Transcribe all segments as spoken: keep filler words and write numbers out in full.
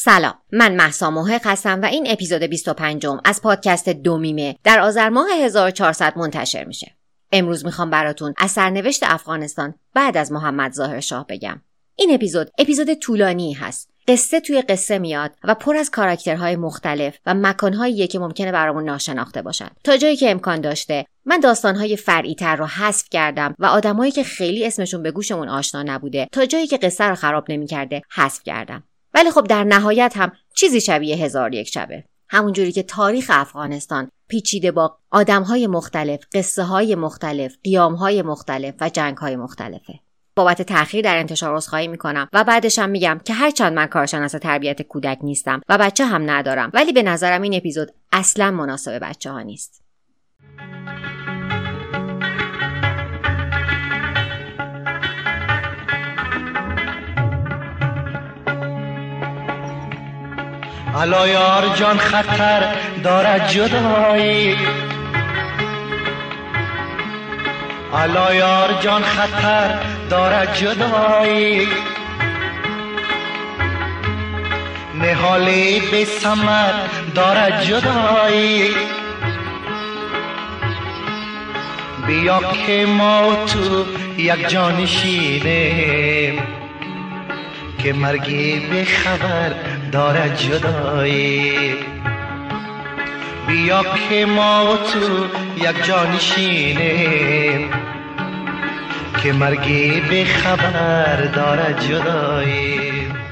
سلام، من مهسا محق هستم و این اپیزود بیست و پنجم از پادکست دومیمه در آذر ماه هزار و چهارصد منتشر میشه. امروز میخوام براتون از سرنوشت افغانستان بعد از محمد ظاهر شاه بگم. این اپیزود اپیزود طولانی هست. قصه توی قصه میاد و پر از کاراکترهای مختلف و مکانهاییه که ممکنه برامون ناشناخته باشن. تا جایی که امکان داشته من داستانهای فرعی تر رو حذف کردم و آدمایی که خیلی اسمشون به گوشمون آشنا نبوده تا جایی که قصه رو خراب نمی‌کرده حذف کردم. ولی خب در نهایت هم چیزی شبیه هزار یک شبه. همونجوری که تاریخ افغانستان پیچیده با آدم‌های مختلف، قصه‌های مختلف، قیام‌های مختلف و جنگ‌های مختلفه. بابت تأخیر در انتشار عذرخواهی میکنم و بعدش هم میگم که هرچند من کارشناس تربیت کودک نیستم و بچه هم ندارم، ولی به نظرم این اپیزود اصلا مناسب بچه ها نیست. الا یار جان خطر دارد جدایی، الا یار جان خطر دارد جدایی، نهالی بی ثمر دارد جدایی، بیا که ما تو یک جانشینیم که مرگی بی خبر دارد جدایی، بیا که ما تو یک جانشینیم که مرگی بی خبر دارد جدایی.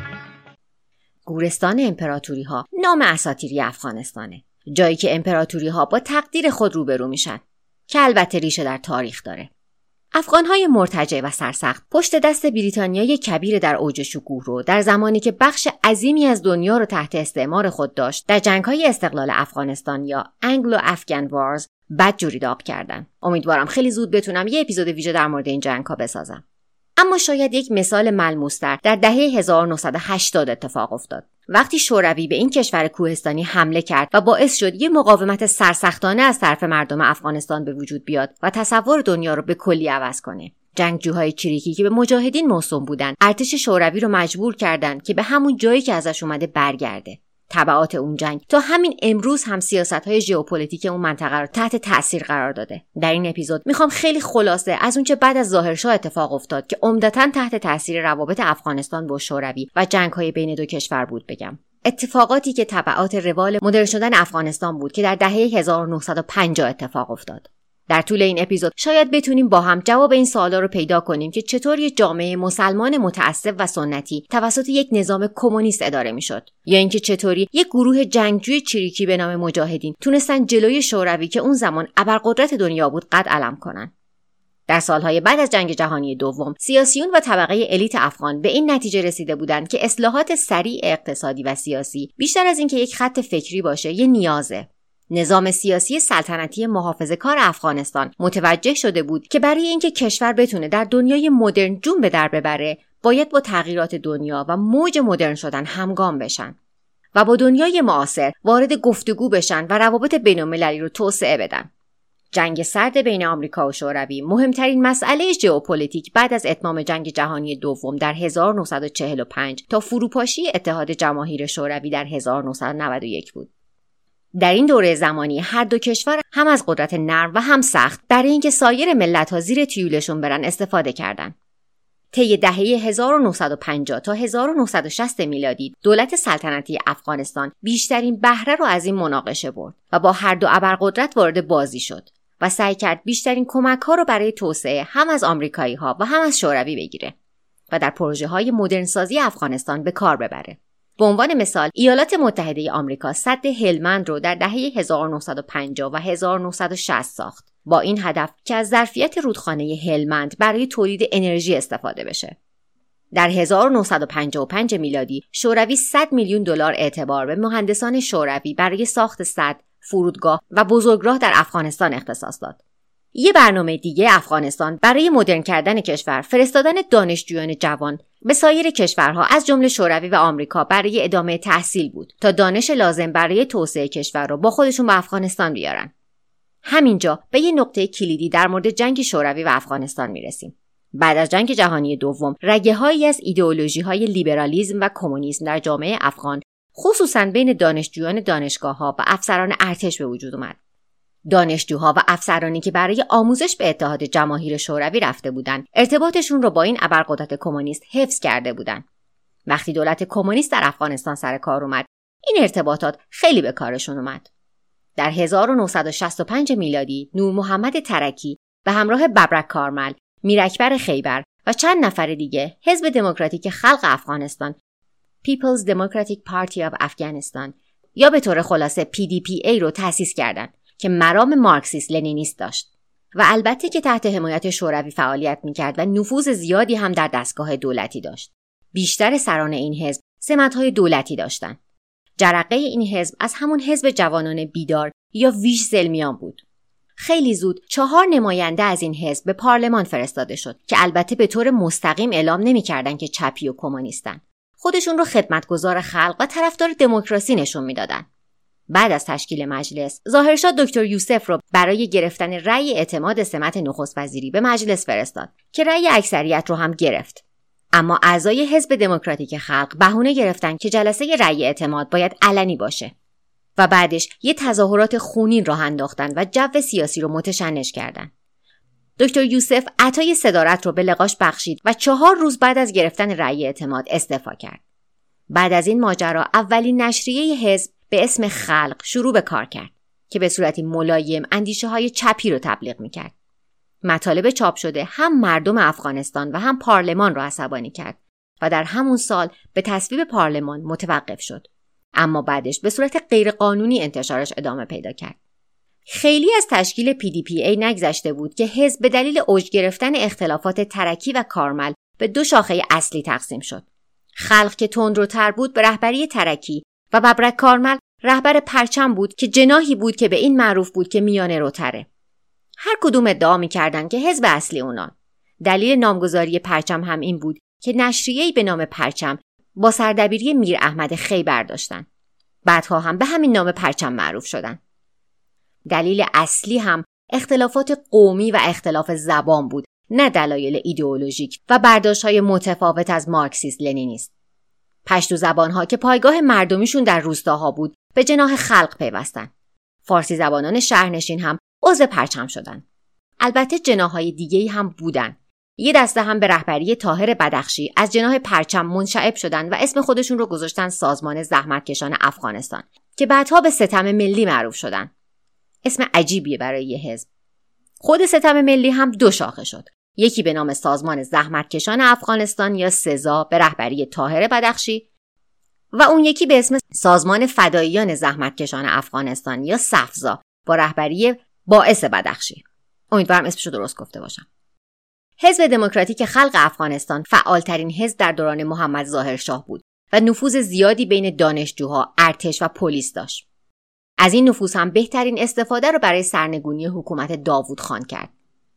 گورستان امپراتوری ها نام اساطیری افغانستانه، جایی که امپراتوری ها با تقدیر خود روبرو میشن که البته ریشه در تاریخ داره. افغان‌های مرتجع و سرسخت پشت دست بریتانیای کبیر در اوج شکوه رو در زمانی که بخش عظیمی از دنیا رو تحت استعمار خود داشت در جنگ‌های استقلال افغانستان یا انگلو افغان وارز بدجوری داغ کردن. امیدوارم خیلی زود بتونم یه اپیزود ویژه در مورد این جنگ‌ها بسازم. اما شاید یک مثال ملموس‌تر در دهه هزار و نهصد و هشتاد اتفاق افتاد، وقتی شوروی به این کشور کوهستانی حمله کرد و باعث شد یک مقاومت سرسختانه از طرف مردم افغانستان به وجود بیاد و تصور دنیا رو به کلی عوض کنه. جنگجوهای چریکی که به مجاهدین موسوم بودن، ارتش شوروی رو مجبور کردند که به همون جایی که ازش اومده برگرده. تبعات اون جنگ تا همین امروز هم سیاست‌های ژئوپلیتیک اون منطقه رو تحت تأثیر قرار داده. در این اپیزود میخوام خیلی خلاصه از اونچه بعد از ظاهر شاه اتفاق افتاد که عمدتاً تحت تأثیر روابط افغانستان با شوروی و جنگ‌های بین دو کشور بود بگم. اتفاقاتی که تبعات روال مدرن شدن افغانستان بود که در دهه هزار و نهصد و پنجاه اتفاق افتاد. در طول این اپیزود شاید بتونیم با هم جواب این سوالا رو پیدا کنیم که چطور یک جامعه مسلمان متعصب و سنتی توسط یک نظام کمونیست اداره میشد، یا اینکه چطوری یک گروه جنگجوی چریکی به نام مجاهدین تونستن جلوی شوروی که اون زمان ابرقدرت دنیا بود قد علم کنن. در سالهای بعد از جنگ جهانی دوم سیاسیون و طبقه الیت افغان به این نتیجه رسیده بودند که اصلاحات سریع اقتصادی و سیاسی بیشتر از اینکه یک خط فکری باشه یه نیازه. نظام سیاسی سلطنتی محافظه‌کار افغانستان متوجه شده بود که برای اینکه کشور بتونه در دنیای مدرن جون به در ببره باید با تغییرات دنیا و موج مدرن شدن همگام بشن و با دنیای معاصر وارد گفتگو بشن و روابط بین‌المللی رو توسعه بدن. جنگ سرد بین آمریکا و شوروی مهمترین مسئله ژئوپلیتیک بعد از اتمام جنگ جهانی دوم در هزار و نهصد و چهل و پنج تا فروپاشی اتحاد جماهیر شوروی در هزار و نهصد و نود و یک بود. در این دوره زمانی هر دو کشور هم از قدرت نرم و هم سخت برای اینکه سایر ملت‌ها زیر تیولشون برن استفاده کردند. طی دهه هزار و نهصد و پنجاه تا هزار و نهصد و شصت میلادی دولت سلطنتی افغانستان بیشترین بهره رو از این مناقشه برد و با هر دو ابرقدرت وارد بازی شد و سعی کرد بیشترین کمک‌ها رو برای توسعه هم از آمریکایی‌ها و هم از شوروی بگیره و در پروژه‌های مدرنسازی افغانستان به کار ببره. به عنوان مثال ایالات متحده آمریکا سد هلمند رو در دهه هزار و نهصد و پنجاه و هزار و نهصد و شصت ساخت با این هدف که از ظرفیت رودخانه هلمند برای تولید انرژی استفاده بشه. در هزار و نهصد و پنجاه و پنج میلادی شوروی صد میلیون دلار اعتبار به مهندسان شوروی برای ساخت سد، فرودگاه و بزرگراه در افغانستان اختصاص داد. یه برنامه دیگه افغانستان برای مدرن کردن کشور فرستادن دانشجویان جوان به سایر کشورها از جمله شوروی و آمریکا برای ادامه تحصیل بود تا دانش لازم برای توسعه کشور رو با خودشون به افغانستان بیارن. همینجا به یه نقطه کلیدی در مورد جنگ شوروی و افغانستان میرسیم. بعد از جنگ جهانی دوم رگه‌هایی از ایدئولوژی‌های لیبرالیسم و کمونیسم در جامعه افغان خصوصاً بین دانشجویان دانشگاه‌ها و افسران ارتش به وجود اومد. دانشجوها و افسرانی که برای آموزش به اتحاد جماهیر شوروی رفته بودند، ارتباطشون رو با این ابرقدرت کمونیست حفظ کرده بودند. وقتی دولت کمونیست در افغانستان سر کار اومد، این ارتباطات خیلی به کارشون اومد. در هزار و نهصد و شصت و پنج میلادی نور محمد ترکی به همراه ببرک کارمل، میراکبر خیبر و چند نفر دیگه حزب دموکراتیک خلق افغانستان People's Democratic Party of Afghanistan یا به طور خلاصه پی دی پی ای رو تأسیس کردند که مرام مارکسیست لنینیست داشت و البته که تحت حمایت شوروی فعالیت میکرد و نفوذ زیادی هم در دستگاه دولتی داشت. بیشتر سران این حزب سمت‌های دولتی داشتند. جرقه این حزب از همون حزب جوانان بیدار یا ویژ زلمیان بود. خیلی زود چهار نماینده از این حزب به پارلمان فرستاده شد که البته به طور مستقیم اعلام نمی‌کردند که چپی و کمونیستن. خودشون رو خدمتگزار خلق و طرفدار دموکراسی نشون میدادن. بعد از تشکیل مجلس، ظاهرشاه دکتر یوسف رو برای گرفتن رأی اعتماد سمت نخست وزیری به مجلس فرستاد که رأی اکثریت رو هم گرفت. اما اعضای حزب دموکراتیک خلق بهونه گرفتن که جلسه رأی اعتماد باید علنی باشه و بعدش یه تظاهرات خونین راه انداختن و جو سیاسی رو متشنج کردن. دکتر یوسف عطای صدارت رو به لقاش بخشید و چهار روز بعد از گرفتن رأی اعتماد استعفا کرد. بعد از این ماجرا اولین نشریه حزب به اسم خلق شروع به کار کرد که به صورتی ملایم اندیشه های چپی رو تبلیغ میکرد. مطالب چاپ شده هم مردم افغانستان و هم پارلمان رو عصبانی کرد و در همون سال به تصویب پارلمان متوقف شد. اما بعدش به صورت غیرقانونی انتشارش ادامه پیدا کرد. خیلی از تشکیل پی دی پی ای نگذشته بود که حزب به دلیل اوج گرفتن اختلافات ترکی و کارمل به دو شاخه اصلی تقسیم شد. خلق که تندروتر بود به رهبری ترکی و ببرک کارمل رهبر پرچم بود که جناحی بود که به این معروف بود که میانه روتره. هر کدوم ادعا می‌کردند که حزب اصلی اونان. دلیل نامگذاری پرچم هم این بود که نشریه‌ای به نام پرچم با سردبیری میر احمد خیبر داشتن. بعدها هم به همین نام پرچم معروف شدن. دلیل اصلی هم اختلافات قومی و اختلاف زبان بود، نه دلایل ایدئولوژیک و برداشت‌های متفاوت از مارکسیست لنینیست. پشتو زبان‌ها که پایگاه مردمیشون در روستاها بود، به جناح خلق پیوستن. فارسی زبانان شهرنشین هم عضو پرچم شدن. البته جناح‌های دیگه‌ای هم بودن. یه دسته هم به رهبری طاهر بدخشی از جناح پرچم منشعب شدن و اسم خودشون رو گذاشتن سازمان زحمتکشان افغانستان که بعدها به ستم ملی معروف شدن. اسم عجیبیه برای یه حزب. خود ستم ملی هم دو شاخه شد. یکی به نام سازمان زحمتکشان افغانستان یا سزا به رهبری طاهر بدخشی و اون یکی به اسم سازمان فداییان زحمتکشان افغانستان یا سفزا با رهبری باعث بدخشی. امیدوارم اسمشو درست گفته باشم. حزب دموکراتیک خلق افغانستان فعالترین حزب در دوران محمد ظاهرشاه بود و نفوذ زیادی بین دانشجوها، ارتش و پلیس داشت. از این نفوذ هم بهترین استفاده رو برای سرنگونی حکومت داوود خان کرد.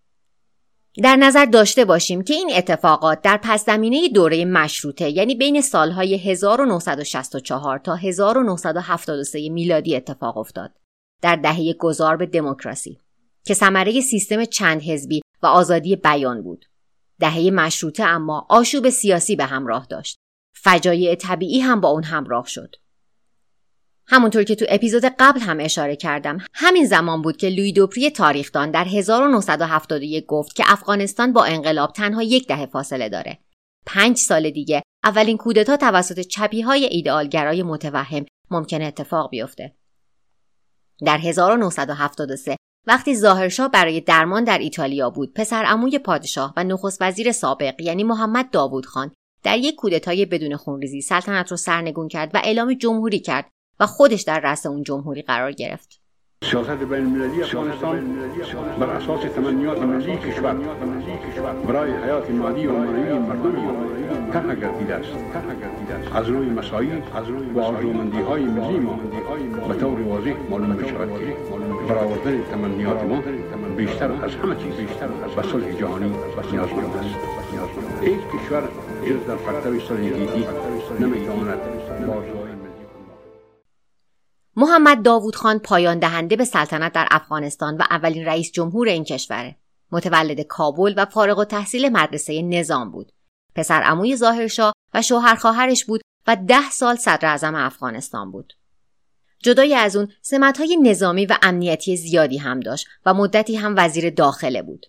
در نظر داشته باشیم که این اتفاقات در پس‌زمینه دوره مشروطه، یعنی بین سالهای هزار و نهصد و شصت و چهار تا هزار و نهصد و هفتاد و سه میلادی اتفاق افتاد، در دهه گذار به دموکراسی که ثمره سیستم چند حزبی و آزادی بیان بود. دهه مشروطه اما آشوب سیاسی به همراه داشت. فجایع طبیعی هم با اون همراه شد. همونطور که تو اپیزود قبل هم اشاره کردم، همین زمان بود که لویی دوپری تاریخدان در هزار و نهصد و هفتاد و یک گفت که افغانستان با انقلاب تنها یک دهه فاصله داره. پنج سال دیگه اولین کودتا توسط چپی‌های ایدئالگرای متوهم ممکنه اتفاق بیفته. در هزار و نهصد و هفتاد و سه وقتی ظاهرشاه برای درمان در ایتالیا بود، پسر عموی پادشاه و نخست وزیر سابق یعنی محمد داوود خان در یک کودتای بدون خونریزی سلطنت رو سرنگون کرد و اعلام جمهوری کرد و خودش در رأس اون جمهوری قرار گرفت. سیاست بین‌المللی افغانستان بر اساس تمنیات ملی کشور برای حیات مادی و معنوی مردم طرح گردیده است. از روی مسائل و آرزومندی‌های ملی ما به طور واضح معلوم می‌شود که برآوردن تمنیات ما بیشتر از همه چیز به صلح جهانی نیازمند است. هیچ کشور جز در پرتو سالگیتی نمی‌تواند بارزوهای محمد داوود خان پایان دهنده به سلطنت در افغانستان و اولین رئیس جمهور این کشوره. متولد کابل و فارغ التحصیل مدرسه نظام بود. پسر عموی ظاهرشاه و شوهر خواهرش بود و ده سال صدر اعظم افغانستان بود. جدای از اون سمت‌های نظامی و امنیتی زیادی هم داشت و مدتی هم وزیر داخله بود.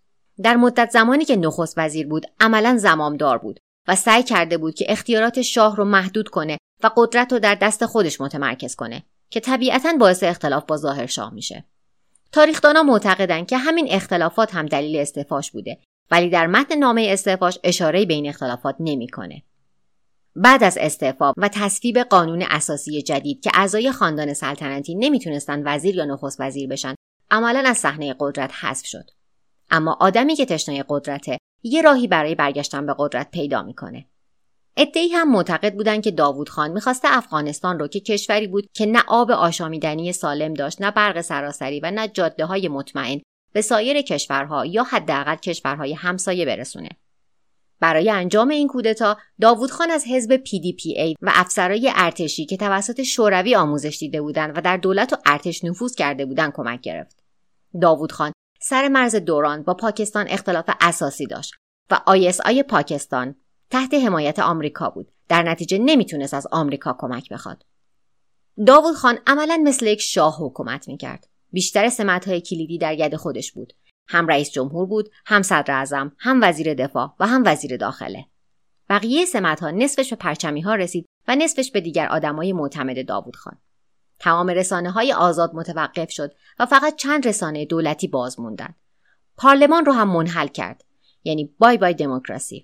در مدت زمانی که نخست وزیر بود عملاً زمامدار بود و سعی کرده بود که اختیارات شاه رو محدود کنه و قدرت رو در دست خودش متمرکز کنه که طبیعتاً باعث اختلاف با ظاهر شاه میشه. تاریخ‌دانان معتقدند که همین اختلافات هم دلیل استعفاش بوده، ولی در متن نامه استعفاش اشاره‌ای به این اختلافات نمی‌کنه. بعد از استعفا و تصویب قانون اساسی جدید که اعضای خاندان سلطنتی نمیتونستن وزیر یا نخست وزیر بشن، عملاً از صحنه قدرت حذف شد. اما آدمی که تشنه قدرته یه راهی برای برگشتن به قدرت پیدا میکنه. عده‌ای هم معتقد بودن که داوود خان میخواسته افغانستان رو که کشوری بود که نه آب آشامیدنی سالم داشت، نه برق سراسری و نه جاده‌های مطمئن، به سایر کشورها یا حداقل کشورهای همسایه برسونه. برای انجام این کودتا داوود خان از حزب پی دی پی ای و افسرهای ارتشی که توسط شوروی آموزش دیده بودند و در دولت و ارتش نفوذ کرده بودند کمک گرفت. داوود خان سر مرز دوران با پاکستان اختلاف اساسی داشت و آی اس آی پاکستان تحت حمایت آمریکا بود. در نتیجه نمیتونست از آمریکا کمک بخواد. داوود خان عملاً مثل یک شاه حکومت میکرد. بیشتر سمت‌های کلیدی در ید خودش بود. هم رئیس جمهور بود، هم صدر اعظم، هم وزیر دفاع و هم وزیر داخله. بقیه سمت‌ها نصفش به پرچمی‌ها رسید و نصفش به دیگر آدمای معتمد داوود خان. تمام رسانه‌های آزاد متوقف شد و فقط چند رسانه دولتی باز موندن. پارلمان رو هم منحل کرد. یعنی بای بای دموکراسی.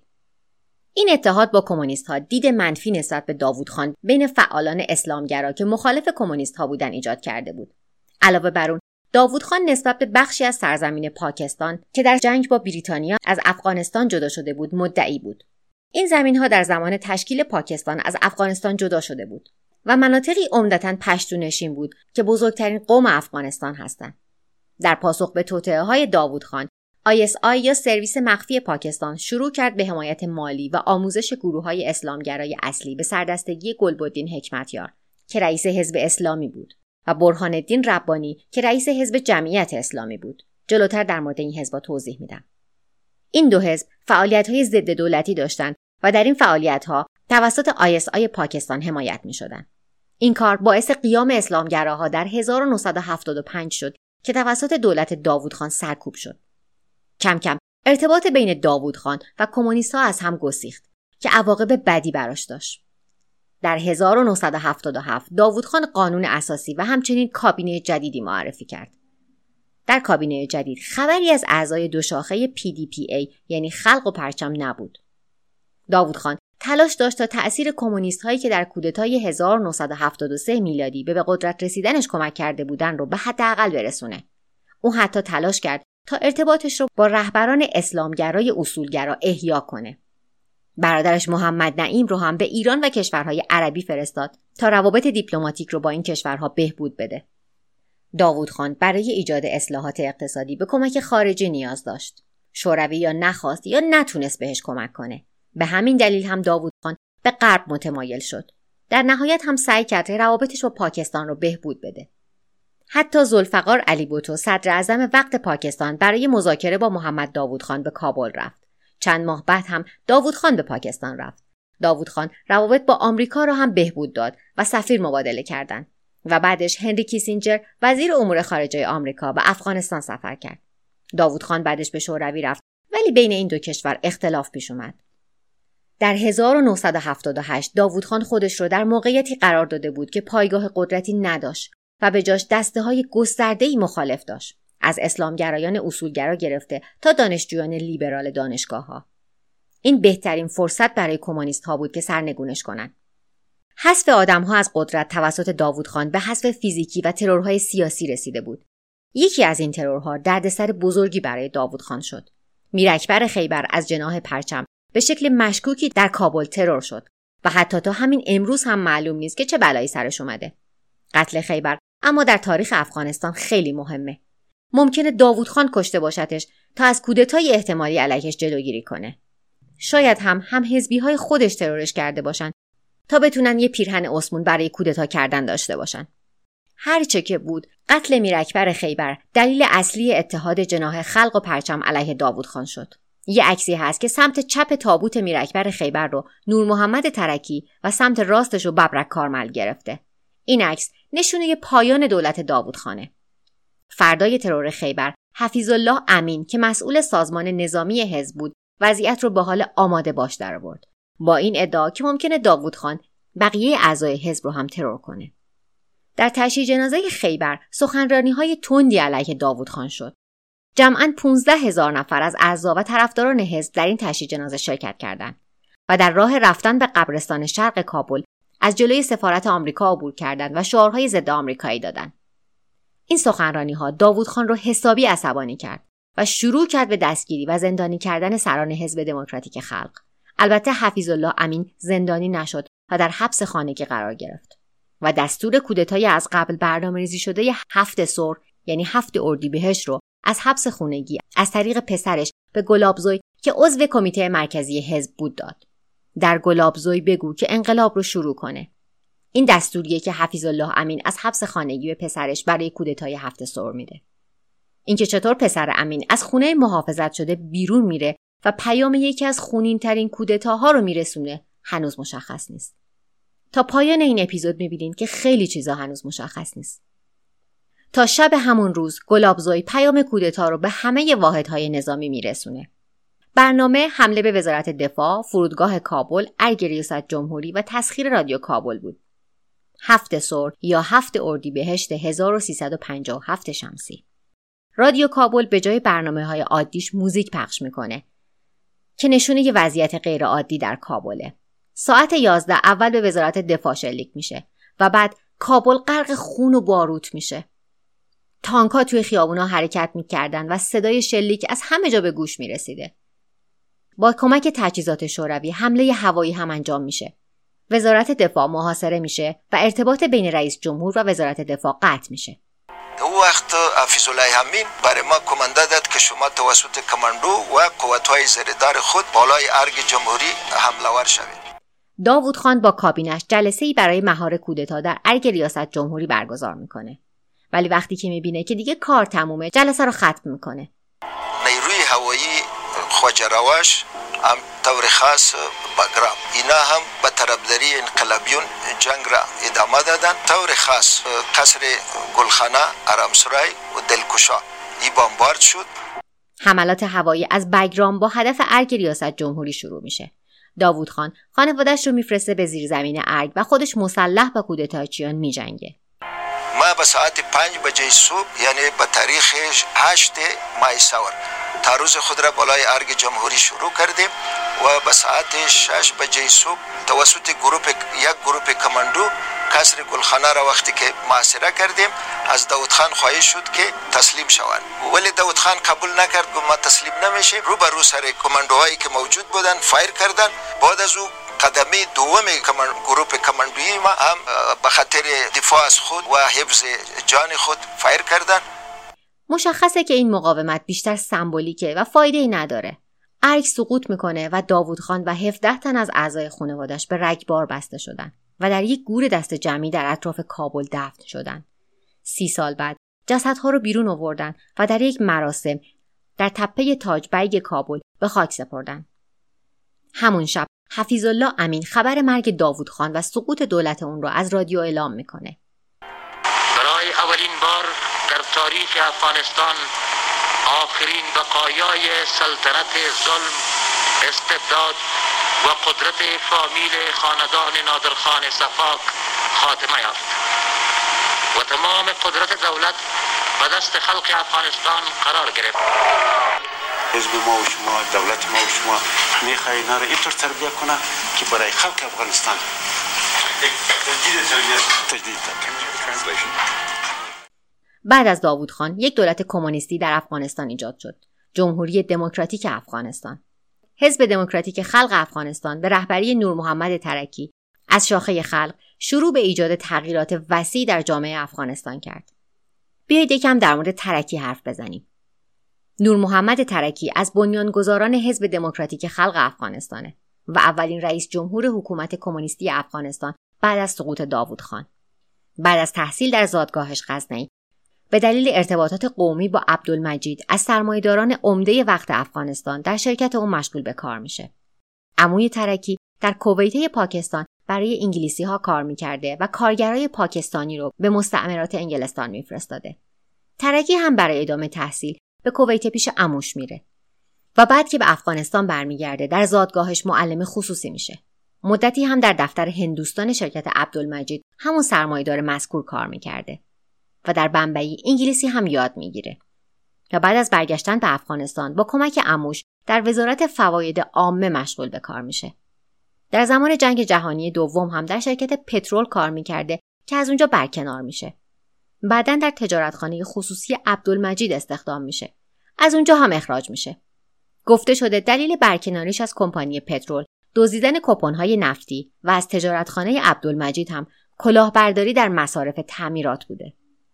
این اتحاد با کمونیست‌ها دید منفی نسبت به داوود خان بین فعالان اسلامگرا که مخالف کمونیست‌ها بودن ایجاد کرده بود. علاوه بر اون داوود خان نسبت به بخشی از سرزمین پاکستان که در جنگ با بریتانیا از افغانستان جدا شده بود مدعی بود. این زمین‌ها در زمان تشکیل پاکستان از افغانستان جدا شده بود و مناطقی عمدتاً پشتو نشین بود که بزرگترین قوم افغانستان هستند. در پاسخ به توطئه‌های داوود خان، آی اس آی یا سرویس مخفی پاکستان شروع کرد به حمایت مالی و آموزش گروه‌های اسلامگرای اصلی به سردستگی گلبدین حکمتیار که رئیس حزب اسلامی بود و برهان الدین ربانی که رئیس حزب جمعیت اسلامی بود. جلوتر در مورد این حزب‌ها توضیح میدم. این دو حزب فعالیت‌های ضد دولتی داشتند و در این فعالیت‌ها توسط آی اس آی پاکستان حمایت می‌شدند. این کار باعث قیام اسلامگراها در هزار و نهصد و هفتاد و پنج شد که توسط دولت داوود خان سرکوب شد. کم کم ارتباط بین داوود خان و کمونیست‌ها از هم گسیخت که عواقب بدی براش داشت. در هزار و نهصد و هفتاد و هفت داوود خان قانون اساسی و همچنین کابینه جدیدی معرفی کرد. در کابینه جدید خبری از اعضای دو شاخه پی دی پی ای یعنی خلق و پرچم نبود. داوود خان تلاش داشت تا تأثیر کمونیست هایی که در کودتای هزار و نهصد و هفتاد و سه میلادی به, به قدرت رسیدنش کمک کرده بودن رو به حداقل برسونه. او حتی تلاش کرد تا ارتباطش رو با رهبران اسلامگرای اصولگرا احیا کنه. برادرش محمد نعیم رو هم به ایران و کشورهای عربی فرستاد تا روابط دیپلماتیک رو با این کشورها بهبود بده. داوود خان برای ایجاد اصلاحات اقتصادی به کمک خارجی نیاز داشت. شوروی یا نخواست یا نتونست بهش کمک کنه. به همین دلیل هم داوود خان به غرب متمایل شد. در نهایت هم سعی کرد روابطش با پاکستان رو بهبود بده. حتی ذوالفقار علی بوتو صدر اعظم وقت پاکستان برای مذاکره با محمد داوود خان به کابل رفت. چند ماه بعد هم داوود خان به پاکستان رفت. داوود خان روابط با آمریکا را هم بهبود داد و سفیر مبادله کردند و بعدش هنری کیسینجر وزیر امور خارجه آمریکا به افغانستان سفر کرد. داوود خان بعدش به شوروی رفت ولی بین این دو کشور اختلاف پیش اومد. در هزار و نهصد و هفتاد و هشت داوود خان خودش رو در موقعیتی قرار داده بود که پایگاه قدرتی نداشت و به جاش دسته‌های گسترده‌ای مخالف داشت، از اسلامگرایان اصولگرا گرفته تا دانشجویان لیبرال دانشگاه‌ها. این بهترین فرصت برای کمونیست‌ها بود که سرنگونش کنند. حذف آدم‌ها از قدرت توسط داوود خان به حذف فیزیکی و ترورهای سیاسی رسیده بود. یکی از این ترورها دردسر بزرگی برای داوود خان شد. میر اکبر خیبر از جناح پرچم به شکل مشکوکی در کابل ترور شد و حتی تا همین امروز هم معلوم نیست که چه بلایی سرش اومده. قتل خیبر اما در تاریخ افغانستان خیلی مهمه. ممکنه داوود خان کشته باشدش تا از کودتای احتمالی علیهش جلوگیری کنه. شاید هم هم حزبی‌های خودش ترورش کرده باشن تا بتونن یه پیرهن اسمون برای کودتا کردن داشته باشن. هر چه که بود، قتل میر اکبر خیبر دلیل اصلی اتحاد جناح خلق و پرچم علیه داوود خان شد. یه عکسی هست که سمت چپ تابوت میراکبر خیبر رو نور محمد ترکی و سمت راستش رو ببرک کارمل گرفته. این عکس نشونه پایان دولت داوودخانه. فردای ترور خیبر، حفیظالله امین که مسئول سازمان نظامی حزب بود، وضعیت رو به حال آماده باش درآورد. با این ادعا که ممکنه داوودخان بقیه اعضای حزب رو هم ترور کنه. در تشییع جنازه خیبر سخنرانی‌های تندی علیه داوودخان شد. جمعاً پانزده هزار نفر از اعضا و طرفداران حزب در این تشییع جنازه شرکت کردند و در راه رفتن به قبرستان شرق کابل از جلوی سفارت آمریکا عبور کردند و شعارهای ضد آمریکایی دادند. این سخنرانی‌ها داوودخان را حسابی عصبانی کرد و شروع کرد به دستگیری و زندانی کردن سران حزب دموکراتیک خلق. البته حفیظالله امین زندانی نشد و در حبس خانگی قرار گرفت و دستور کودتای از قبل برنامه‌ریزی شده هفت سر یعنی هفت اردیبهشت رو از حبس خانگی از طریق پسرش به گلابزوی که عضو کمیته مرکزی حزب بود داد. در گلابزوی بگو که انقلاب رو شروع کنه. این دستوریه که حفیظالله امین از حبس خانگی به پسرش برای کودتای هفت سر میده. اینکه چطور پسر امین از خونه محافظت شده بیرون میره و پیام یکی از خونین‌ترین کودتاها رو میرسونه هنوز مشخص نیست. تا پایان این اپیزود میبینین که خیلی چیزا هنوز مشخص نیست. تا شب همون روز گلابزوی پیام کودتا رو به همه واحدهای نظامی میرسونه. برنامه حمله به وزارت دفاع، فرودگاه کابل، ارگ ریاست جمهوری و تسخیر رادیو کابل بود. هفت سر یا هفت اردیبهشت هزار و سیصد و پنجاه و هفت شمسی. رادیو کابل به جای برنامه‌های عادیش موزیک پخش میکنه که نشونه ی وضعیت غیر عادی در کابله. ساعت یازده اول به وزارت دفاع شلیک میشه و بعد کابل غرق خون و باروت میشه. تانک‌ها توی خیابونا حرکت میکردن و صدای شلیک از همه جا به گوش میرسیده. با کمک تجهیزات شوروی حمله هوایی هم انجام میشه. وزارت دفاع محاصره میشه و ارتباط بین رئیس جمهور و وزارت دفاع قطع میشه. او وقت حفیظالله امین برای ما کمانده داد که شما توسط کماندو و قوت‌های زیردار خود بالای ارگ جمهوری حمله ور شوید. داوودخان با کابینش جلسه‌ای برای مهار کودتا در ارگ ریاست جمهوری برگزار میکنه. ولی وقتی که میبینه که دیگه کار تمومه جلسه رو ختم میکنه. نیروی هوایی خواجه رواش هم طور خاص بگرام اینا هم به طرفداری انقلابیون جنگ را ادامه دادن. طور خاص قصر گلخانه، آرامسرای و دلکشا ای بمبارد شد. حملات هوایی از بگرام با هدف ارگ ریاست جمهوری شروع میشه. داوودخان خانواده‌اش رو میفرسته به زیرزمین ارگ و خودش مسلح با کودتاچیان میجنگه. ما به ساعت پنج بجه صبح یعنی به تاریخ هشت ماه سور تا روز خود را بالای ارگ جمهوری شروع کردیم و به ساعت شش بجه صبح توسط گروپ یک گروپ کماندو قصر گلخانه را وقتی که محاصره کردیم از داوودخان خواهش شد که تسلیم شوند، ولی داوودخان قبول نکرد. گفت ما تسلیم نمیشیم. رو بر رو سر کماندوهایی که موجود بودن فایر کردن. بعد از او قدمی دوم کمان گروپ کماندویی ما هم به خاطر دفاع از خود و حفظ جان خود فایر کردن. مشخصه که این مقاومت بیشتر سمبولیکه و فایده‌ای نداره. ارگ سقوط میکنه و داوودخان و هفده تن از اعضای خانواده‌اش به رگبار بسته شدن و در یک گور دست جمعی در اطراف کابل دفن شدن. سی سال بعد جسدها رو بیرون آوردن و در یک مراسم در تپه تاج بیگ کابل به خاک سپردن. همون شب حفیظالله امین خبر مرگ داوودخان و سقوط دولت اون رو از رادیو اعلام میکنه. برای اولین بار در تاریخ افغانستان آخرین بقایای سلطنت ظلم، استبداد و قدرت فامیل خاندان نادرخان صفاک خاتمه یافت و تمام قدرت دولت به دست خلق افغانستان قرار گرفت. حزب ما و شما، دولت ما و شما میخواه اینا رو اینطور تربیه کنه که برای خلق افغانستان تجدید تجدید. بعد از داوودخان یک دولت کمونیستی در افغانستان ایجاد شد، جمهوری دموکراتیک افغانستان. حزب دموکراتیک خلق افغانستان به رهبری نور محمد ترکی از شاخه خلق شروع به ایجاد تغییرات وسیع در جامعه افغانستان کرد. بیایید یکم در مورد ترکی حرف بزنیم. نور محمد ترکی از بنیانگذاران حزب دموکراتیک خلق افغانستانه و اولین رئیس جمهور حکومت کمونیستی افغانستان بعد از سقوط داوودخان. بعد از تحصیل در زادگاهش غزنی، به دلیل ارتباطات قومی با عبدالمجید از سرمایه‌داران عمده وقت افغانستان در شرکت او مشغول به کار میشه. عموی ترکی در کویت پاکستان برای انگلیسی‌ها کار می‌کرده و کارگرای پاکستانی رو به مستعمرات انگلستان می‌فرستاده. ترکی هم برای ادامه تحصیل به کویت پیش عموش میره و بعد که به افغانستان برمیگرده در زادگاهش معلم خصوصی میشه. مدتی هم در دفتر هندوستان شرکت عبدالمجید همون سرمایه‌دار مذکور کار می‌کرده و در بمبئی انگلیسی هم یاد می‌گیره. و بعد از برگشتن به افغانستان با کمک عموش در وزارت فواید عامه مشغول به کار میشه. در زمان جنگ جهانی دوم هم در شرکت پترول کار می‌کرده که از اونجا برکنار میشه. بعداً در تجارتخانه خصوصی عبدالمجید استخدام میشه. از اونجا هم اخراج میشه. گفته شده دلیل برکناریش از کمپانی پترول دزدیدن کوپن‌های نفتی و از تجارتخانه عبدالمجید هم کلاهبرداری در مصارف تعمیرات بوده.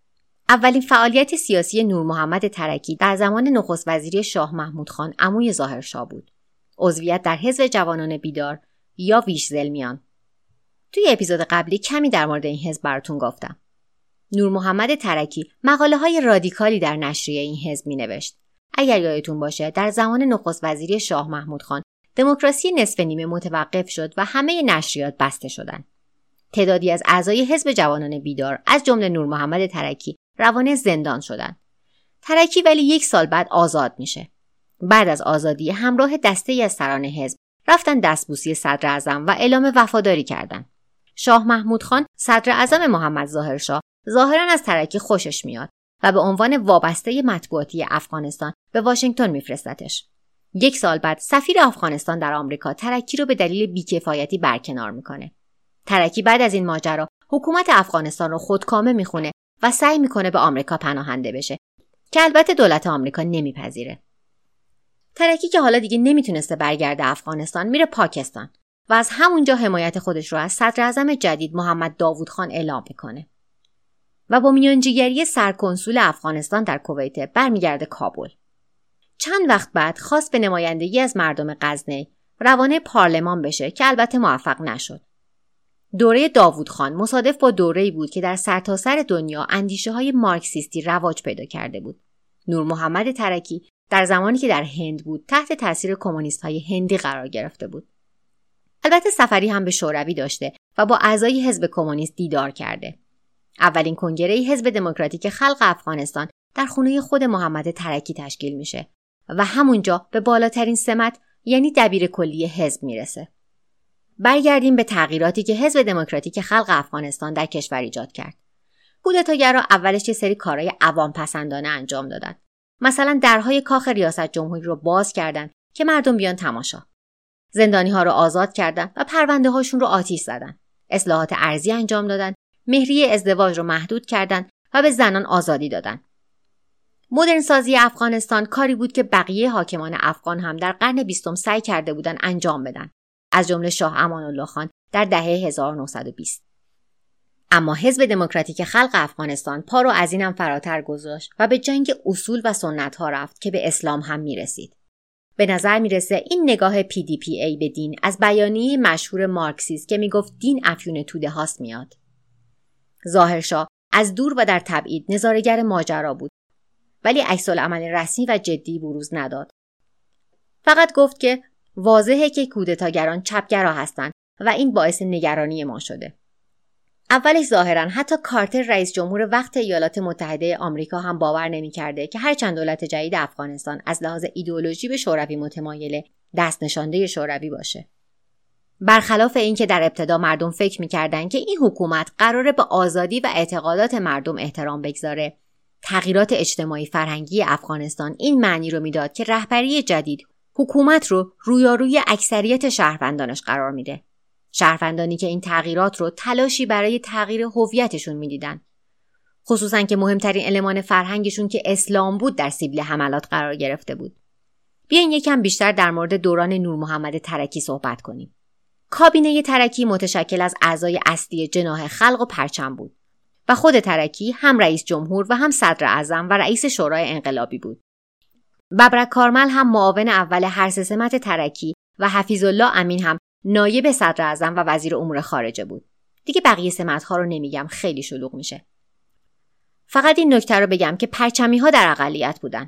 اولین فعالیت سیاسی نور محمد ترکی در زمان نخست وزیری شاه محمود خان عموی ظاهرشاه بود. عضویت در حزب جوانان بیدار یا ویش زلمیان. توی اپیزود قبلی کمی در مورد این حزب براتون گفتم. نور محمد ترکی مقاله های رادیکالی در نشریه این حزب می نوشت. اگر یادتون باشه در زمان نخست وزیری شاه محمود خان دموکراسی نصف نیمه متوقف شد و همه نشریات بسته شدند. تعدادی از اعضای حزب جوانان بیدار از جمله نور محمد ترکی روانه زندان شدند. ترکی ولی یک سال بعد آزاد میشه. بعد از آزادی همراه دسته‌ای از سران حزب رفتن دستبوسی صدر اعظم و اعلام وفاداری کردند. شاه محمود خان صدر اعظم محمد ظاهرشاه ظاهراً از ترکی خوشش میاد و به عنوان وابسته مطبوعاتی افغانستان به واشنگتن میفرستتش. یک سال بعد سفیر افغانستان در آمریکا ترکی رو به دلیل بیکفایتی برکنار میکنه. ترکی بعد از این ماجرا حکومت افغانستان رو خودکامه میخونه و سعی میکنه به آمریکا پناهنده بشه که البته دولت آمریکا نمیپذیره. ترکی که حالا دیگه نمیتونسته برگرده افغانستان میره پاکستان و از همونجا حمایت خودش رو از صدر اعظم جدید محمد داوود خان اعلام میکنه و با میانجیگری سرکنسول افغانستان در کویت برمیگرده کابل. چند وقت بعد خواست به نمایندگی از مردم غزنی روانه پارلمان بشه که البته موفق نشد. دوره داوود خان مصادف با دوره‌ای بود که در سرتاسر دنیا اندیشه‌های مارکسیستی رواج پیدا کرده بود. نور محمد ترکی در زمانی که در هند بود تحت تاثیر کمونیست‌های هندی قرار گرفته بود. البته سفری هم به شوروی داشته و با اعضای حزب کمونیست دیدار کرده. اولین کنگره حزب دموکراتیک خلق افغانستان در خونه خود محمد ترکی تشکیل میشه و همونجا به بالاترین سمت یعنی دبیر کلی حزب میرسه. برگردیم به تغییراتی که حزب دموکراتیک خلق افغانستان در کشور ایجاد کرد. کودتاگرها اولش یه سری کارهای عوام پسندانه انجام دادن. مثلا درهای کاخ ریاست جمهوری رو باز کردن که مردم بیان تماشا. زندانی‌ها رو آزاد کردن و پرونده‌هاشون رو آتش زدن. اصلاحات ارضی انجام دادن، مهریه ازدواج رو محدود کردن و به زنان آزادی دادن. مدرن سازی افغانستان کاری بود که بقیه حاکمان افغان هم در قرن بیستم سعی کرده بودن انجام بدن، از جمله شاه امان الله خان در دهه هزار و نهصد و بیست. اما حزب دموکراتیک خلق افغانستان پا رو از اینم فراتر گذاشت و به جنگ اصول و سنت ها رفت که به اسلام هم میرسید. به نظر میرسه این نگاه پی دی پی ای به دین از بیانیه مشهور مارکسیست که میگفت دین افیون توده هاست میاد. ظاهرشاه از دور و در تبعید نظاره‌گر ماجرا بود، ولی عکس‌العمل رسمی و جدی بروز نداد. فقط گفت که واضحه که کودتاگران چپگرا هستند و این باعث نگرانی ما شده. اولش ظاهراً حتی کارتر رئیس جمهور وقت ایالات متحده آمریکا هم باور نمی‌کرده که هرچند دولت جدید افغانستان از لحاظ ایدئولوژی به شوروی متمایله، دست نشانده شوروی باشه. برخلاف این که در ابتدا مردم فکر می‌کردند که این حکومت قراره به آزادی و اعتقادات مردم احترام بگذاره، تغییرات اجتماعی فرهنگی افغانستان این معنی رو میداد که رهبری جدید حکومت رو رویاروی اکثریت شهروندانش قرار میده. شهروندانی که این تغییرات رو تلاشی برای تغییر هویتشون میدیدن. خصوصا که مهمترین المان فرهنگشون که اسلام بود در سیبل حملات قرار گرفته بود. بیاین یکم بیشتر در مورد دوران نور محمد ترکی صحبت کنیم. کابینه ترکی متشکل از اعضای اصلی جناح خلق و پرچم بود و خود ترکی هم رئیس جمهور و هم صدر اعظم و رئیس شورای انقلابی بود. ببرک کارمل هم معاون اول هر سه سمت ترکی و حفیظ الله امین هم نایب صدر اعظم و وزیر امور خارجه بود. دیگه بقیه سمت‌ها رو نمیگم، خیلی شلوغ میشه. فقط این نکته رو بگم که پرچمی‌ها در اقلیت بودن.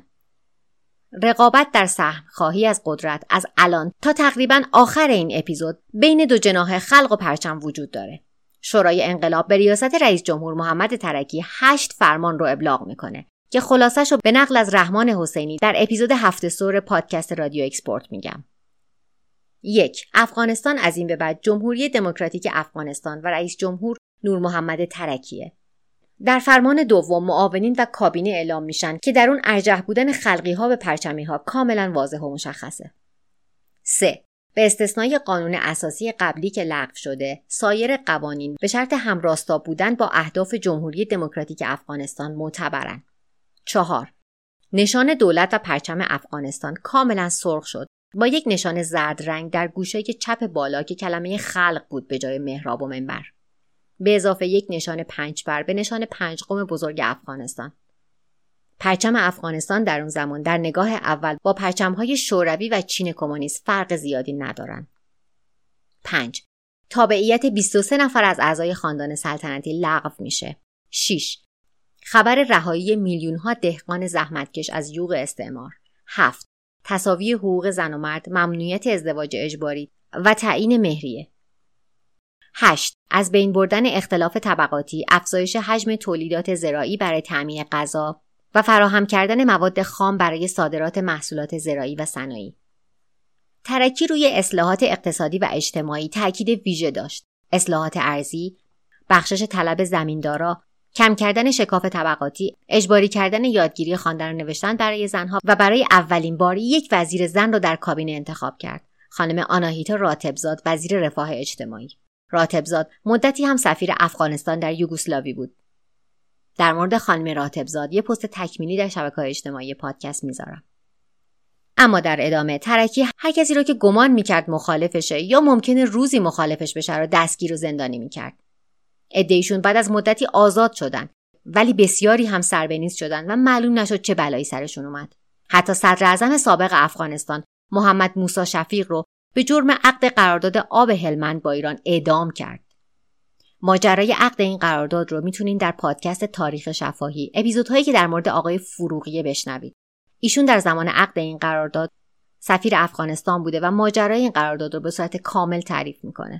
رقابت در سهم خواهی از قدرت از الان تا تقریباً آخر این اپیزود بین دو جناح خلق و پرچم وجود داره. شورای انقلاب به ریاست رئیس جمهور محمد ترکی هشت فرمان رو ابلاغ میکنه که خلاصش رو به نقل از رحمان حسینی در اپیزود هفت سور پادکست رادیو اکسپورت میگم. یک. افغانستان از این به بعد جمهوری دموکراتیک افغانستان و رئیس جمهور نور محمد ترکیه. در فرمان دوم معاونین و کابینه اعلام میشن که در اون ارجح بودن خلقی ها به پرچمی ها کاملا واضح و مشخصه. سه. به استثنای قانون اساسی قبلی که لغو شده، سایر قوانین به شرط همراستا بودن با اهداف جمهوری دموکراتیک افغانستان معتبرن. چهار. نشان دولت و پرچم افغانستان کاملا سرخ شد با یک نشان زرد رنگ در گوشه چپ بالا که کلمه خلق بود به جای محراب و منبر. به اضافه یک نشان پنج بر به نشان پنج قوم بزرگ افغانستان. پرچم افغانستان در اون زمان در نگاه اول با پرچم‌های شوروی و چین کمونیست فرق زیادی ندارن. پنج. تابعیت بیست و سه نفر از اعضای خاندان سلطنتی لغو میشه. شش. خبر رهایی میلیون‌ها دهقان زحمتکش از یوغ استعمار. هفت. تساوی حقوق زن و مرد، ممنوعیت ازدواج اجباری و تعیین مهریه. هشت. از بین بردن اختلاف طبقاتی، افزایش حجم تولیدات زراعی برای تامین غذا و فراهم کردن مواد خام برای صادرات محصولات زراعی و صنایعی. ترکی روی اصلاحات اقتصادی و اجتماعی تاکید ویژه داشت. اصلاحات ارضی، بخشش طلب زمیندارا، کم کردن شکاف طبقاتی، اجباری کردن یادگیری خواندن و نوشتن برای زنها و برای اولین بار یک وزیر زن را در کابینه انتخاب کرد. خانم آناهیتا راتبزاد، وزیر رفاه اجتماعی. راتبزاد مدتی هم سفیر افغانستان در یوگسلاوی بود. در مورد خانم راتبزاد یه پست تکمیلی در شبکه‌های اجتماعی پادکست میذارم. اما در ادامه ترکی هر کسی رو که گمان میکرد مخالفشه یا ممکنه روزی مخالفش بشه رو دستگیر و زندانی میکرد. عده‌ایشون بعد از مدتی آزاد شدن، ولی بسیاری هم سربنیز شدن و معلوم نشد چه بلایی سرشون اومد. حتی صدر اعظم سابق افغانستان محمد موسی شفیق رو به جرم عقد قرارداد آب هلمند با ایران اعدام کرد. ماجرای عقد این قرارداد رو میتونین در پادکست تاریخ شفاهی اپیزودهایی که در مورد آقای فروغیه بشنوید. ایشون در زمان عقد این قرارداد سفیر افغانستان بوده و ماجرای این قرارداد رو به صورت کامل تعریف میکنه.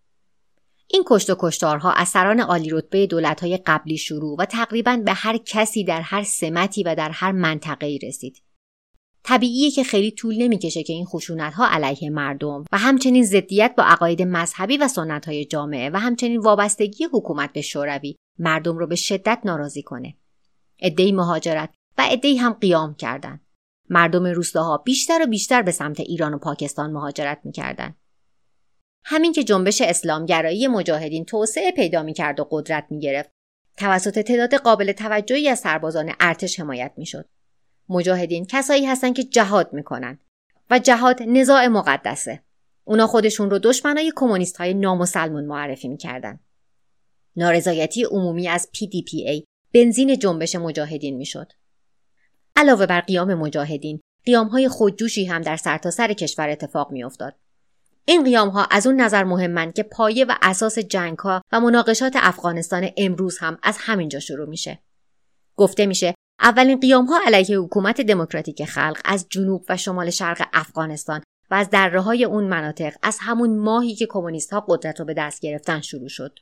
این کشت و کشتارها از سران عالی رتبه دولت‌های قبلی شروع و تقریباً به هر کسی در هر سمتی و در هر منطقه‌ای رسید. طبیعیه که خیلی طول نمیکشه که این خشونت‌ها علیه مردم و همچنین ضدیت با عقاید مذهبی و سنت‌های جامعه و همچنین وابستگی حکومت به شوروی مردم رو به شدت ناراضی کنه. عده‌ای مهاجرت و عده‌ای هم قیام کردند. مردم روستاها بیشتر و بیشتر به سمت ایران و پاکستان مهاجرت می‌کردند. همین که جنبش اسلامگرایی مجاهدین توسعه پیدا می‌کرد و قدرت می‌گرفت، توسط تعداد قابل توجهی از سربازان ارتش حمایت می‌شد. مجاهدین کسایی هستن که جهاد میکنن و جهاد نزاع مقدسه. اونا خودشون رو دشمنای کمونیست‌های نامسلمون معرفی میکردن. نارضایتی عمومی از پی دی پی ای بنزین جنبش مجاهدین میشد. علاوه بر قیام مجاهدین، قیام‌های خودجوشی هم در سرتاسر کشور اتفاق میافتاد. این قیام‌ها از اون نظر مهمن که پایه و اساس جنگ‌ها و مناقشات افغانستان امروز هم از همینجا شروع میشه. گفته میشه اولین قیام‌ها علیه حکومت دموکراتیک خلق از جنوب و شمال شرق افغانستان و از دره‌های اون مناطق از همون ماهی که کمونیست‌ها قدرت رو به دست گرفتن شروع شد.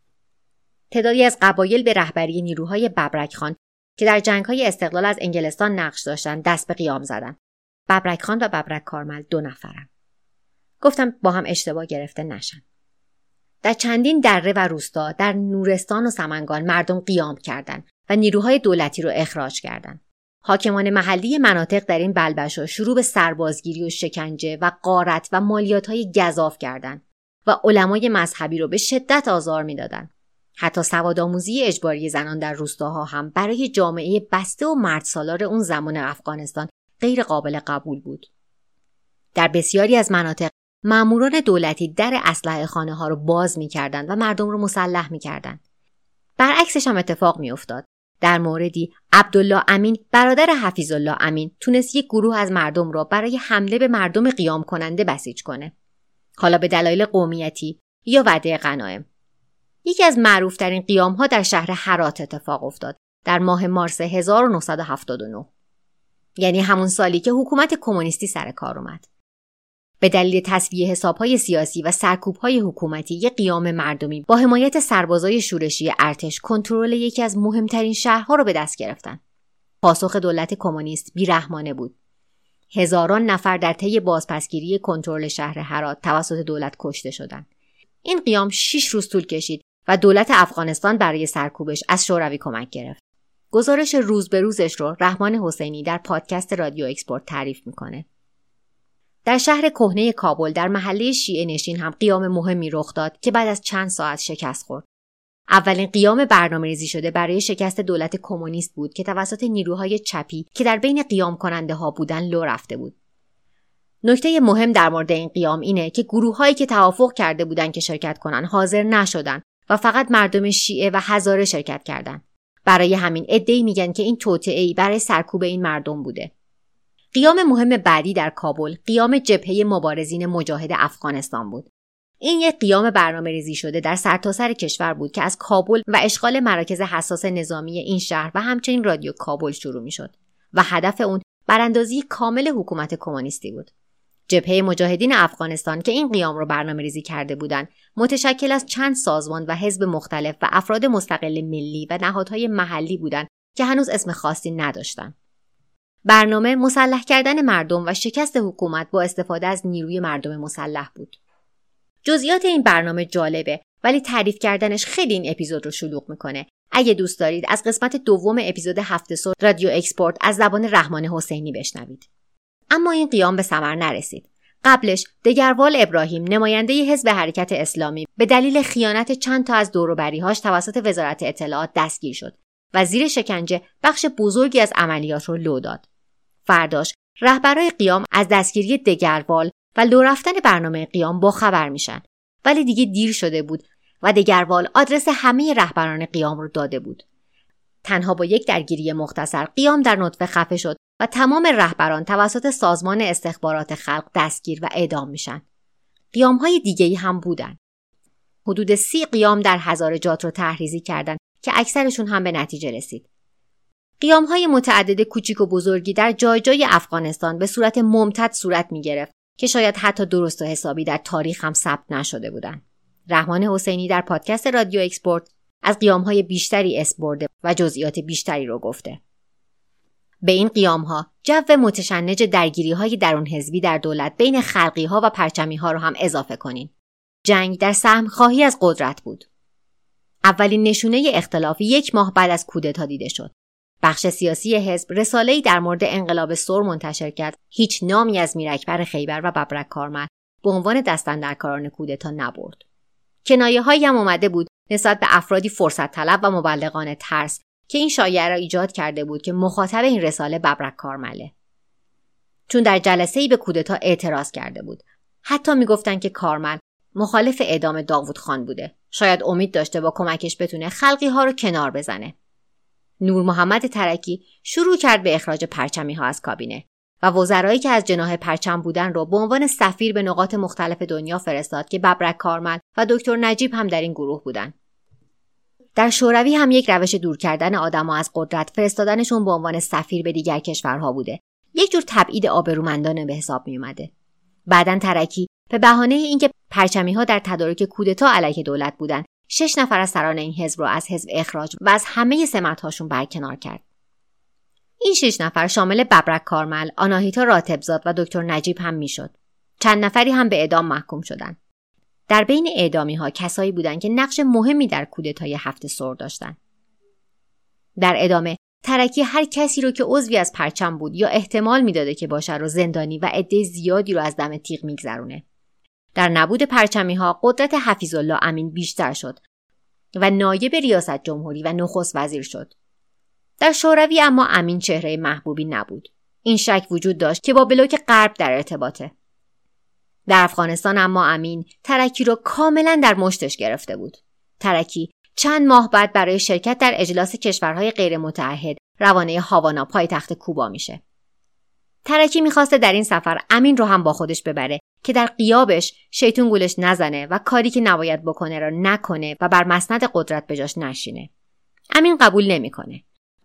تعدادی از قبایل به رهبری نیروهای ببرک خان که در جنگ‌های استقلال از انگلستان نقش داشتن دست به قیام زدن. ببرک خان و ببرک کارمل دو نفرن. گفتم با هم اشتباه گرفته نشن. در چندین دره و روستا در نورستان و سمنگان مردم قیام کردند و نیروهای دولتی رو اخراج کردند. حاکمان محلی مناطق در این بلبشو شروع به سربازگیری و شکنجه و غارت و مالیات‌های گزاف کردند و علمای مذهبی رو به شدت آزار می‌دادند. حتی سوادآموزی اجباری زنان در روستاها هم برای جامعه بسته و مردسالار اون زمان افغانستان غیر قابل قبول بود. در بسیاری از مناطق ماموران دولتی در اسلحه خانه ها رو باز می‌کردند و مردم رو مسلح می‌کردند. برعکسش هم اتفاق می‌افتاد. در موردی عبدالله امین برادر حفیظ الله امین تونست یک گروه از مردم را برای حمله به مردم قیام کننده بسیج کنه. حالا به دلایل قومیتی یا وعده غنایم. یکی از معروف‌ترین قیام‌ها در شهر هرات اتفاق افتاد در ماه مارس هزار و نهصد و هفتاد و نه. یعنی همون سالی که حکومت کمونیستی سر کار اومد. به دلیل تسویه حساب‌های سیاسی و سرکوب‌های حکومتی، یک قیام مردمی با حمایت سربازای شورشی ارتش کنترل یکی از مهمترین شهرها رو به دست گرفتن. پاسخ دولت کمونیست بی‌رحمانه بود. هزاران نفر در طی بازپسگیری کنترل شهر هرات توسط دولت کشته شدند. این قیام شش روز طول کشید و دولت افغانستان برای سرکوبش از شوروی کمک گرفت. گزارش روز به روزش رو رحمان حسینی در پادکست رادیو اکسپورت تعریف میکنه. در شهر کهنه کابل در محله شیعه نشین هم قیام مهمی رخ داد که بعد از چند ساعت شکست خورد. اولین قیام برنامه‌ریزی شده برای شکست دولت کمونیست بود که توسط نیروهای چپی که در بین قیام کننده ها بودن لو رفته بود. نکته مهم در مورد این قیام اینه که گروه‌هایی که توافق کرده بودند که شرکت کنن حاضر نشدن و فقط مردم شیعه و هزاره شرکت کردند. برای همین عده‌ای میگن که این توطئه‌ای برای سرکوب این مردم بوده. قیام مهم بعدی در کابل قیام جبهه مبارزین مجاهد افغانستان بود. این یک قیام برنامه‌ریزی شده در سرتاسر کشور بود که از کابل و اشغال مراکز حساس نظامی این شهر و همچنین رادیو کابل شروع می‌شد و هدف اون براندازی کامل حکومت کمونیستی بود. جبهه مجاهدین افغانستان که این قیام رو برنامه‌ریزی کرده بودند، متشکل از چند سازمان و حزب مختلف و افراد مستقل ملی و نهادهای محلی بودند که هنوز اسم خاصی نداشتند. برنامه مسلح کردن مردم و شکست حکومت با استفاده از نیروی مردم مسلح بود. جزئیات این برنامه جالبه ولی تعریف کردنش خیلی این اپیزود رو شلوغ میکنه. اگه دوست دارید از قسمت دوم اپیزود هفت صبح رادیو اکسپورت از زبان رحمان حسینی بشنوید. اما این قیام به ثمر نرسید. قبلش دگروال ابراهیم نماینده حزب حرکت اسلامی به دلیل خیانت چند تا از دوروبری‌هاش توسط وزارت اطلاعات دستگیر شد و زیر شکنجه بخش بزرگی از عملیات رو لو داد. فرداش رهبرای قیام از دستگیری دگروال و لو رفتن برنامه قیام با خبر میشن، ولی دیگه دیر شده بود و دگروال آدرس همه رهبران قیام رو داده بود. تنها با یک درگیری مختصر قیام در نطفه خفه شد و تمام رهبران توسط سازمان استخبارات خلق دستگیر و اعدام میشن. قیام‌های دیگه‌ای هم بودن. حدود سی قیام در هزارجات رو تحریزی کردند که اکثرشون هم به نتیجه رسید. قیام‌های متعدد کوچیک و بزرگی در جای جای افغانستان به صورت ممتد صورت می‌گرفت که شاید حتی درست و حسابی در تاریخ هم ثبت نشده بودند. رحمان حسینی در پادکست رادیو اکسپورت از قیام‌های بیشتری اسم برده و جزئیات بیشتری رو گفته. به این قیام‌ها جو متشنج درگیری‌های درون حزبی در دولت بین خلقی‌ها و پرچمی‌ها رو هم اضافه کنین. جنگ در سهم خواهی از قدرت بود. اولین نشونه اختلاف یک ماه بعد از کودتا دیده شد. بخش سیاسی حزب رساله‌ای در مورد انقلاب سر منتشر کرد. هیچ نامی از میراکبر خیبر و ببرک کارمل به عنوان دستاندرکاران کودتا نبرد. کنایه‌هایی هم اومده بود نسبت به افرادی فرصت طلب و مبلغان ترس که این شایعه را ایجاد کرده بود که مخاطب این رساله ببرک کارمله. چون در جلسه‌ای به کودتا اعتراض کرده بود. حتی میگفتن که کارمل مخالف اعدام داوود خان بوده. شاید امید داشته با کمکش بتونه خلقی ها رو کنار بزنه. نور محمد ترکی شروع کرد به اخراج پرچمی ها از کابینه و وزرایی که از جناح پرچم بودن رو به عنوان سفیر به نقاط مختلف دنیا فرستاد که ببرک کارمل و دکتر نجیب هم در این گروه بودن. در شوروی هم یک روش دور کردن آدم‌ها از قدرت فرستادنشون به عنوان سفیر به دیگر کشورها بوده. یک جور تبعید آبرومندانه به حساب می اومده. بعداً ترکی به بهانه اینکه پرچمی‌ها در تدارک کودتا علیه دولت بودن، شش نفر از سران این حزب رو از حزب اخراج و از همه سمت‌هاشون برکنار کرد. این شش نفر شامل ببرک کارمل، آناهیتا راتبزاد و دکتر نجیب هم میشد. چند نفری هم به اعدام محکوم شدند. در بین اعدامی‌ها کسایی بودند که نقش مهمی در کودتای هفت سر داشتند. در ادامه ترکی هر کسی رو که عضوی از پرچم بود یا احتمال میداده که باشه رو زندانی و عده زیادی رو از دم تیغ میگذرونه. در نبود پرچمی‌ها قدرت حفیظالله امین بیشتر شد و نایب ریاست جمهوری و نخست وزیر شد. در شوروی اما امین چهره محبوبی نبود. این شک وجود داشت که با بلوک غرب در ارتباطه. در افغانستان اما امین ترکی رو کاملا در مشتش گرفته بود. ترکی چند ماه بعد برای شرکت در اجلاس کشورهای غیر متعهد روانه هاوانا پایتخت کوبا میشه. ترکی میخواسته در این سفر امین رو هم با خودش ببره که در غیابش شیطون گولش نزنه و کاری که نباید بکنه را نکنه و بر مسند قدرت بجاش نشینه. امین قبول نمیکنه.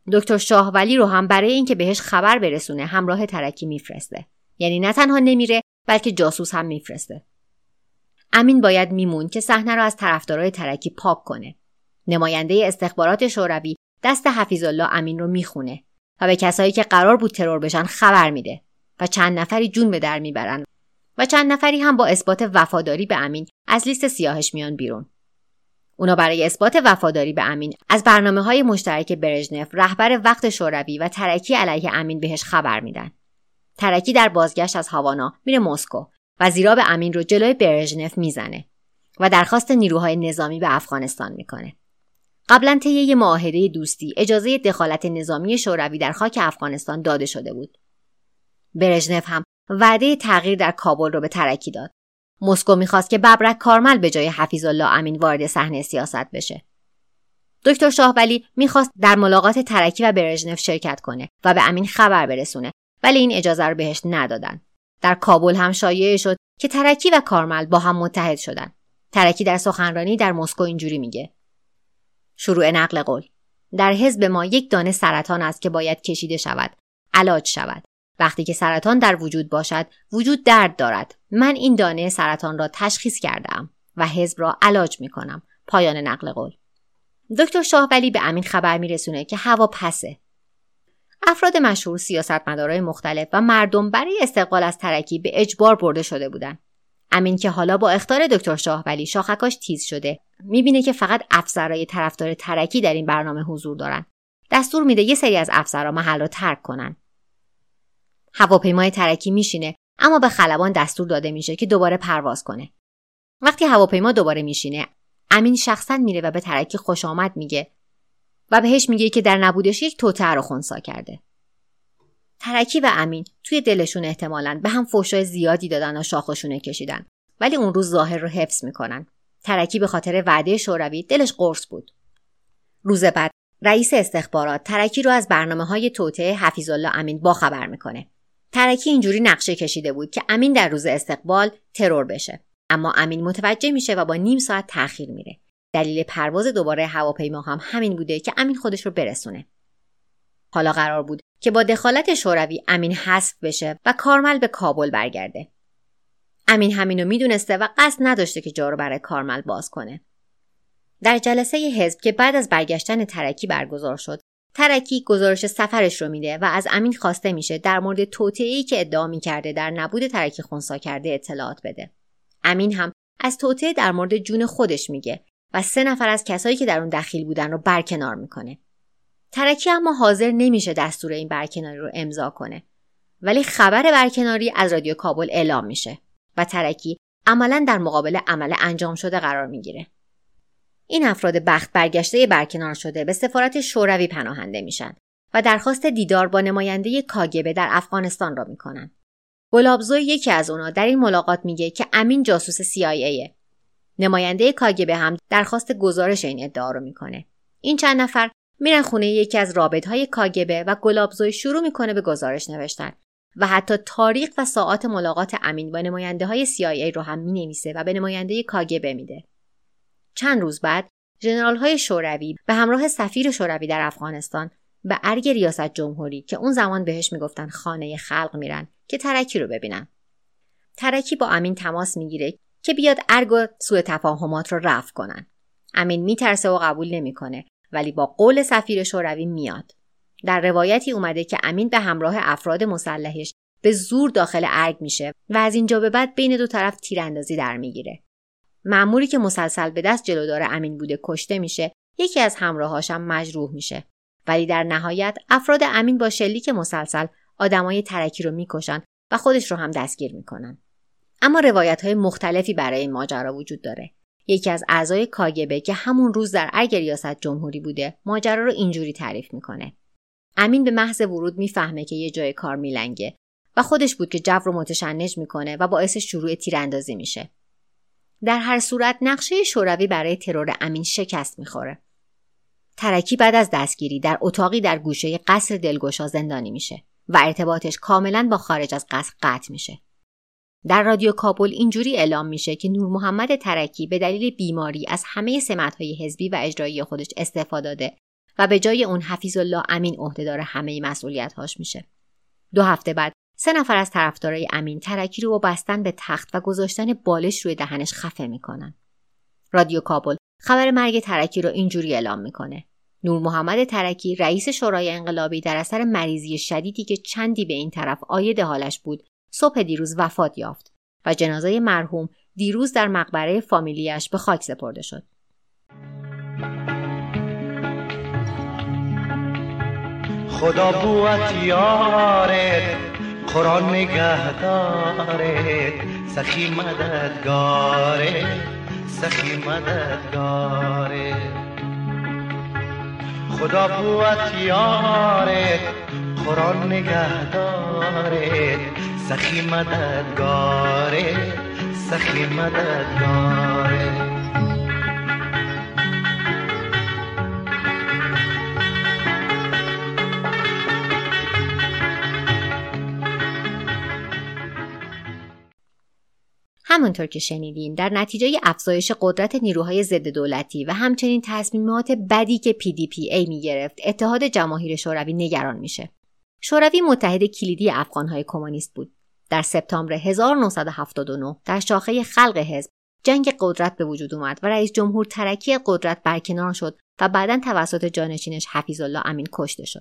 دکتر شاهولی رو هم برای اینکه بهش خبر برسونه همراه ترکی میفرسته. یعنی نه تنها نمیره بلکه جاسوس هم میفرسته. امین باید میمون که صحنه رو از طرفدارای ترکی پاک کنه. نماینده استخبارات شوروی دست حفیظالله امین رو میخونه و به کسایی که قرار بود ترور بشن خبر میده و چند نفری جون به در میبرن و چند نفری هم با اثبات وفاداری به امین از لیست سیاهش میان بیرون. اونا برای اثبات وفاداری به امین از برنامه‌های مشترک برژنف، رهبر وقت شوروی و ترکی علیه امین بهش خبر میدن. ترکی در بازگشت از هاوانا میره مسکو و زیراب امین رو جلوی برژنف میزنه و درخواست نیروهای نظامی به افغانستان میکنه. قبلا طی یه معاهده دوستی اجازه دخالت نظامی شوروی در خاک افغانستان داده شده بود. برژنف هم وعده تغییر در کابل رو به ترکی داد. مسکو میخواست که ببرک کارمل به جای حفیظالله امین وارد صحنه سیاست بشه. دکتر شاهولی میخواست در ملاقات ترکی و برژنف شرکت کنه و به امین خبر برسونه، ولی این اجازه رو بهش ندادن. در کابل هم شایعه شد که ترکی و کارمل با هم متحد شدن. ترکی در سخنرانی در مسکو اینجوری میگه: شروع نقل قول. در حزب ما یک دانه سرطان است که باید کشیده شود، علاج شود. وقتی که سرطان در وجود باشد، وجود درد دارد. من این دانه سرطان را تشخیص کردم و حزب را علاج میکنم. پایان نقل قول. دکتر شاهولی به امین خبر میرسونه که هوا پسه. افراد مشهور، سیاستمدارای مختلف و مردم برای استقبال از ترکی به اجبار برده شده بودن. امین که حالا با اخطار دکتر شاهولی شاخکاش تیز شده، میبینه که فقط افسرای طرفدار ترکی در این برنامه حضور دارن. دستور میده یه سری از افسرها محل رو ترک کنن. هواپیمای ترکی میشینه، اما به خلبان دستور داده میشه که دوباره پرواز کنه. وقتی هواپیما دوباره میشینه، امین شخصا میره و به ترکی خوش آمد میگه و بهش میگه که در نبودش یک توطئه رو خنثی کرده. ترکی و امین توی دلشون احتمالاً به هم فحشای زیادی دادن و شاخشونه کشیدن، ولی اون روز ظاهر رو حفظ میکنن. ترکی به خاطر وعده شوروی دلش قرص بود. روز بعد رئیس استخبارات ترکی رو از برنامه‌های توطئه حفیظالله امین باخبر میکنه. ترکی اینجوری نقشه کشیده بود که امین در روز استقبال ترور بشه، اما امین متوجه میشه و با نیم ساعت تأخیر میره. دلیل پرواز دوباره هواپیما هم همین بوده که امین خودش رو برسونه. حالا قرار بود که با دخالت شوروی امین حذف بشه و کارمل به کابل برگرده. امین همینو میدونسته و قصد نداشته که جا رو برای کارمل باز کنه. در جلسه حزب که بعد از برگشتن ترکی برگزار شد، ترکی گزارش سفرش رو میده و از امین خواسته میشه در مورد توطئه‌ای که ادعا میکرده در نبود ترکی خنثی کرده اطلاعات بده. امین هم از توطئه در مورد جون خودش میگه و سه نفر از کسایی که در اون دخیل بودن رو برکنار میکنه. ترکی اما حاضر نمیشه دستور این برکناری رو امضا کنه، ولی خبر برکناری از رادیو کابل اعلام میشه و ترکی عملاً در مقابل عمل انجام شده قرار میگیره. این افراد بخت برگشته برکنار شده به سفارت شوروی پناهنده میشن و درخواست دیدار با نماینده کاگبه در افغانستان را میکنن. گلابزوی یکی از اونا در این ملاقات میگه که امین جاسوس سی آی ایه. نماینده کاگبه هم درخواست گزارش این ادعا رو میکنه. این چند نفر میرن خونه یکی از رابطهای کاگبه و گلابزوی شروع میکنه به گزارش نوشتن و حتی تاریخ و ساعات ملاقات امین با نماینده های سی آی ای رو هم مینویسه و به نماینده کاگبه میده. چند روز بعد ژنرال‌های شوروی به همراه سفیر شوروی در افغانستان به ارگ ریاست جمهوری که اون زمان بهش میگفتن خانه خلق میرن که ترکی رو ببینن. ترکی با امین تماس میگیره که بیاد ارگ و سوء تفاهمات رو رفع کنن. امین میترسه و قبول نمیکنه، ولی با قول سفیر شوروی میاد. در روایتی اومده که امین به همراه افراد مسلحش به زور داخل ارگ میشه و از اینجا به بعد بین دو طرف تیراندازی در میگیره. مأموری که مسلسل به دست جلودار امین بوده کشته میشه، یکی از همراهاش هم مجروح میشه. ولی در نهایت افراد امین با شلیک مسلسل آدمای ترکی رو میکشن و خودش رو هم دستگیر میکنن. اما روایت‌های مختلفی برای این ماجرا وجود داره. یکی از اعضای کاگبه که همون روز در ارگ ریاست جمهوری بوده، ماجرا رو اینجوری تعریف میکنه: امین به محض ورود میفهمه که یه جای کار میلنگه و خودش بود که جو رو متشنج میکنه و باعث شروع تیراندازی میشه. در هر صورت نقشه شوروی برای ترور امین شکست میخوره. ترکی بعد از دستگیری در اتاقی در گوشه قصر دلگشا زندانی میشه و ارتباطش کاملا با خارج از قصر قطع میشه. در رادیو کابل اینجوری اعلام میشه که نور محمد ترکی به دلیل بیماری از همه سمت‌های حزبی و اجرایی خودش استعفا داده و به جای اون حفیظالله امین عهدهدار همه مسئولیت‌هاش میشه. دو هفته بعد سه نفر از طرفدارای امین ترکی رو با بستن به تخت و گذاشتن بالش روی دهنش خفه میکنن. رادیو کابل خبر مرگ ترکی رو اینجوری اعلام میکنه: نور محمد ترکی رئیس شورای انقلابی در اثر مریضی شدیدی که چندی به این طرف عاید حالش بود صبح دیروز وفات یافت و جنازه مرحوم دیروز در مقبره فامیلیش به خاک سپرده شد. خدا بوت یارت، قرآن نگهدارت، سخی مددگارت، سخی مددگارت. خدا بوت یارت، قرآن نگهدارت، سخی مددگارت، سخی مددگارت. همونطور که شنیدین در نتیجه افزایش قدرت نیروهای ضد دولتی و همچنین تصمیمات بدی که پی دی پی ای می گرفت، اتحاد جماهیر شوروی نگران میشه. شوروی متحد کلیدی افغانهای کمونیست بود. در سپتامبر هزار و نهصد و هفتاد و نه در شاخه خلق حزب جنگ قدرت به وجود اومد و رئیس جمهور ترکی قدرت برکنار شد و بعداً توسط جانشینش حفیظالله امین کشته شد.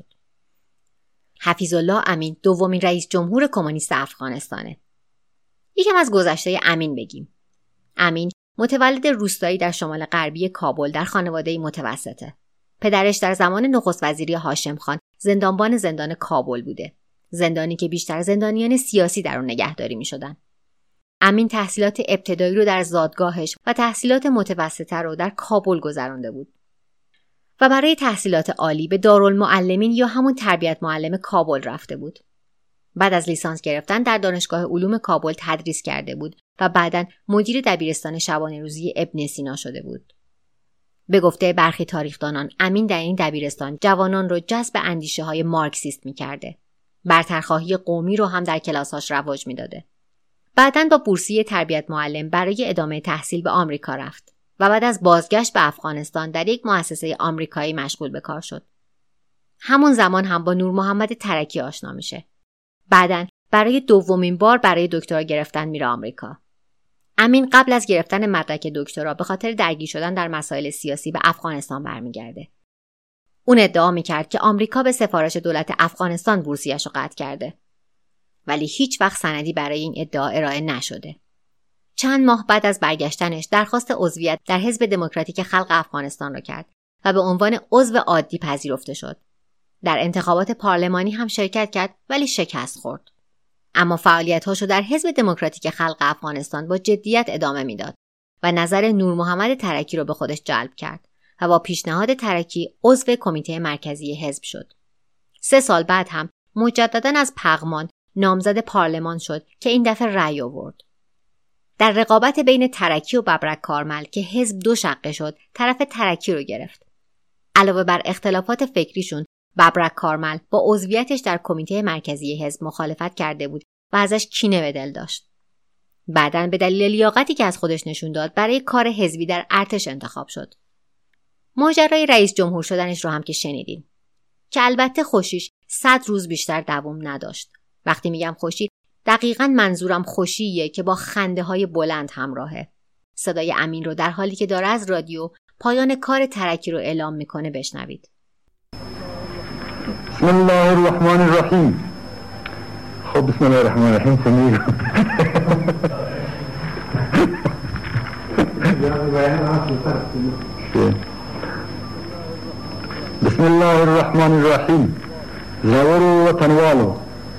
حفیظالله امین دومین رئیس جمهور کمونیست افغانستانه. یکم از گذشته امین بگیم. امین متولد روستایی در شمال غربی کابل در خانواده متوسطه. پدرش در زمان نخست وزیری هاشم خان زندانبان زندان کابل بوده. زندانی که بیشتر زندانیان سیاسی در اون نگهداری می شدن. امین تحصیلات ابتدایی رو در زادگاهش و تحصیلات متوسطه رو در کابل گذرانده بود. و برای تحصیلات عالی به دارالمعلمین یا همون تربیت معلم کابل رفته بود. بعد از لیسانس گرفتن در دانشگاه علوم کابل تدریس کرده بود و بعداً مدیر دبیرستان شبانه روزی ابن سینا شده بود. به گفته برخی تاریخدانان، امین در این دبیرستان جوانان رو جذب اندیشه‌های مارکسیست می‌کرده. برترخواهی قومی رو هم در کلاس‌هاش رواج می‌داده. بعداً با بورسیه تربیت معلم برای ادامه تحصیل به آمریکا رفت و بعد از بازگشت به افغانستان در یک مؤسسه آمریکایی مشغول به کار شد. همون زمان هم با نور محمد ترکی آشنا میشه. بعداً برای دومین بار برای دکترا گرفتن میره آمریکا. امین قبل از گرفتن مدرک دکترا به خاطر درگیر شدن در مسائل سیاسی به افغانستان برمیگرده. اون ادعا میکرد که آمریکا به سفارش دولت افغانستان بورسیه‌اش رو قطع کرده. ولی هیچ وقت سندی برای این ادعا ارائه نشده. چند ماه بعد از برگشتنش درخواست عضویت در حزب دموکراتیک خلق افغانستان را کرد و به عنوان عضو عادی پذیرفته شد. در انتخابات پارلمانی هم شرکت کرد ولی شکست خورد. اما فعالیت‌هاشو در حزب دموکراتیک خلق افغانستان با جدیت ادامه میداد و نظر نور محمد ترکی رو به خودش جلب کرد و با پیشنهاد ترکی عضو کمیته مرکزی حزب شد. سه سال بعد هم مجدداً از پغمان نامزد پارلمان شد که این دفعه رأی آورد. در رقابت بین ترکی و ببرک کارمل که حزب دو شقه شد، طرف ترکی رو گرفت. علاوه بر اختلافات فکریشون، ببرک کارمل با عضویتش در کمیته مرکزی حزب مخالفت کرده بود و ازش کینه به دل داشت. بعداً به دلیل لیاقتی که از خودش نشون داد برای کار حزبی در ارتش انتخاب شد. ماجرای رئیس جمهور شدنش رو هم که شنیدین که البته خوشیش صد روز بیشتر دوام نداشت. وقتی میگم خوشی دقیقاً منظورم خوشیه که با خنده های بلند همراهه. صدای امین رو در حالی که داره از رادیو پایان کار ترکی رو اعلام میکنه بشنوید. بسم الله الرحمن الرحیم. خب بسم الله الرحمن الرحیم سمیگو بسم الله الرحمن الرحیم. زور و تنوالو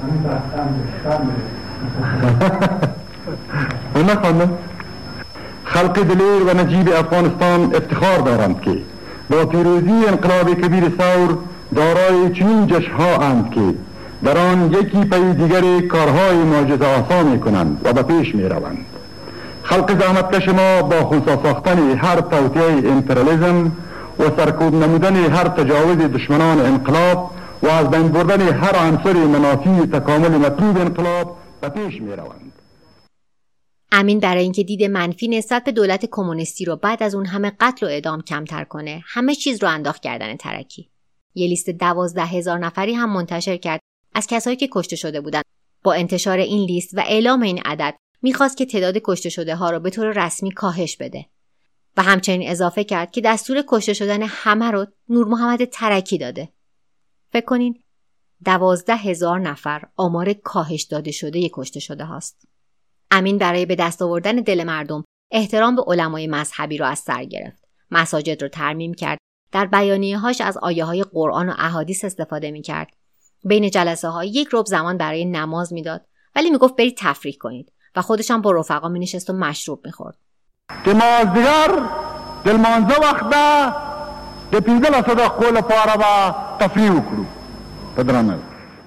و نخواندم. خلق دلیر و نجیب افغانستان افتخار دارند که با پیروزی انقلاب کبیر ثور دارای چنین جشن‌ها اند که در آن یکی پی دیگر کارهای معجزه آسا می کنند و به پیش می روند. خلق زحمتکش ما با خونسا ساختن هر توطئه امپریالیسم و سرکوب نمودن هر تجاوز دشمنان انقلاب و از بین بردن هر عنصر منافی تکامل مطلوب انقلاب به پیش می روند. امین برای اینکه دید منفی نسبت به دولت کمونیستی رو بعد از اون همه قتل و اعدام کمتر کنه، همه چیز رو انداخت گردن ترکی. یه لیست دوازده هزار نفری هم منتشر کرد از کسایی که کشته شده بودند. با انتشار این لیست و اعلام این عدد میخواست که تعداد کشته شده ها رو به طور رسمی کاهش بده و همچنین اضافه کرد که دستور کشته شدن همه رو نور محمد ترکی داده. فکر کنین دوازده هزار نفر آمار کاهش داده شده ی کشته شده هاست. امین برای به دست آوردن دل مردم احترام به علمای مذهبی رو از سر گرفت. مساجد رو ترمیم کرد. در بیانیه‌هاش از آیه‌های قرآن و احادیث استفاده می‌کرد. بین جلسه ها یک ربع زمان برای نماز میداد، ولی میگفت برید تفریح کنید و خودش هم با رفقا مینشست و مشروب می‌خورد. دمازدیگر دلمانزه وقته د پنځه لسو دقیقو لپاره به تفریح وکړو په درنه.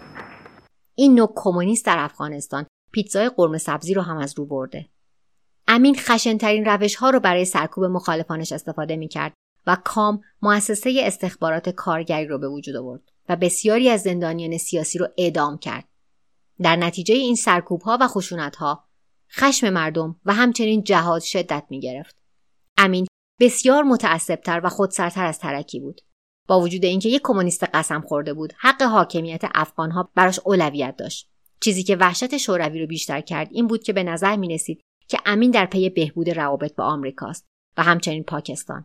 این نوع کمونیست در افغانستان پیتزای قرمه سبزی رو هم از رو برده. امین خشن‌ترین روش‌ها رو برای سرکوب مخالفانش استفاده می‌کرد و کام مؤسسه استخبارات کارگری رو به وجود آورد و بسیاری از زندانیان سیاسی رو اعدام کرد. در نتیجه این سرکوب‌ها و خشونت‌ها خشم مردم و همچنین جهاد شدت می‌گرفت. امین بسیار متعصب‌تر و خودسرتر از ترکی بود. با وجود اینکه یک کمونیست قسم خورده بود، حق حاکمیت افغان‌ها براش اولویت داشت. چیزی که وحشت شوروی رو بیشتر کرد این بود که به نظر می‌رسید که امین در پی بهبود روابط با آمریکاست و همچنین پاکستان.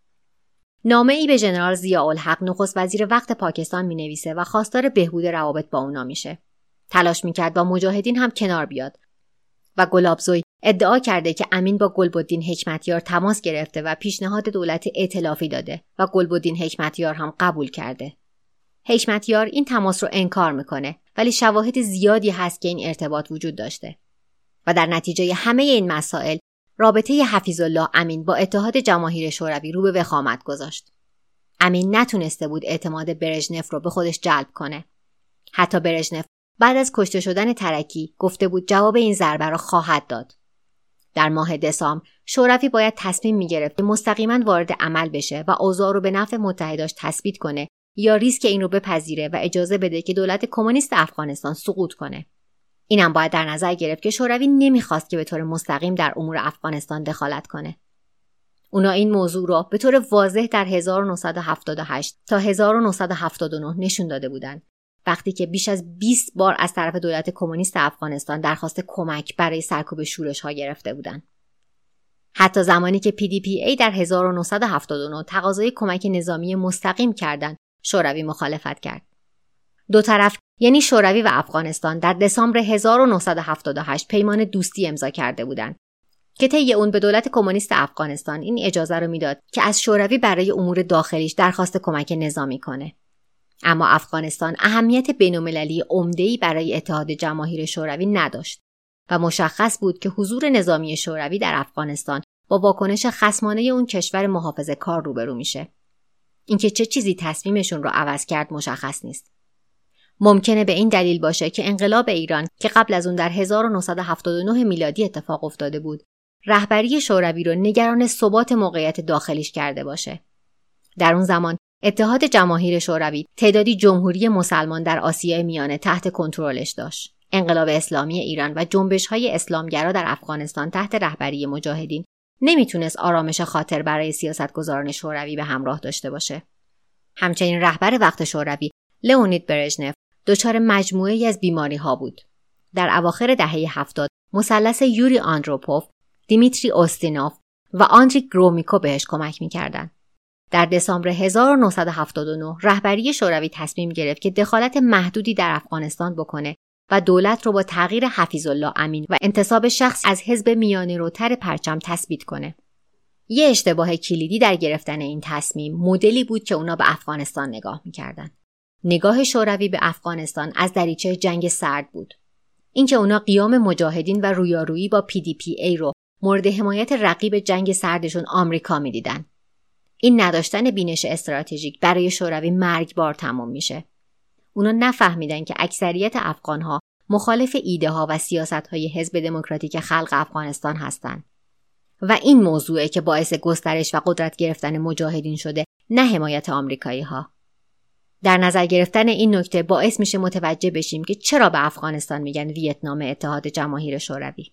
نامه‌ای به ژنرال ضیاءالحق نخست وزیر وقت پاکستان می‌نویسه و خواستار بهبود روابط با اونا میشه. تلاش می‌کرد با مجاهدین هم کنار بیاد و گلابزوی ادعا کرده که امین با گلبدین حکمتیار تماس گرفته و پیشنهاد دولت ائتلافی داده و گلبدین حکمتیار هم قبول کرده. حکمتیار این تماس رو انکار میکنه، ولی شواهد زیادی هست که این ارتباط وجود داشته و در نتیجه همه این مسائل رابطه حفیظالله امین با اتحاد جماهیر شوروی رو به وخامت گذاشت. امین نتونسته بود اعتماد برژنف رو به خودش جلب کنه. حتی برژنف بعد از کشته شدن ترکی گفته بود جواب این ضربه را خواهد داد. در ماه دسامبر شوروی باید تصمیم می‌گرفت که مستقیما وارد عمل بشه و اوضاع رو به نفع متحداش تثبیت کنه یا ریسک این رو بپذیره و اجازه بده که دولت کمونیست افغانستان سقوط کنه. اینم باید در نظر گرفت که شوروی نمیخواست که به طور مستقیم در امور افغانستان دخالت کنه. اونا این موضوع را به طور واضح در هزار و نهصد و هفتاد و هشت تا هزار و نهصد و هفتاد و نه نشون داده بودند، وقتی که بیش از بیست بار از طرف دولت کمونیست افغانستان درخواست کمک برای سرکوب شورش‌ها گرفته بودند. حتی زمانی که پی دی پی ای در هزار و نهصد و هفتاد و نه تقاضای کمک نظامی مستقیم کردند، شوروی مخالفت کرد. دو طرف یعنی شوروی و افغانستان در دسامبر هزار و نهصد و هفتاد و هشت پیمان دوستی امضا کرده بودند که طی اون به دولت کمونیست افغانستان این اجازه رو میداد که از شوروی برای امور داخلیش درخواست کمک نظامی کنه. اما افغانستان اهمیت بین‌المللی عمده‌ای برای اتحاد جماهیر شوروی نداشت و مشخص بود که حضور نظامی شوروی در افغانستان با واکنش خصمانه اون کشور محافظه‌کار روبرو میشه. اینکه چه چیزی تصمیمشون رو عوض کرد مشخص نیست. ممکنه به این دلیل باشه که انقلاب ایران که قبل از اون در هزار و نهصد و هفتاد و نه میلادی اتفاق افتاده بود، رهبری شوروی رو نگران ثبات موقعیت داخلیش کرده باشه. در اون زمان اتحاد جماهیر شوروی تعدادی جمهوری مسلمان در آسیای میانه تحت کنترلش داشت. انقلاب اسلامی ایران و جنبش‌های اسلامگرا در افغانستان تحت رهبری مجاهدین نمیتونست آرامش خاطر برای سیاستگزاران شوروی به همراه داشته باشه. همچنین رهبر وقت شوروی لئونید برژنف دچار مجموعه‌ای از بیماری‌ها بود. در اواخر دهه هفتاد مثلث یوری آندروپوف، دیمیتری اوستینوف و آندری گرومیکو بهش کمک می‌کردند. در دسامبر هزار و نهصد و هفتاد و نه رهبری شوروی تصمیم گرفت که دخالت محدودی در افغانستان بکنه و دولت رو با تغییر حفیظالله امین و انتصاب شخص از حزب میانه روتر پرچم تثبیت کنه. یه اشتباه کلیدی در گرفتن این تصمیم مدلی بود که اونا به افغانستان نگاه می‌کردن. نگاه شوروی به افغانستان از دریچه جنگ سرد بود. اینکه اونا قیام مجاهدین و رویارویی با پی دی پی ای رو مورد حمایت رقیب جنگ سردشون آمریکا می‌دیدن. این نداشتن بینش استراتژیک برای شوروی مرگبار تمام میشه. اونا نفهمیدن که اکثریت افغان‌ها مخالف ایده‌ها و سیاست‌های حزب دموکراتیک خلق افغانستان هستند. و این موضوعه که باعث گسترش و قدرت گرفتن مجاهدین شده، نه حمایت آمریکایی‌ها. در نظر گرفتن این نکته باعث میشه متوجه بشیم که چرا به افغانستان میگن ویتنام اتحاد جماهیر شوروی.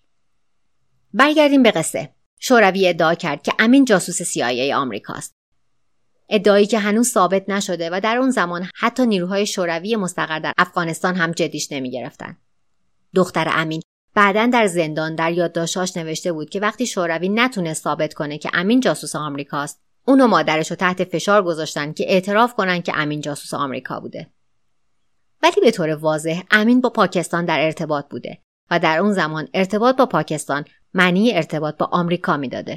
برگردیم به قصه. شوروی ادعا کرد که امین جاسوس سی آی ای آمریکاست. ادعایی که هنوز ثابت نشده و در اون زمان حتی نیروهای شوروی مستقر در افغانستان هم جدیش نمی‌گرفتن. دختر امین بعداً در زندان در یادداشت‌هاش نوشته بود که وقتی شوروی نتونست ثابت کنه که امین جاسوس آمریکاست، اون و مادرش رو تحت فشار گذاشتن که اعتراف کنن که امین جاسوس آمریکا بوده. ولی به طور واضح امین با پاکستان در ارتباط بوده و در اون زمان ارتباط با پاکستان معنی ارتباط با آمریکا میداده.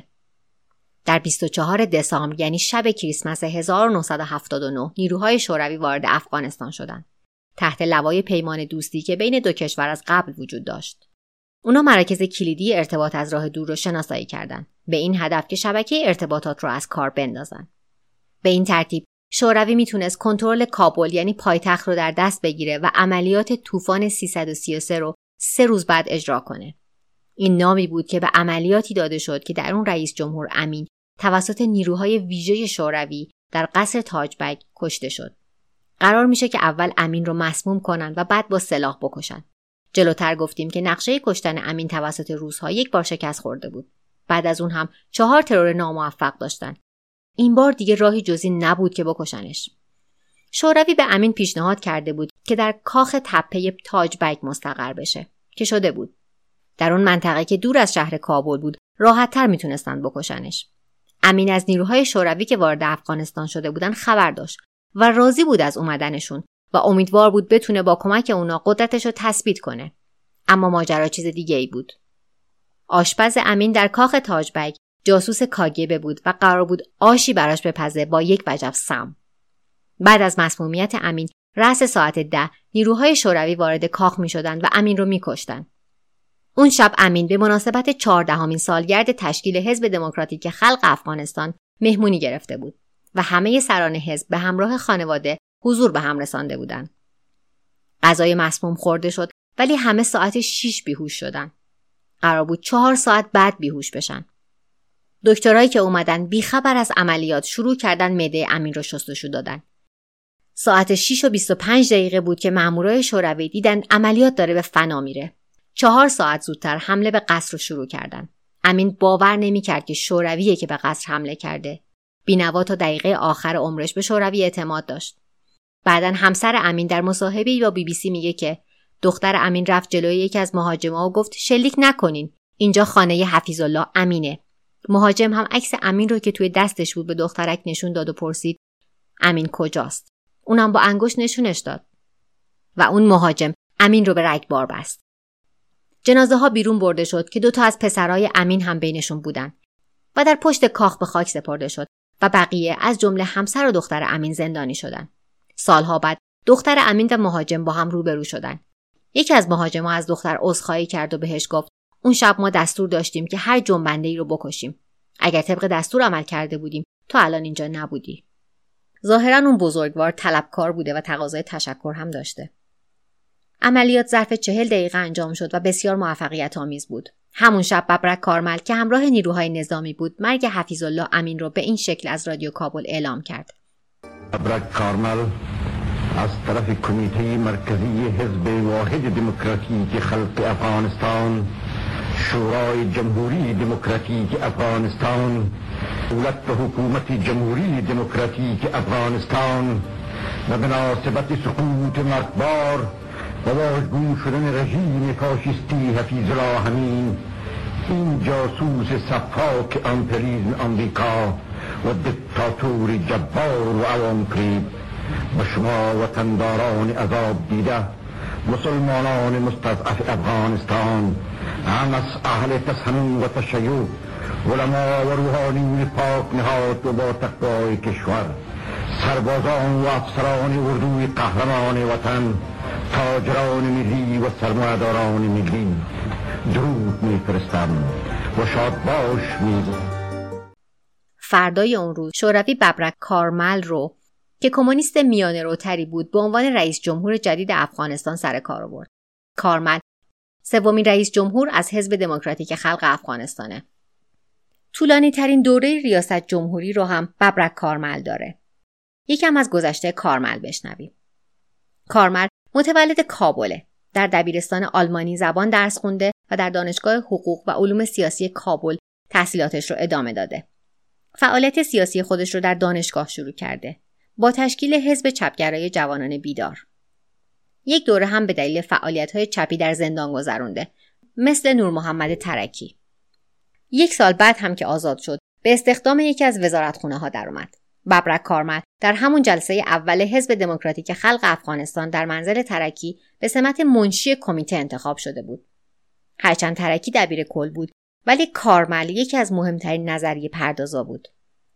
در بیست و چهارم دسامبر یعنی شب کریسمس هزار و نهصد و هفتاد و نه نیروهای شوروی وارد افغانستان شدند. تحت لوای پیمان دوستی که بین دو کشور از قبل وجود داشت. اونا مراکز کلیدی ارتباط از راه دور رو شناسایی کردند به این هدف که شبکه ارتباطات رو از کار بندازن. به این ترتیب شوروی میتونست کنترل کابل یعنی پایتخت رو در دست بگیره و عملیات طوفان سیصد و سی و سه رو سه روز بعد اجرا کنه. این نامی بود که به عملیاتی داده شد که در اون رئیس جمهور امین توسط نیروهای ویژه شوروی در قصر تاج بیگ کشته شد. قرار میشه که اول امین رو مسموم کنن و بعد با سلاح بکشن. جلوتر گفتیم که نقشه کشتن امین توسط روس‌ها یک بار شکست خورده بود. بعد از اون هم چهار ترور ناموفق داشتن. این بار دیگه راهی جزی نبود که بکشنش. شوروی به امین پیشنهاد کرده بود که در کاخ تپه تاج بیگ مستقر بشه که شده بود. در اون منطقه که دور از شهر کابل بود راحت‌تر میتونستن بکشنش. امین از نیروهای شوروی که وارد افغانستان شده بودن خبر داشت و راضی بود از اومدنشون و امیدوار بود بتونه با کمک اونا قدرتش رو تثبیت کنه. اما ماجرا چیز دیگه ای بود. آشپز امین در کاخ تاج بیگ جاسوس کاگبه بود و قرار بود آشی براش بپزه با یک وجب سم. بعد از مسمومیت امین رأس ساعت ده نیروهای شوروی وارد کاخ می شدن و امین رو می کشتن. اون شب امین به مناسبت چهاردهمین سالگرد تشکیل حزب دموکراتیک خلق افغانستان مهمونی گرفته بود و همه سران حزب به همراه خانواده حضور به هم رسانده بودند. غذای مسموم خورده شد ولی همه ساعت شش بیهوش شدن. قرار بود چهار ساعت بعد بیهوش بشن. دکترایی که اومدن بیخبر از عملیات شروع کردن معده امین رو شستشو دادن. ساعت شش و بیست و پنج دقیقه بود که مامورای شوروی دیدن عملیات داره به فنا میره. چهار ساعت زودتر حمله به قصر رو شروع کردن. امین باور نمی‌کرد که شورویه که به قصر حمله کرده. بینوا تا دقیقه آخر عمرش به شوروی اعتماد داشت. بعدن همسر امین در مصاحبه‌ای با بی بی سی میگه که دختر امین رفت جلوی یکی از مهاجما و گفت شلیک نکنین. اینجا خانه حفیظالله امینه. مهاجم هم عکس امین رو که توی دستش بود به دخترک نشون داد و پرسید امین کجاست؟ اونم با انگشت نشونش داد. و اون مهاجم امین رو به رگبار بست. جنازه ها بیرون برده شد که دو تا از پسرای امین هم بینشون بودن و در پشت کاخ به خاک سپرده شد و بقیه از جمله همسر و دختر امین زندانی شدن. سالها بعد دختر امین و مهاجم با هم روبرو شدن. یکی از مهاجما از دختر عذرخواهی کرد و بهش گفت اون شب ما دستور داشتیم که هر جنبنده‌ای رو بکشیم. اگر طبق دستور عمل کرده بودیم تو الان اینجا نبودی. ظاهراً اون بزرگوار طلبکار بوده و تقاضای تشکر هم داشته. عملیات ظرف چهل دقیقه انجام شد و بسیار موفقیت آمیز بود. همون شب ببرک کارمل که همراه نیروهای نظامی بود مرگ حفیظالله امین رو به این شکل از رادیو کابل اعلام کرد. ببرک کارمل از طرف کمیته مرکزی حزب واحد دموکراتیک خلق افغانستان، شورای جمهوری دموکراتیک افغانستان، دولت و حکومت جمهوری دموکراتیک افغانستان و به مناسبت سقوط مرگبار و واژگون شدن رژیم فاشیستی حفیظالله امین، این جاسوس صفاک امپریالیسم آمریکا و دیکتاتور جبار و عوام‌فریب و شما وطنداران عذاب دیده مسلمانان مستضعف افغانستان، هم از اهل تسنن و تشیع، علما و روحانیون پاک نهاد و با تقوای کشور، سربازان و افسران اردوی قهرمان وطن، تاجران ملی و سرمایه‌داران ملی، درود می‌فرستم و شاد باش می‌گویم. فردای اون روز شوروی ببرک کارمل رو که کمونیست میانه روتری بود به عنوان رئیس جمهور جدید افغانستان سر کار آورد. کارمل سومین رئیس جمهور از حزب دموکراتیک خلق افغانستانه. طولانی ترین دوره ریاست جمهوری رو هم ببرک کارمل داره. یکم از گذشته کارمل بشنویم. کارمل متولد کابله. در دبیرستان آلمانی زبان درس خونده و در دانشگاه حقوق و علوم سیاسی کابل تحصیلاتش رو ادامه داده. فعالیت سیاسی خودش رو در دانشگاه شروع کرده با تشکیل حزب چپگرای جوانان بیدار. یک دوره هم به دلیل فعالیت‌های چپی در زندان گذرونده، مثل نور محمد ترکی. یک سال بعد هم که آزاد شد، به استخدام یکی از وزارتخونه‌ها در اومد. ببرک کارمل در همون جلسه اول حزب دموکراتیک خلق افغانستان در منزل ترکی به سمت منشی کمیته انتخاب شده بود. هرچند ترکی دبیر کل بود، ولی کارمل یکی از مهمترین نظریه پردازا بود.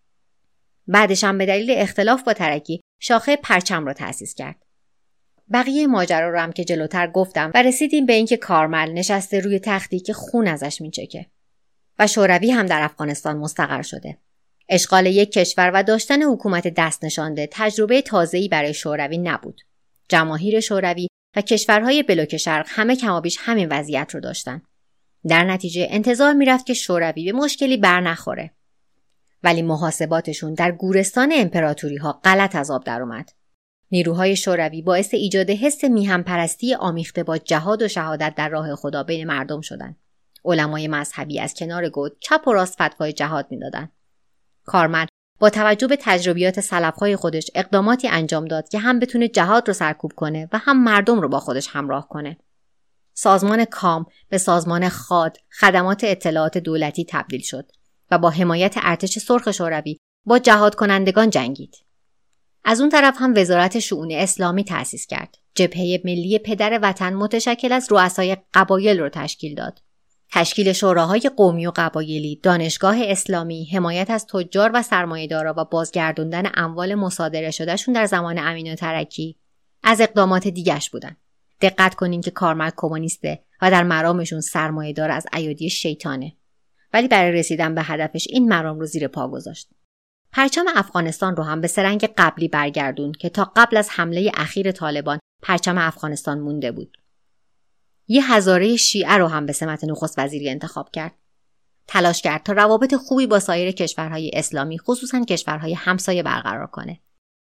بعدش هم به دلیل اختلاف با ترکی شاخه پرچم را تأسیس کرد. بقیه ماجرا رو هم که جلوتر گفتم و رسیدیم به اینکه کارمل نشسته روی تختی که خون ازش میچکه و شوروی هم در افغانستان مستقر شده. اشغال یک کشور و داشتن حکومت دست نشانده تجربه تازه‌ای برای شوروی نبود. جماهیر شوروی و کشورهای بلوک شرق همه کمابیش همین وضعیت رو داشتن. در نتیجه انتظار میرفت که شوروی به مشکلی بر نخوره. ولی محاسباتشون در گورستان امپراتوری ها غلط از آب در اومد. نیروهای شوروی باعث ایجاد حس میهم پرستی آمیخته با جهاد و شهادت در راه خدا بین مردم شدند. علمای مذهبی از کنار گود چپ و راست فتوای جهاد میدادند. کارمل با توجه به تجربیات سلفهای خودش اقداماتی انجام داد که هم بتونه جهاد رو سرکوب کنه و هم مردم رو با خودش همراه کنه. سازمان کام به سازمان خاد خدمات اطلاعات دولتی تبدیل شد و با حمایت ارتش سرخ شوروی با جهاد کنندگان جنگید. از اون طرف هم وزارت شؤون اسلامی تأسیس کرد. جبهه ملی پدر وطن متشکل از رؤسای قبایل رو تشکیل داد. تشکیل شوراهای قومی و قبایلی، دانشگاه اسلامی، حمایت از تجار و سرمایه‌دارا و بازگردوندن اموال مصادره شدهشون در زمان امین و ترکی از اقدامات دیگش بودن. دقت کنین که کارمل کمونیسته و در مرامشون سرمایه‌دار از ایادی شیطانه. ولی برای رسیدن به هدفش این مرام رو زیر پا گذاشت. پرچم افغانستان رو هم به سرنگ قبلی برگردون که تا قبل از حمله اخیر طالبان پرچم افغانستان مونده بود. یه هزاره شیعه رو هم به سمت نخست وزیری انتخاب کرد. تلاش کرد تا روابط خوبی با سایر کشورهای اسلامی خصوصاً کشورهای همسایه برقرار کنه.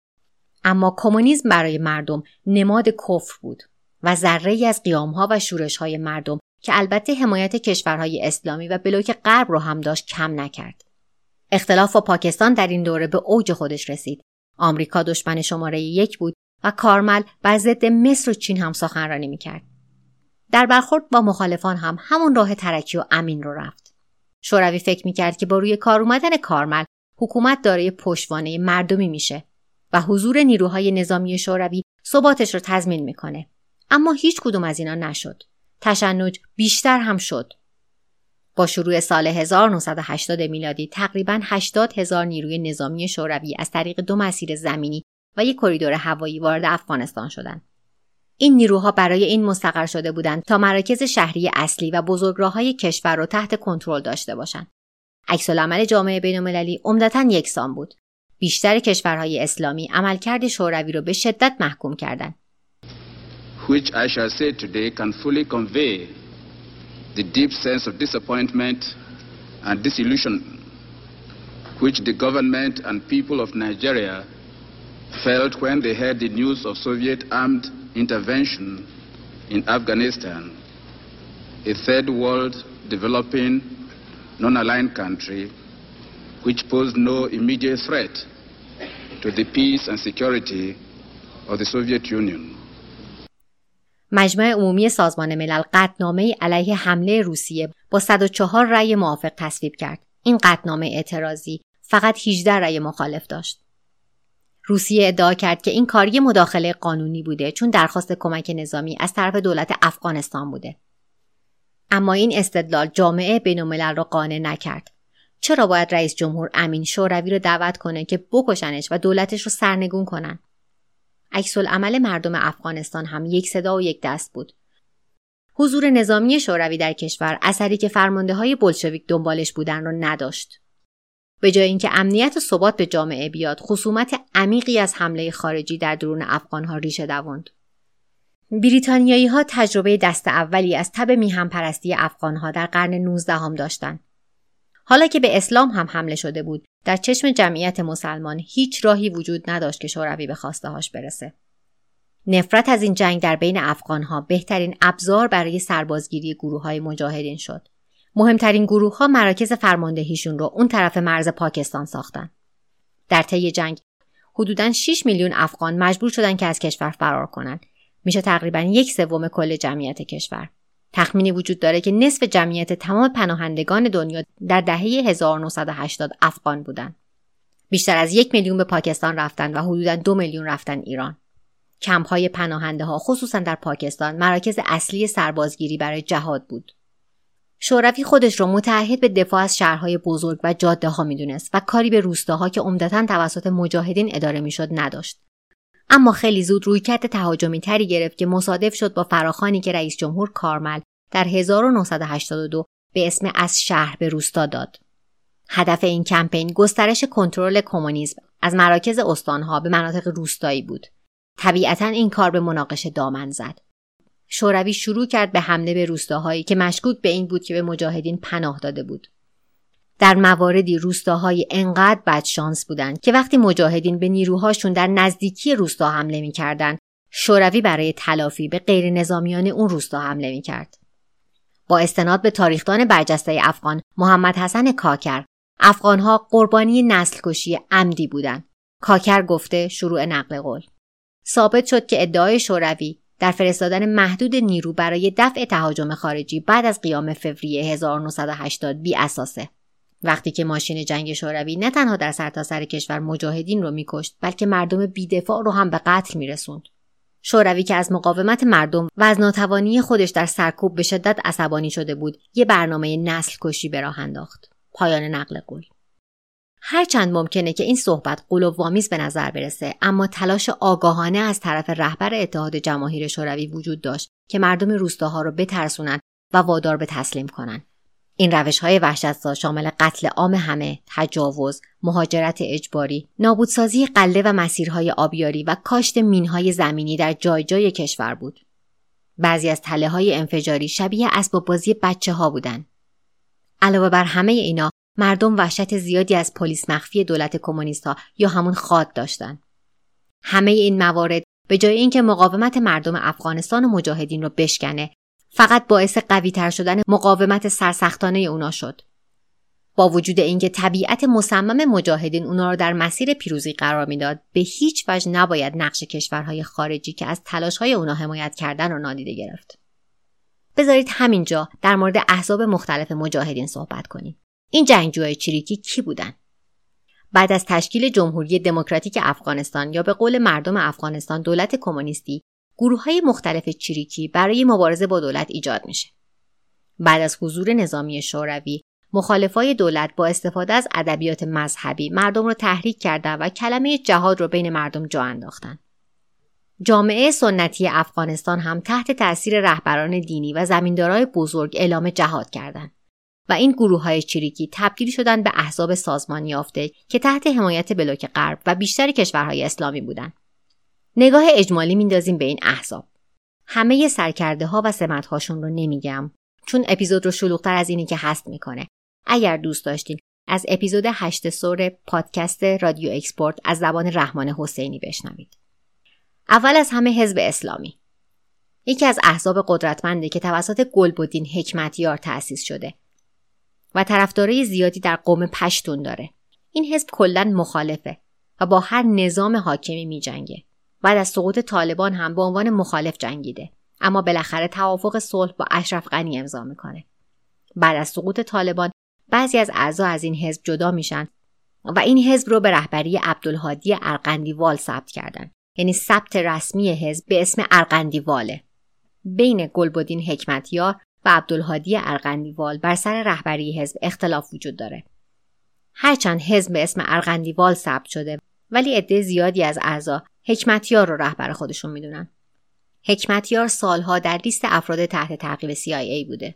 اما کمونیسم برای مردم نماد کفر بود و ذره‌ای از قیام‌ها و شورش‌های مردم که البته حمایت کشورهای اسلامی و بلوک غرب رو هم داشت کم نکرد. اختلاف با پاکستان در این دوره به اوج خودش رسید. آمریکا دشمن شماره یک بود و کارمل بر ضد مصر و چین هم سخنرانی می‌کرد. در برخورد با مخالفان هم همون راه ترکی و امین رو رفت. شوروی فکر می‌کرد که با روی کار اومدن کارمل حکومت دارای پشتوانه مردمی میشه و حضور نیروهای نظامی شوروی ثباتش رو تضمین میکنه. اما هیچ کدوم از اینا نشد. تشنج بیشتر هم شد. با شروع سال هزار و نهصد و هشتاد میلادی تقریباً هشتاد هزار نیروی نظامی شوروی از طریق دو مسیر زمینی و یک کریدور هوایی وارد افغانستان شدند. این نیروها برای این مستقر شده بودند تا مراکز شهری اصلی و بزرگراه‌های کشور را تحت کنترل داشته باشند. عکس‌العمل جامعه بین‌المللی عمدتاً یکسان بود. بیشتر کشورهای اسلامی عملکرد شوروی را به شدت محکوم کردند. Which I shall say today can fully convey the deep sense of disappointment and disillusion which the government and people of Nigeria felt when they heard the news of Soviet armed intervention in Afghanistan, a third world developing non-aligned country which posed no immediate threat to the peace and security of the Soviet Union. مجمع عمومی سازمان ملل قطعنامه علیه حمله روسیه با صد و چهار رأی موافق تصویب کرد. این قطعنامه اعتراضی فقط هجده رأی مخالف داشت. روسیه ادعا کرد که این کاری مداخله قانونی بوده چون درخواست کمک نظامی از طرف دولت افغانستان بوده. اما این استدلال جامعه بین‌الملل را قانع نکرد. چرا باید رئیس جمهور امین شوروی رو دعوت کنه که بکشنش و دولتش رو سرنگون کنن؟ عکس‌العمل مردم افغانستان هم یک صدا و یک دست بود. حضور نظامی شوروی در کشور اثری که فرمانده‌های بولشویک دنبالش بودن رو نداشت. به جای اینکه امنیت و ثبات به جامعه بیاد، خصومت عمیقی از حمله خارجی در درون افغان‌ها ریشه دواند. بریتانیایی‌ها تجربه دست اولی از تب میهم پرستی افغان‌ها در قرن نوزدهم داشتند. حالا که به اسلام هم حمله شده بود، در چشم جمعیت مسلمان هیچ راهی وجود نداشت که شوروی به خواسته هاش برسه. نفرت از این جنگ در بین افغان‌ها بهترین ابزار برای سربازگیری گروه‌های مجاهدین شد. مهمترین گروه‌ها مراکز فرماندهیشون رو اون طرف مرز پاکستان ساختن. در طی جنگ حدوداً شش میلیون افغان مجبور شدن که از کشور فرار کنن. میشه تقریباً یک سوم کل جمعیت کشور. تخمینی وجود داره که نصف جمعیت تمام پناهندگان دنیا در دهه هزار و نهصد و هشتاد افغان بودن. بیشتر از یک میلیون به پاکستان رفتن و حدوداً دو میلیون رفتن ایران. کمپ‌های پناهنده ها خصوصاً در پاکستان مراکز اصلی سربازگیری برای جهاد بود. شوروی خودش رو متعهد به دفاع از شهرهای بزرگ و جاده‌ها می‌دونست و کاری به روستاها که عمدتاً توسط مجاهدین اداره می‌شد نداشت. اما خیلی زود رویکرد تهاجمی تری گرفت که مصادف شد با فراخوانی که رئیس جمهور کارمل در هزار و نهصد و هشتاد و دو به اسم از شهر به روستا داد. هدف این کمپین گسترش کنترل کمونیسم از مراکز استانها به مناطق روستایی بود. طبیعتاً این کار به مناقشه دامن زد. شوروی شروع کرد به حمله به روستاهایی که مشکوک به این بود که به مجاهدین پناه داده بود. در مواردی روستاهای انقدر بدشانس بودند که وقتی مجاهدین به نیروهاشون در نزدیکی روستا حمله می‌کردند، شوروی برای تلافی به غیر نظامیان اون روستا حمله می‌کرد. با استناد به تاریخدان برجسته افغان محمد حسن کاکر، افغان‌ها قربانی نسل‌کشی عمدی بودند. کاکر گفته، شروع نقل قول: ثابت شد که ادعای شوروی در فرستادن محدود نیرو برای دفع تهاجم خارجی بعد از قیام فوریه هزار و نهصد و هشتاد بی اساسه. وقتی که ماشین جنگ شوروی نه تنها در سرتاسر کشور مجاهدین رو میکشت، بلکه مردم بی‌دفاع رو هم به قتل میرسوند. شوروی که از مقاومت مردم و از ناتوانی خودش در سرکوب به شدت عصبانی شده بود، یه برنامه نسل کشی به راه انداخت. پایان نقل قول. هرچند ممکنه که این صحبت غلوآمیز به نظر برسه، اما تلاش آگاهانه از طرف رهبر اتحاد جماهیر شوروی وجود داشت که مردم روستاها رو بترسونن و وادار به تسلیم کنن. این روش‌های وحشت‌زا شامل قتل عام همه، تجاوز، مهاجرت اجباری، نابودسازی قله و مسیرهای آبیاری و کاشت مین‌های زمینی در جای جای کشور بود. بعضی از تله‌های انفجاری شبیه اسباب بازی بچه‌ها بودن. علاوه بر همه اینا، مردم وحشت زیادی از پلیس مخفی دولت کمونیست‌ها یا همون خاد داشتن. همه این موارد به جای اینکه مقاومت مردم افغانستان و مجاهدین رو بشکنه، فقط باعث قوی‌تر شدن مقاومت سرسختانه اونا شد. با وجود اینکه طبیعت مصمم مجاهدین اونا رو در مسیر پیروزی قرار میداد، به هیچ وجه نباید نقش کشورهای خارجی که از تلاش‌های اونا حمایت کردن رو نادیده گرفت. بذارید همینجا در مورد احزاب مختلف مجاهدین صحبت کنیم. این جنگجوهای چریکی کی بودن؟ بعد از تشکیل جمهوری دموکراتیک افغانستان یا به قول مردم افغانستان دولت کمونیستی، گروه‌های مختلف چریکی برای مبارزه با دولت ایجاد میشه. بعد از حضور نظامی شوروی، مخالفای دولت با استفاده از ادبیات مذهبی مردم رو تحریک کردند و کلمه جهاد رو بین مردم جا انداختن. جامعه سنتی افغانستان هم تحت تأثیر رهبران دینی و زمیندارای بزرگ اعلام جهاد کردند و این گروه‌های چریکی تبدیل شدن به احزاب سازمان یافته که تحت حمایت بلوک غرب و بیشتر کشورهای اسلامی بودند. نگاه اجمالی میندازیم به این احزاب. همه سرکرده‌ها و سمت‌هاشون رو نمیگم، چون اپیزود رو شلوغ‌تر از اینی که هست میکنه. اگر دوست داشتین از اپیزود هشت سور پادکست رادیو اکسپورت از زبان رحمان حسینی بشنوید. اول از همه حزب اسلامی. یکی از احزاب قدرتمندی که توسط گلبدین حکمتیار تأسیس شده و طرفدارای زیادی در قوم پشتون داره. این حزب کلاً مخالفه و با هر نظام حاکمی میجنگه. بعد از سقوط طالبان هم به عنوان مخالف جنگیده، اما بالاخره توافق صلح با اشرف غنی امضا میکنه. بعد از سقوط طالبان بعضی از اعضا از این حزب جدا میشن و این حزب رو به رهبری عبدالهادی ارغندیوال ثبت کردن. یعنی ثبت رسمی حزب به اسم ارغندیواله. بین گلبدین حکمتیار و عبدالهادی ارغندیوال بر سر رهبری حزب اختلاف وجود داره. هرچند حزب به اسم ارغندیوال ثبت شده، ولی عده زیادی از اعضا حکمتیار رو رهبر خودشون میدونن. حکمتیار سالها در لیست افراد تحت تعقیب سی آی ای بوده.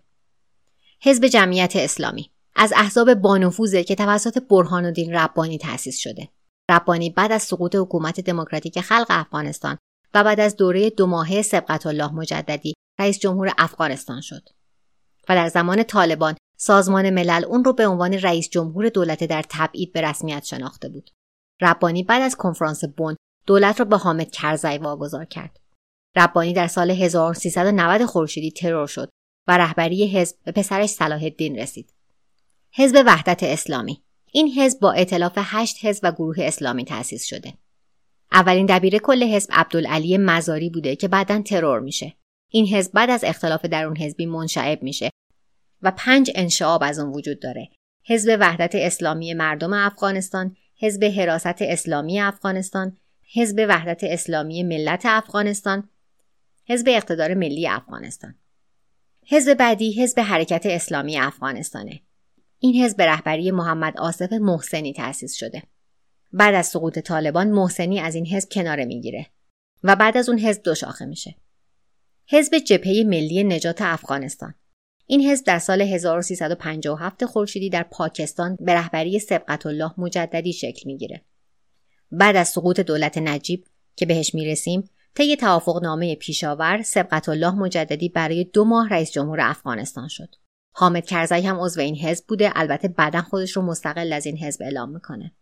حزب جمعیت اسلامی از احزاب بانفوذه که توسط برهان‌الدین ربانی تأسیس شده. ربانی بعد از سقوط حکومت دموکراتیک خلق افغانستان و بعد از دوره دو ماهه سبقت الله مجددی رئیس جمهور افغانستان شد و در زمان طالبان سازمان ملل اون رو به عنوان رئیس جمهور دولت در تبعید به رسمیت شناخته بود. ربانی بعد از کنفرانس بن دولت را به حامد کرزی واگذار کرد. ربانی در سال هزار و سیصد و نود خورشیدی ترور شد و رهبری حزب به پسرش صلاح الدین رسید. حزب وحدت اسلامی. این حزب با ائتلاف هشت حزب و گروه اسلامی تأسیس شده. اولین دبیر کل حزب عبدالعلی مزاری بوده که بعداً ترور میشه. این حزب بعد از اختلاف درون حزبی منشعب میشه و پنج انشعاب از اون وجود داره. حزب وحدت اسلامی مردم افغانستان، حزب حراست اسلامی افغانستان، حزب وحدت اسلامی ملت افغانستان، حزب اقتدار ملی افغانستان. حزب بعدی حزب حرکت اسلامی افغانستانه. این حزب به رهبری محمد آصف محسنی تأسیس شده. بعد از سقوط طالبان محسنی از این حزب کناره میگیره و بعد از اون حزب دو شاخه میشه. حزب جبهه ملی نجات افغانستان. این حزب در سال هزار و سیصد و پنجاه و هفت خورشیدی در پاکستان به رهبری صبغت الله مجددی شکل میگیره. بعد از سقوط دولت نجیب که بهش میرسیم، طی توافقنامه پیشاور صبغت الله مجددی برای دو ماه رئیس جمهور افغانستان شد. حامد کرزی هم عضو این حزب بوده، البته بعداً خودش رو مستقل از این حزب اعلام میکنه.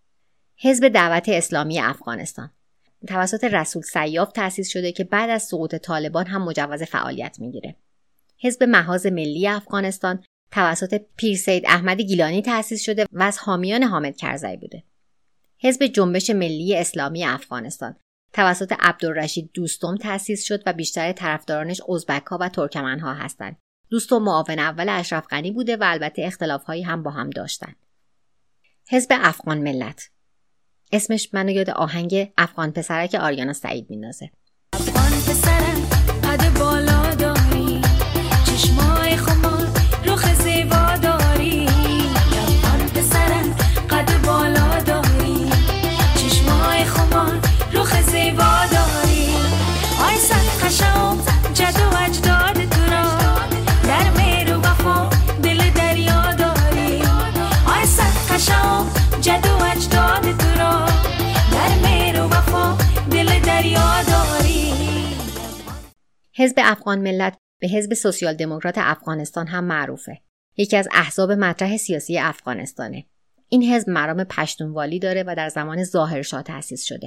حزب دعوت اسلامی افغانستان توسط رسول سیاف تأسیس شده که بعد از سقوط طالبان هم مجوز فعالیت میگیره. حزب محاذ ملی افغانستان توسط پیر سید احمد گیلانی تأسیس شده و از حامیان حامد کرزی بوده. حزب جنبش ملی اسلامی افغانستان توسط عبدالرشید دوستم تأسیس شد و بیشتر طرفدارانش ازبک‌ها و ترکمن‌ها هستند. دوستم معاون اول اشرف غنی بوده و البته اختلاف‌هایی هم با هم داشتند. حزب افغان ملت. اسمش منو یاد آهنگ افغان پسرک آریانا سعید میندازه. افغان پسرک قد بالا داری، چشمای خمار رخ زیبا داری. افغان پسرک قد بالا داری، چشمای خمار رخ زیبا داری. آی صد قشنگ جد و اجداد تو را، در مهر و وفا دل دریا داری. آی صد قشنگ جد و اجداد تو را، در مهر و وفا دل دریا داری. حزب افغان ملت به حزب سوسیال دموکرات افغانستان هم معروفه. یکی از احزاب مطرح سیاسی افغانستانه. این حزب مرام پشتونوالی داره و در زمان ظاهرشاه تأسیس شده.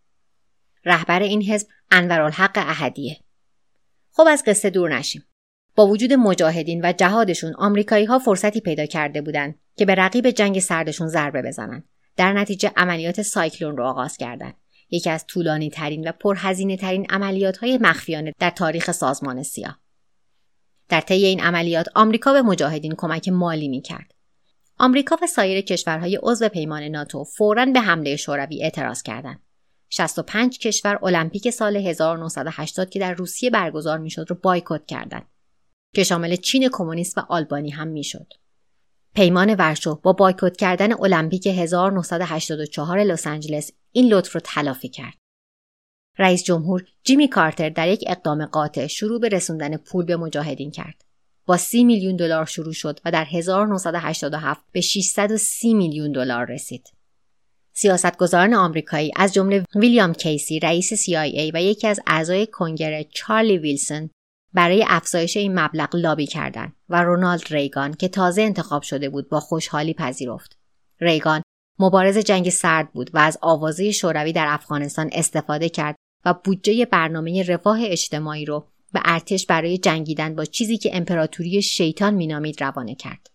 رهبر این حزب انورالحق احدیه. خب از قصه دور نشیم. با وجود مجاهدین و جهادشون آمریکایی‌ها فرصتی پیدا کرده بودن که به رقیب جنگ سردشون ضربه بزنن. در نتیجه عملیات سایکلون رو آغاز کردند. یکی از طولانی ترین و پرهزینه ترین عملیات های مخفیانه در تاریخ سازمان سیاه. در طی این عملیات آمریکا به مجاهدین کمک مالی می‌کرد. آمریکا و سایر کشورهای عضو پیمان ناتو فوراً به حمله شوروی اعتراض کردند. شصت و پنج کشور المپیک سال هزار و نهصد و هشتاد که در روسیه برگزار می‌شد رو بایکوت کردند، که شامل چین کمونیست و آلبانی هم می‌شد. پیمان ورشو با بایکوت کردن المپیک هزار و نهصد و هشتاد و چهار لس آنجلس این لطف رو تلافی کرد. رئیس جمهور جیمی کارتر در یک اقدام قاطع شروع به رسوندن پول به مجاهدین کرد. با سی میلیون دلار شروع شد و در هزار و نهصد و هشتاد و هفت به ششصد و سی میلیون دلار رسید. سیاستگزاران آمریکایی از جمله ویلیام کیسی رئیس سی آی ای و یکی از اعضای کنگره چارلی ویلسون برای افزایش این مبلغ لابی کردند و رونالد ریگان که تازه انتخاب شده بود با خوشحالی پذیرفت. ریگان مبارز جنگ سرد بود و از آوازه شوروی در افغانستان استفاده کرد و بودجه برنامه رفاه اجتماعی رو به ارتش برای جنگیدن با چیزی که امپراتوری شیطان مینامید روانه کرد.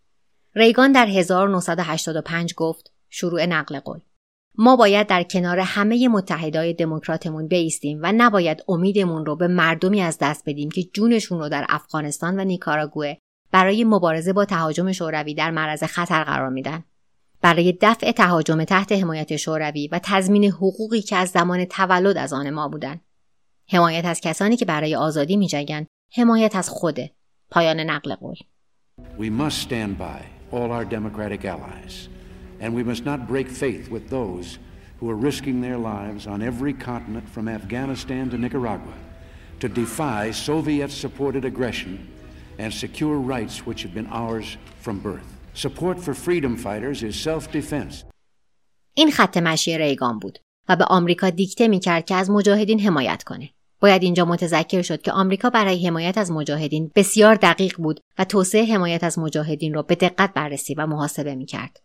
ریگان در هزار و نهصد و هشتاد و پنج گفت: شروع نقل قول. ما باید در کنار همه متحدای دموکراتمون بایستیم و نباید امیدمون رو به مردمی از دست بدیم که جونشون رو در افغانستان و نیکاراگوئه برای مبارزه با تهاجم شوروی در معرض خطر قرار میدن. برای دفع تهاجم تحت حمایت شوروی و تضمین حقوقی که از زمان تولد از آن ما بودن. حمایت از کسانی که برای آزادی می‌جنگن، حمایت از خوده. پایان نقل قول. We must stand by all our democratic allies, and we must not break faith with those who are risking their lives on every continent from Afghanistan to Nicaragua to defy Soviet-supported aggression and secure rights which have been ours from birth. Support for freedom fighters is self-defense. این خط مشی ریگان بود و به آمریکا دیکته می‌کرد که از مجاهدین حمایت کنه. باید اینجا متذکر شد که آمریکا برای حمایت از مجاهدین بسیار دقیق بود و توسعه حمایت از مجاهدین را به دقت بررسی و محاسبه می‌کرد.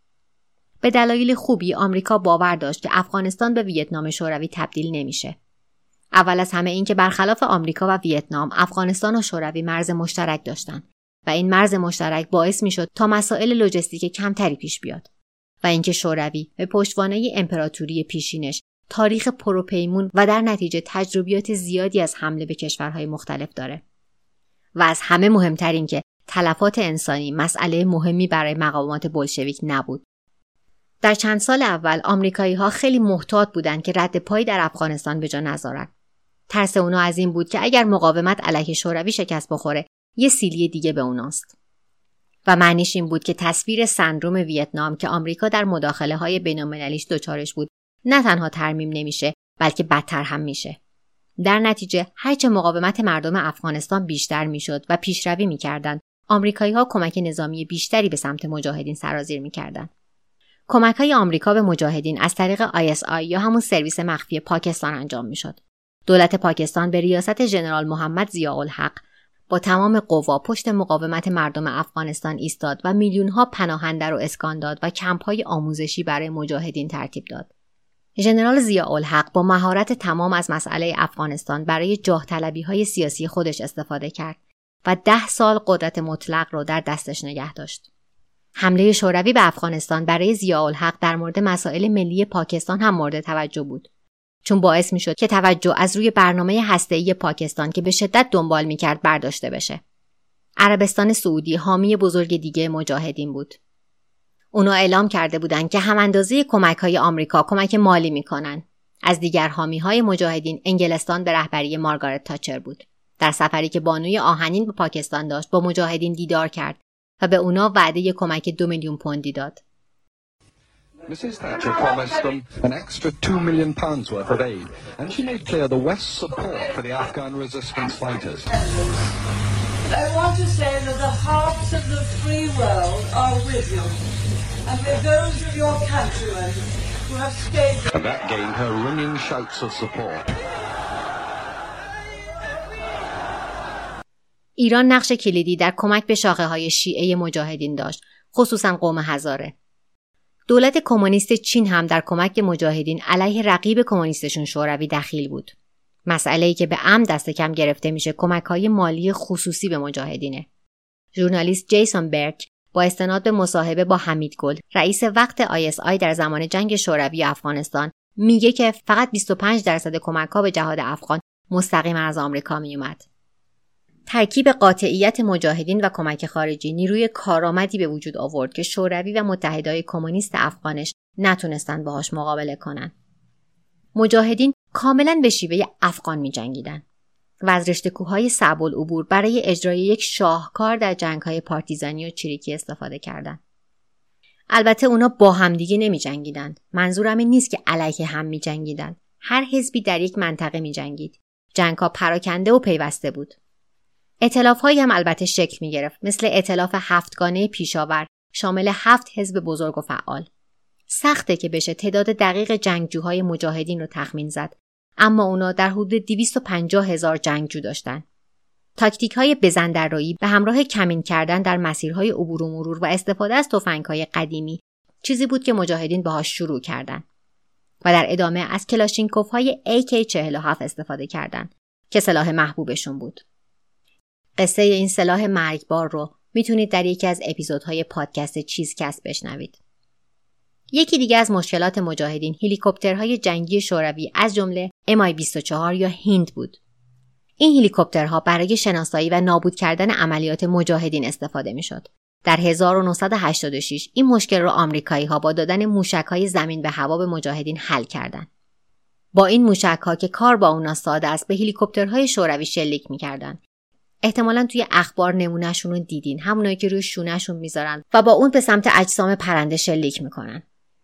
به دلایل خوبی آمریکا باور داشت که افغانستان به ویتنام شوروی تبدیل نمیشه. اول از همه این که برخلاف آمریکا و ویتنام، افغانستان و شوروی مرز مشترک داشتند و این مرز مشترک باعث میشد تا مسائل لوجستیک کمتری پیش بیاد و اینکه شوروی به پشتوانه امپراتوری پیشینش تاریخ پروپیمون و در نتیجه تجربیات زیادی از حمله به کشورهای مختلف داره. و از همه مهمتر این که تلفات انسانی مسئله مهمی برای مقامات بولشویک نبود. در چند سال اول آمریکایی‌ها خیلی محتاط بودند که رد پایی در افغانستان به جا نذارن. ترس اونا از این بود که اگر مقاومت علیه شوروی شکست بخوره، یه سیلی دیگه به اوناست. و معنیش این بود که تصویر سندروم ویتنام که آمریکا در مداخله‌های بین‌المللیش دچارش بود، نه تنها ترمیم نمیشه، بلکه بدتر هم میشه. در نتیجه هرچه مقاومت مردم افغانستان بیشتر میشد و پیشروی میکردند، آمریکایی‌ها کمک نظامی بیشتری به سمت مجاهدین سرازیر میکردند. کمک‌های آمریکا به مجاهدین از طریق آی اس آی یا همون سرویس مخفی پاکستان انجام میشد. دولت پاکستان به ریاست ژنرال محمد ضیاءالحق با تمام قوا پشت مقاومت مردم افغانستان ایستاد و میلیون‌ها پناهنده رو اسکان داد و کمپ‌های آموزشی برای مجاهدین ترتیب داد. ژنرال ضیاءالحق با مهارت تمام از مسئله افغانستان برای جاه طلبی‌های سیاسی خودش استفاده کرد و ده سال قدرت مطلق رو در دستش نگه داشت. حمله شوروی به افغانستان برای ضیاءالحق در مورد مسائل ملی پاکستان هم مورد توجه بود، چون باعث میشد که توجه از روی برنامه هسته‌ای پاکستان که به شدت دنبال میکرد برداشته بشه. عربستان سعودی حامی بزرگ دیگه مجاهدین بود. اونا اعلام کرده بودند که هم اندازه کمک‌های آمریکا کمک مالی میکنن. از دیگر حامی‌های مجاهدین انگلستان به رهبری مارگارت تاچر بود. در سفری که بانوی آهنین به پاکستان داشت با مجاهدین دیدار کرد و به اونا وعده کمک دو میلیون پوندی داد. Missus Thatcher promised them an extra two million pounds worth of aid, and she made clear the West's support for the Afghan resistance fighters. I want to say that the hearts of the free world are with you, and with those of your countrymen who have stayed. And that gained her ringing shouts of support. ایران نقش کلیدی در کمک به شاخه‌های شیعه مجاهدین داشت، خصوصا قوم هزاره. دولت کمونیست چین هم در کمک به مجاهدین علیه رقیب کمونیستشون شوروی دخیل بود. مسئله‌ای که به عمد دست کم گرفته میشه کمک‌های مالی خصوصی به مجاهدینه. ژورنالیست جیسون برک با استناد به مصاحبه با حمید گل، رئیس وقت آی اس آی در زمان جنگ شوروی افغانستان، میگه که فقط بیست و پنج درصد کمک‌ها به جهاد افغان مستقیما از آمریکا میومد. ترکیب قاطعیت مجاهدین و کمک خارجی نیروی کارآمدی به وجود آورد که شوروی و متحدای کمونیست افغانش نتونستن باهاش مقابله کنن. مجاهدین کاملا به شیوه افغان می جنگیدن و از رشته‌کوهای صعب العبور برای اجرای یک شاهکار در جنگ‌های پارتیزانی و چریکی استفاده کردند. البته اونا با همدیگه نمی جنگیدن. منظورم این نیست که علیه هم می جنگیدن. هر حزبی در یک منطقه می جنگید. جنگ‌ها پراکنده و پیوسته بود. ائتلاف‌هایی هم البته شکل می‌گرفت، مثل ائتلاف هفتگانه پیشاور شامل هفت حزب بزرگ و فعال. سخته که بشه تعداد دقیق جنگجوهای مجاهدین رو تخمین زد، اما اونا در حدود دویست و پنجاه هزار جنگجو داشتن. تاکتیک‌های بزندرایی به همراه کمین کردن در مسیرهای عبور و مرور و استفاده از تفنگ‌های قدیمی چیزی بود که مجاهدین باهاش شروع کردن و در ادامه از کلاشینکوف‌های ای کی چهل و هفت استفاده کردن که سلاح محبوبشون بود. قصه این سلاح مرگبار رو میتونید در یکی از اپیزودهای پادکست چیزکست بشنوید. یکی دیگه از مشکلات مجاهدین هلیکوپترهای جنگی شوروی از جمله ام آی بیست و چهار یا هیند بود. این هلیکوپترها برای شناسایی و نابود کردن عملیات مجاهدین استفاده میشد. در هزار و نهصد و هشتاد و شش این مشکل رو آمریکایی‌ها با دادن موشک‌های زمین به هوا به مجاهدین حل کردند. با این موشک‌ها که کار با اونا ساده است به هلیکوپترهای شوروی شلیک می‌کردند. احتمالاً توی اخبار نمونهشون رو دیدین، همونایی که روی شونهشون میذارن و با اون به سمت اجسام پرنده شلیک میکنن.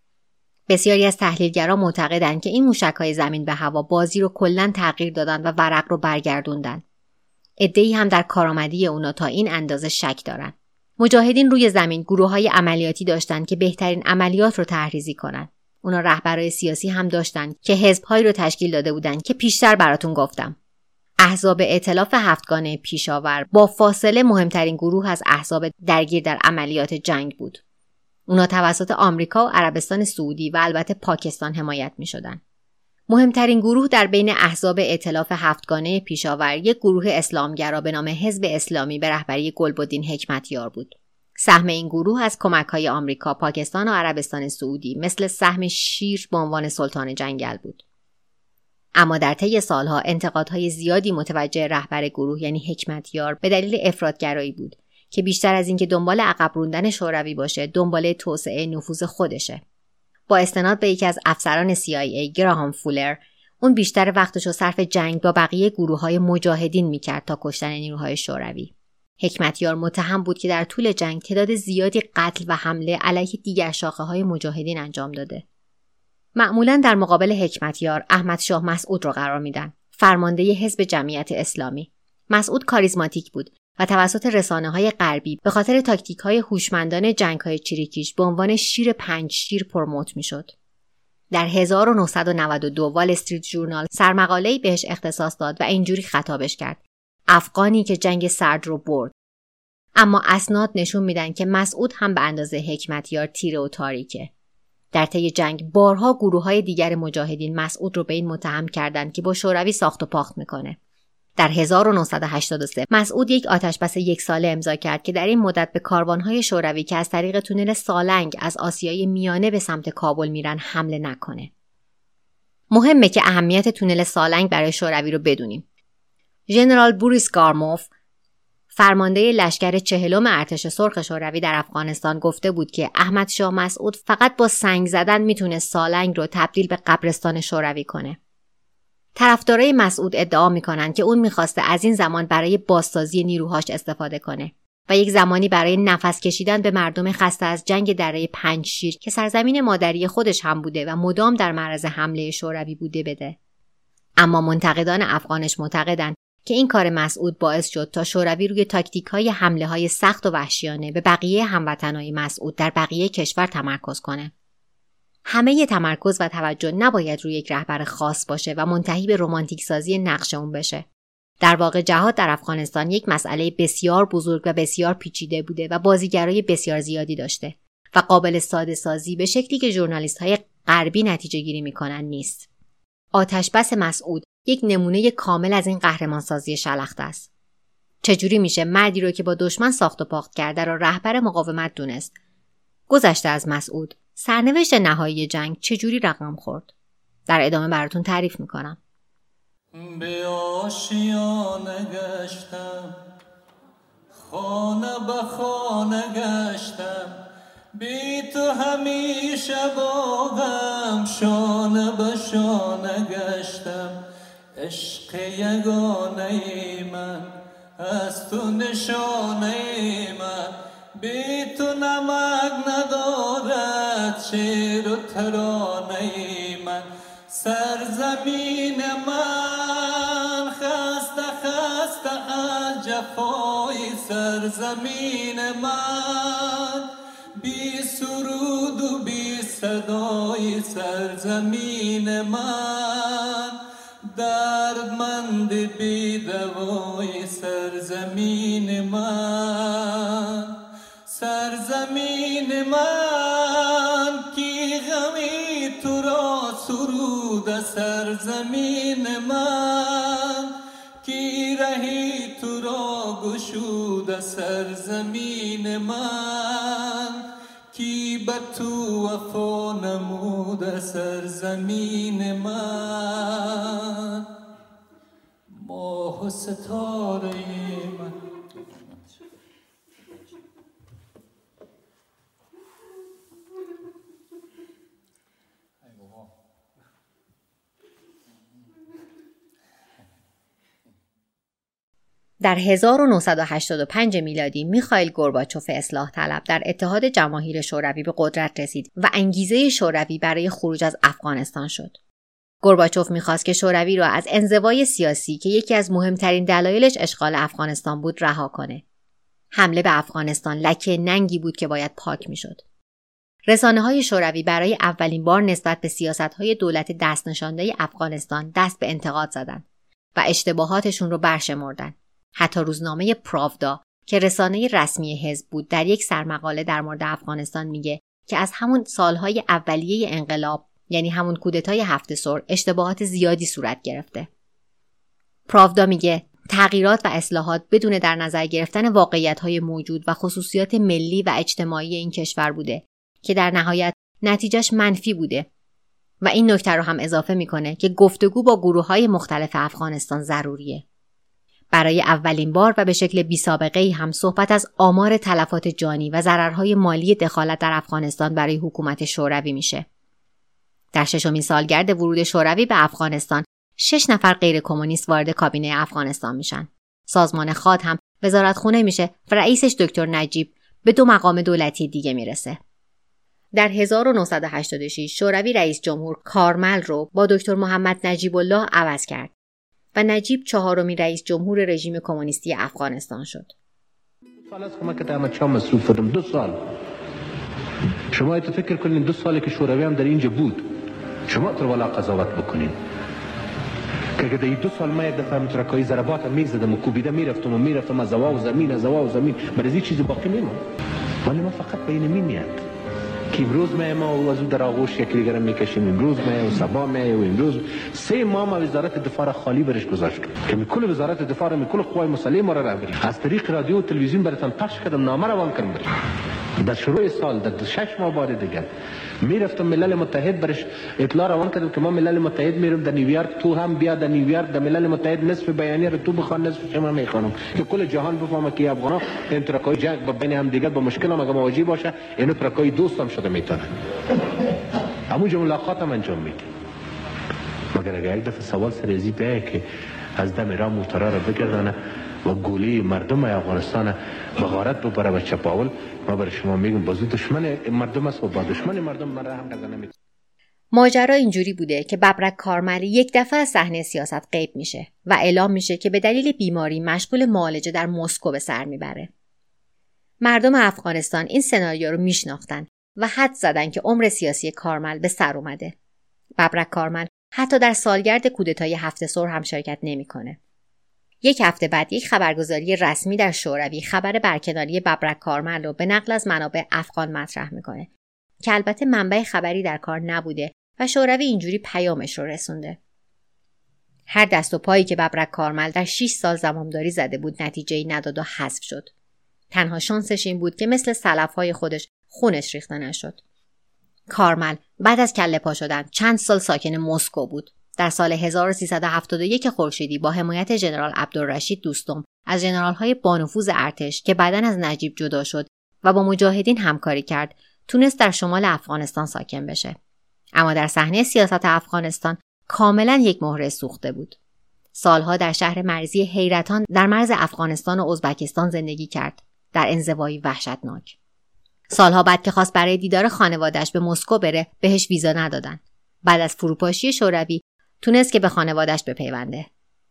بسیاری از تحلیلگران معتقدن که این موشک‌های زمین به هوا بازی رو کلاً تغییر دادن و ورق رو برگردوندن. عده‌ای هم در کارآمدی اونا تا این اندازه شک دارن. مجاهدین روی زمین گروه‌های عملیاتی داشتن که بهترین عملیات رو طرحریزی کنن. اونا رهبرای سیاسی هم داشتن که حزب‌هایی رو تشکیل داده بودن که پیشتر براتون گفتم. احزاب ائتلاف هفتگانه پیشاور با فاصله مهمترین گروه از احزاب درگیر در عملیات جنگ بود. اونا توسط آمریکا و عربستان سعودی و البته پاکستان حمایت می شدن. مهمترین گروه در بین احزاب ائتلاف هفتگانه پیشاور یک گروه اسلامگرا به نام حزب اسلامی به رهبری گلبدین حکمتیار بود. سهم این گروه از کمک‌های آمریکا، پاکستان و عربستان سعودی مثل سهم شیر به عنوان سلطان جنگل بود. اما در طی سالها انتقادهای زیادی متوجه رهبر گروه یعنی حکمتیار به دلیل افراط‌گرایی بود که بیشتر از اینکه دنبال عقب راندن شوروی باشه، دنبال توسعه نفوذ خودشه. با استناد به یکی از افسران سی آی ای، گراهام فولر، اون بیشتر وقتشو صرف جنگ با بقیه گروه‌های مجاهدین میکرد تا کشتن نیروهای شوروی. حکمتیار متهم بود که در طول جنگ تعداد زیادی قتل و حمله علیه دیگر شاخه‌های مجاهدین انجام داده. معمولاً در مقابل حکمتیار احمد شاه مسعود را قرار میدن، فرمانده حزب جمعیت اسلامی. مسعود کاریزماتیک بود و توسط رسانه‌های غربی به خاطر تاکتیک‌های هوشمندانه جنگ‌های چریکیش به عنوان شیر پنج شیر پروموت می‌شد. در هزار و نهصد و نود و دو وال استریت ژورنال سرمقاله‌ای بهش اختصاص داد و اینجوری خطابش کرد: افغانی که جنگ سرد رو برد. اما اسناد نشون میدن که مسعود هم به اندازه حکمتیار تیره و تاریکه. در طی جنگ بارها گروه‌های دیگر مجاهدین مسعود رو به این متهم کردند که با شوروی ساخت و پاخت میکنه. در هزار و نهصد و هشتاد و سه مسعود یک آتشبس یک ساله امضا کرد که در این مدت به کاروان‌های شوروی که از طریق تونل سالنگ از آسیای میانه به سمت کابل میرن حمله نکنه. مهمه که اهمیت تونل سالنگ برای شوروی رو بدونیم. ژنرال بوریس گارموف، فرمانده لشکر چهلم ارتش سرخ شوروی در افغانستان، گفته بود که احمد شاه مسعود فقط با سنگ زدن میتونه سالنگ رو تبدیل به قبرستان شوروی کنه. طرفدارای مسعود ادعا میکنن که اون میخواسته از این زمان برای بازسازی نیروهاش استفاده کنه و یک زمانی برای نفس کشیدن به مردم خسته از جنگ دره پنج شیر که سرزمین مادری خودش هم بوده و مدام در معرض حمله شوروی بوده بده. اما منتقدان افغانش معتقدن که این کار مسعود باعث شد تا شوروی روی تاکتیک‌های حمله‌های سخت و وحشیانه به بقیه هموطنای مسعود در بقیه کشور تمرکز کنه. همه تمرکز و توجه نباید روی یک رهبر خاص باشه و منتهی به رمانتیک سازی نقش اون بشه. در واقع جهاد در افغانستان یک مسئله بسیار بزرگ و بسیار پیچیده بوده و بازیگرای بسیار زیادی داشته و قابل ساده سازی به شکلی که ژورنالیست‌های غربی نتیجه گیری می‌کنن نیست. آتشبس مسعود یک نمونه کامل از این قهرمانسازی شلخته است. چجوری میشه مردی رو که با دشمن ساخت و پاخت کرده را رهبر مقاومت دونست؟ گذشته از مسعود، سرنوشت نهایی جنگ چجوری رقم خورد؟ در ادامه براتون تعریف میکنم. به آشیانه گشتم، خانه به خانه گشتم، بی تو همیشه با غم شانه به شانه گشتم. عشق یگانه من از تو نشانه من، بی تو نمک ندارد شعر و ترانه من. سرزمین من خسته خسته از جفای سرزمین من، بی سرود و بی صدای سرزمین من. دردمند بی دوای سرزمین من. سرزمین من کی غمی تو را سرود سرزمین من، کی رهی تو را گشود سرزمین من، کی به تو وفا نمود سرزمین من. ماه و ستاره من در هزار و نهصد و هشتاد و پنج میلادی میخائیل گورباچوف اصلاح طلب در اتحاد جماهیر شوروی به قدرت رسید و انگیزه شوروی برای خروج از افغانستان شد. گورباچوف میخواست که شوروی را از انزوای سیاسی که یکی از مهمترین دلایلش اشغال افغانستان بود رها کنه. حمله به افغانستان لکه ننگی بود که باید پاک میشد. رسانه‌های شوروی برای اولین بار نسبت به سیاست‌های دولت دست نشانده افغانستان دست به انتقاد زدند و اشتباهاتشون رو برشمردن. حتی روزنامه پراودا که رسانه رسمی حزب بود در یک سرمقاله در مورد افغانستان میگه که از همون سالهای اولیه انقلاب یعنی همون کودتای هفت سر، اشتباهات زیادی صورت گرفته. پراودا میگه تغییرات و اصلاحات بدون در نظر گرفتن واقعیت‌های موجود و خصوصیات ملی و اجتماعی این کشور بوده که در نهایت نتیجهش منفی بوده و این نکته رو هم اضافه میکنه که گفتگو با گروه‌های مختلف افغانستان ضروریه. برای اولین بار و به شکل بی‌سابقه‌ای هم صحبت از آمار تلفات جانی و ضررهای مالی دخالت در افغانستان برای حکومت شوروی میشه. در ششمین سالگرد ورود شوروی به افغانستان، شش نفر غیر کمونیست وارد کابینه افغانستان میشن. سازمان خاد هم وزارتخونه میشه و رئیسش دکتر نجیب به دو مقام دولتی دیگه میرسه. در هزار و نهصد و هشتاد و شش شوروی رئیس جمهور کارمل رو با دکتر محمد نجیب الله عوض کرد و نجیب چهارمین رئیس جمهور رژیم کمونیستی افغانستان شد. سال از کمک احمد شاه مصروف شدم، دو سال. شما ایت فکر کنین دو سالی که شوروی هم در اینجا بود، شما تر والا قضاوت بکنین که اگه در این دو سال ما یک دفعه مترکای ضربات میزدم و کوبیده میرفتم و میرفتم از هوا و زمین از هوا و زمین، برای این چیزی باقی نمیموند. ولی ما فقط به این میاد که امروز ما و از در آغوش یکی دیگر میکشیم، امروز ما و سبا ما و امروز سه ماه ما وزارت دفاع خالی برش گذاشتیم که می کل وزارت دفاع رو می کل قوای مسلحه ما را رهبری از طریق رادیو و تلویزیون براتون پخش کردم، نامه روان کردم. برش در شروع سال در شش ماه بار دیگه میرفتم ملل متحد برش اطلاع روان کردم که ما ملل متحد میرم در نیویورک، تو هم بیا در نیویورک در ملل متحد نصف بیانیه رو تو بخوان، نصف شما میخوانم که کل جهان بفهمه که افغانا این ترکای جنگ با بین هم دیگه با مشکل هم اگه مواجه باشه اینو ترکای دوستم شده میتونه همونجا ملاقات هم انجام میده. مگر اگه یک دفعه سوال سریزی بیایه که از دم را موترا را بگردانه و گولی مردم افغانستان به غارت ببره و چپاول، ما برای شما میگم بازو دشمن مردم است و با دشمن مردم من را هم کردن نمیتونه. ماجرا اینجوری بوده که ببرک کارمل یک دفعه از صحنه سیاست غیب میشه و اعلام میشه که به دلیل بیماری مشغول معالجه در مسکو به سر میبره. مردم افغانستان این سناریو رو میشناختن و حد زدن که عمر سیاسی کارمل به سر اومده. ببرک کارمل حتی در سالگرد کودتای هفت سر هم شرکت نمیکنه. یک هفته بعد یک خبرگزاری رسمی در شوروی خبر برکناری ببرک کارمل رو به نقل از منابع افغان مطرح میکنه که البته منبع خبری در کار نبوده و شوروی اینجوری پیامش رو رسونده. هر دست و پایی که ببرک کارمل در شش سال زمامداری زده بود نتیجه‌ای نداد و حذف شد. تنها شانسش این بود که مثل سلف‌های خودش خونش ریخته نشد. کارمل بعد از کله پا شدن چند سال ساکن مسکو بود. در سال هزار و سیصد و هفتاد و یک خورشیدی با حمایت ژنرال عبدالرشید دوستم از ژنرال‌های بانفوذ ارتش که بعداً از نجیب جدا شد و با مجاهدین همکاری کرد، تونست در شمال افغانستان ساکن بشه. اما در صحنه سیاست افغانستان کاملاً یک مهره سوخته بود. سالها در شهر مرزی حیرتان در مرز افغانستان و ازبکستان زندگی کرد، در انزوایی وحشتناک. سالها بعد که خواست برای دیدار خانواده‌اش به مسکو بره، بهش ویزا ندادن. بعد از فروپاشی شوروی تونست که به خانواده‌اش بپیونده.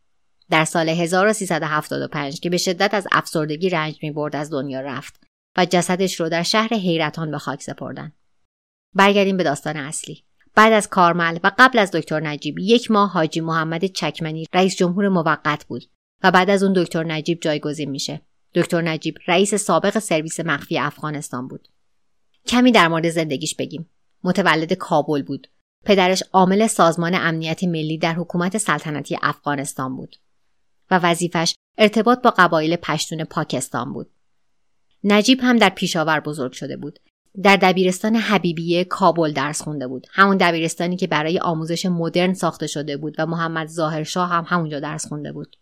در سال هزار و سیصد و هفتاد و پنج که به شدت از افسردگی رنج می‌برد از دنیا رفت و جسدش رو در شهر حیرتان به خاک سپردن. برگردیم به داستان اصلی. بعد از کارمل و قبل از دکتر نجیب یک ماه حاجی محمد چکمنی رئیس جمهور موقت بود و بعد از اون دکتر نجیب جایگزین میشه. دکتر نجیب رئیس سابق سرویس مخفی افغانستان بود. کمی در مورد زندگیش بگیم. متولد کابل بود. پدرش عامل سازمان امنیت ملی در حکومت سلطنتی افغانستان بود و وظیفش ارتباط با قبایل پشتون پاکستان بود. نجیب هم در پیشاور بزرگ شده بود. در دبیرستان حبیبیه کابل درس خونده بود. همون دبیرستانی که برای آموزش مدرن ساخته شده بود و محمد ظاهرشاه هم همونجا درس خونده بود.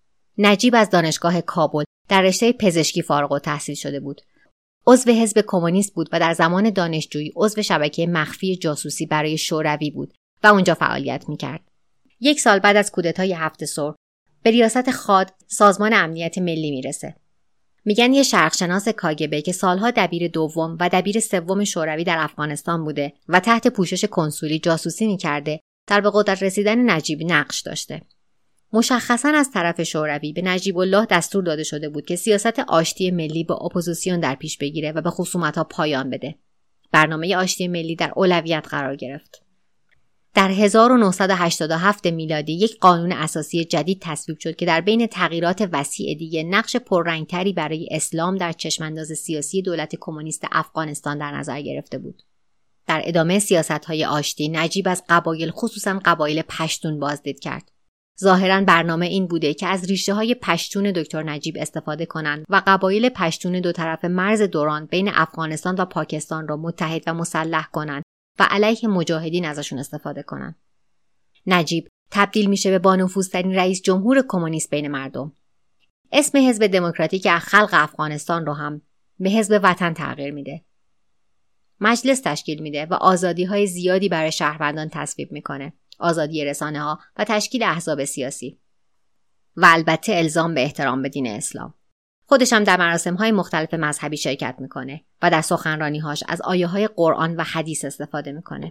نجیب از دانشگاه کابل در رشته پزشکی فارغ التحصیل شده بود. عضو حزب کمونیست بود و در زمان دانشجویی عضو شبکه مخفی جاسوسی برای شوروی بود و اونجا فعالیت میکرد. یک سال بعد از کودتای هفت سر به ریاست خاد سازمان امنیت ملی میرسه. میگن یه شرقشناس کاگبه که سالها دبیر دوم و دبیر سوم شوروی در افغانستان بوده و تحت پوشش کنسولی جاسوسی میکرده در به قدرت رسیدن نجیب نقش داشته. مشخصاً از طرف شوروی به نجیب الله دستور داده شده بود که سیاست آشتی ملی با اپوزیسیون در پیش بگیره و به خصومت‌ها پایان بده. برنامه آشتی ملی در اولویت قرار گرفت. در هزار و نهصد و هشتاد و هفت میلادی یک قانون اساسی جدید تصویب شد که در بین تغییرات وسیع دیگه نقش پررنگتری برای اسلام در چشمانداز سیاسی دولت کمونیست افغانستان در نظر گرفته بود. در ادامه سیاست‌های آشتی نجیب از قبایل خصوصاً قبایل پشتون بازدید کرد. ظاهراً برنامه این بوده که از ریشه‌های پشتون دکتر نجیب استفاده کنند و قبایل پشتون دو طرف مرز دوران بین افغانستان و پاکستان را متحد و مسلح کنند و علیه مجاهدین ازشون استفاده کنند. نجیب تبدیل میشه به بانفوذترین رئیس جمهور کمونیست بین مردم. اسم حزب دموکراتیک خلق افغانستان رو هم به حزب وطن تغییر میده. مجلس تشکیل میده و آزادی‌های زیادی برای شهروندان تصویب میکنه. آزادی رسانه‌ها و تشکیل احزاب سیاسی. و البته الزام به احترام به دین اسلام. خودش هم در مراسم‌های مختلف مذهبی شرکت میکنه و در سخنرانی‌هاش از آیه‌های قرآن و حدیث استفاده میکنه.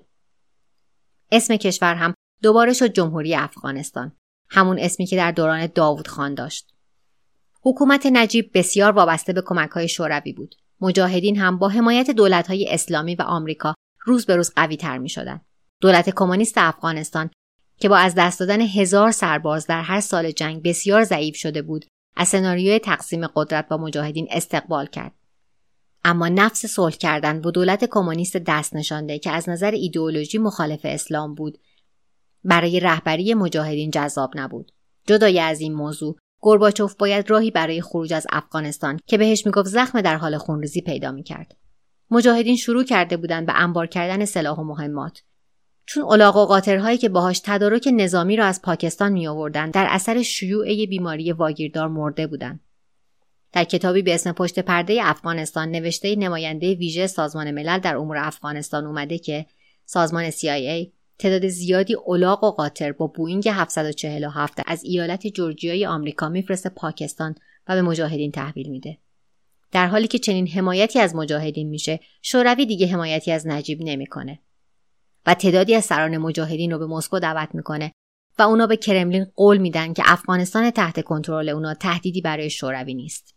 اسم کشور هم دوباره شد جمهوری افغانستان، همون اسمی که در دوران داوود خان داشت. حکومت نجیب بسیار وابسته به کمک‌های شوروی بود. مجاهدین هم با حمایت دولت‌های اسلامی و آمریکا روز به روز قوی‌تر می‌شدند. دولت کمونیست افغانستان که با از دست دادن هزار سرباز در هر سال جنگ بسیار ضعیف شده بود، از سناریوی تقسیم قدرت با مجاهدین استقبال کرد. اما نفس صلح کردن با دولت کمونیست دست نشانده که از نظر ایدئولوژی مخالف اسلام بود، برای رهبری مجاهدین جذاب نبود. جدای از این موضوع، گورباچوف باید راهی برای خروج از افغانستان که بهش میگفت زخم در حال خونریزی پیدا میکرد. مجاهدین شروع کرده بودند به انبار کردن سلاح و مهمات. چون الاغ و قاطرهایی که باهاش تدارک نظامی را از پاکستان می آوردند در اثر شیوع بیماری واگیردار مرده بودند. در کتابی به اسم پشت پرده افغانستان نوشته نماینده ویژه سازمان ملل در امور افغانستان اومده که سازمان سی آی ای تعداد زیادی الاغ و قاطر با بوئینگ هفتصد و چهل و هفت از ایالت جورجیای آمریکا میفرسته پاکستان و به مجاهدین تحویل میده. در حالی که چنین حمایتی از مجاهدین میشه، شوروی دیگه حمایتی از نجیب نمیکنه و تعدادی از سران مجاهدین رو به مسکو دعوت میکنه و اونا به کرملین قول میدن که افغانستان تحت کنترل اونا تهدیدی برای شوروی نیست.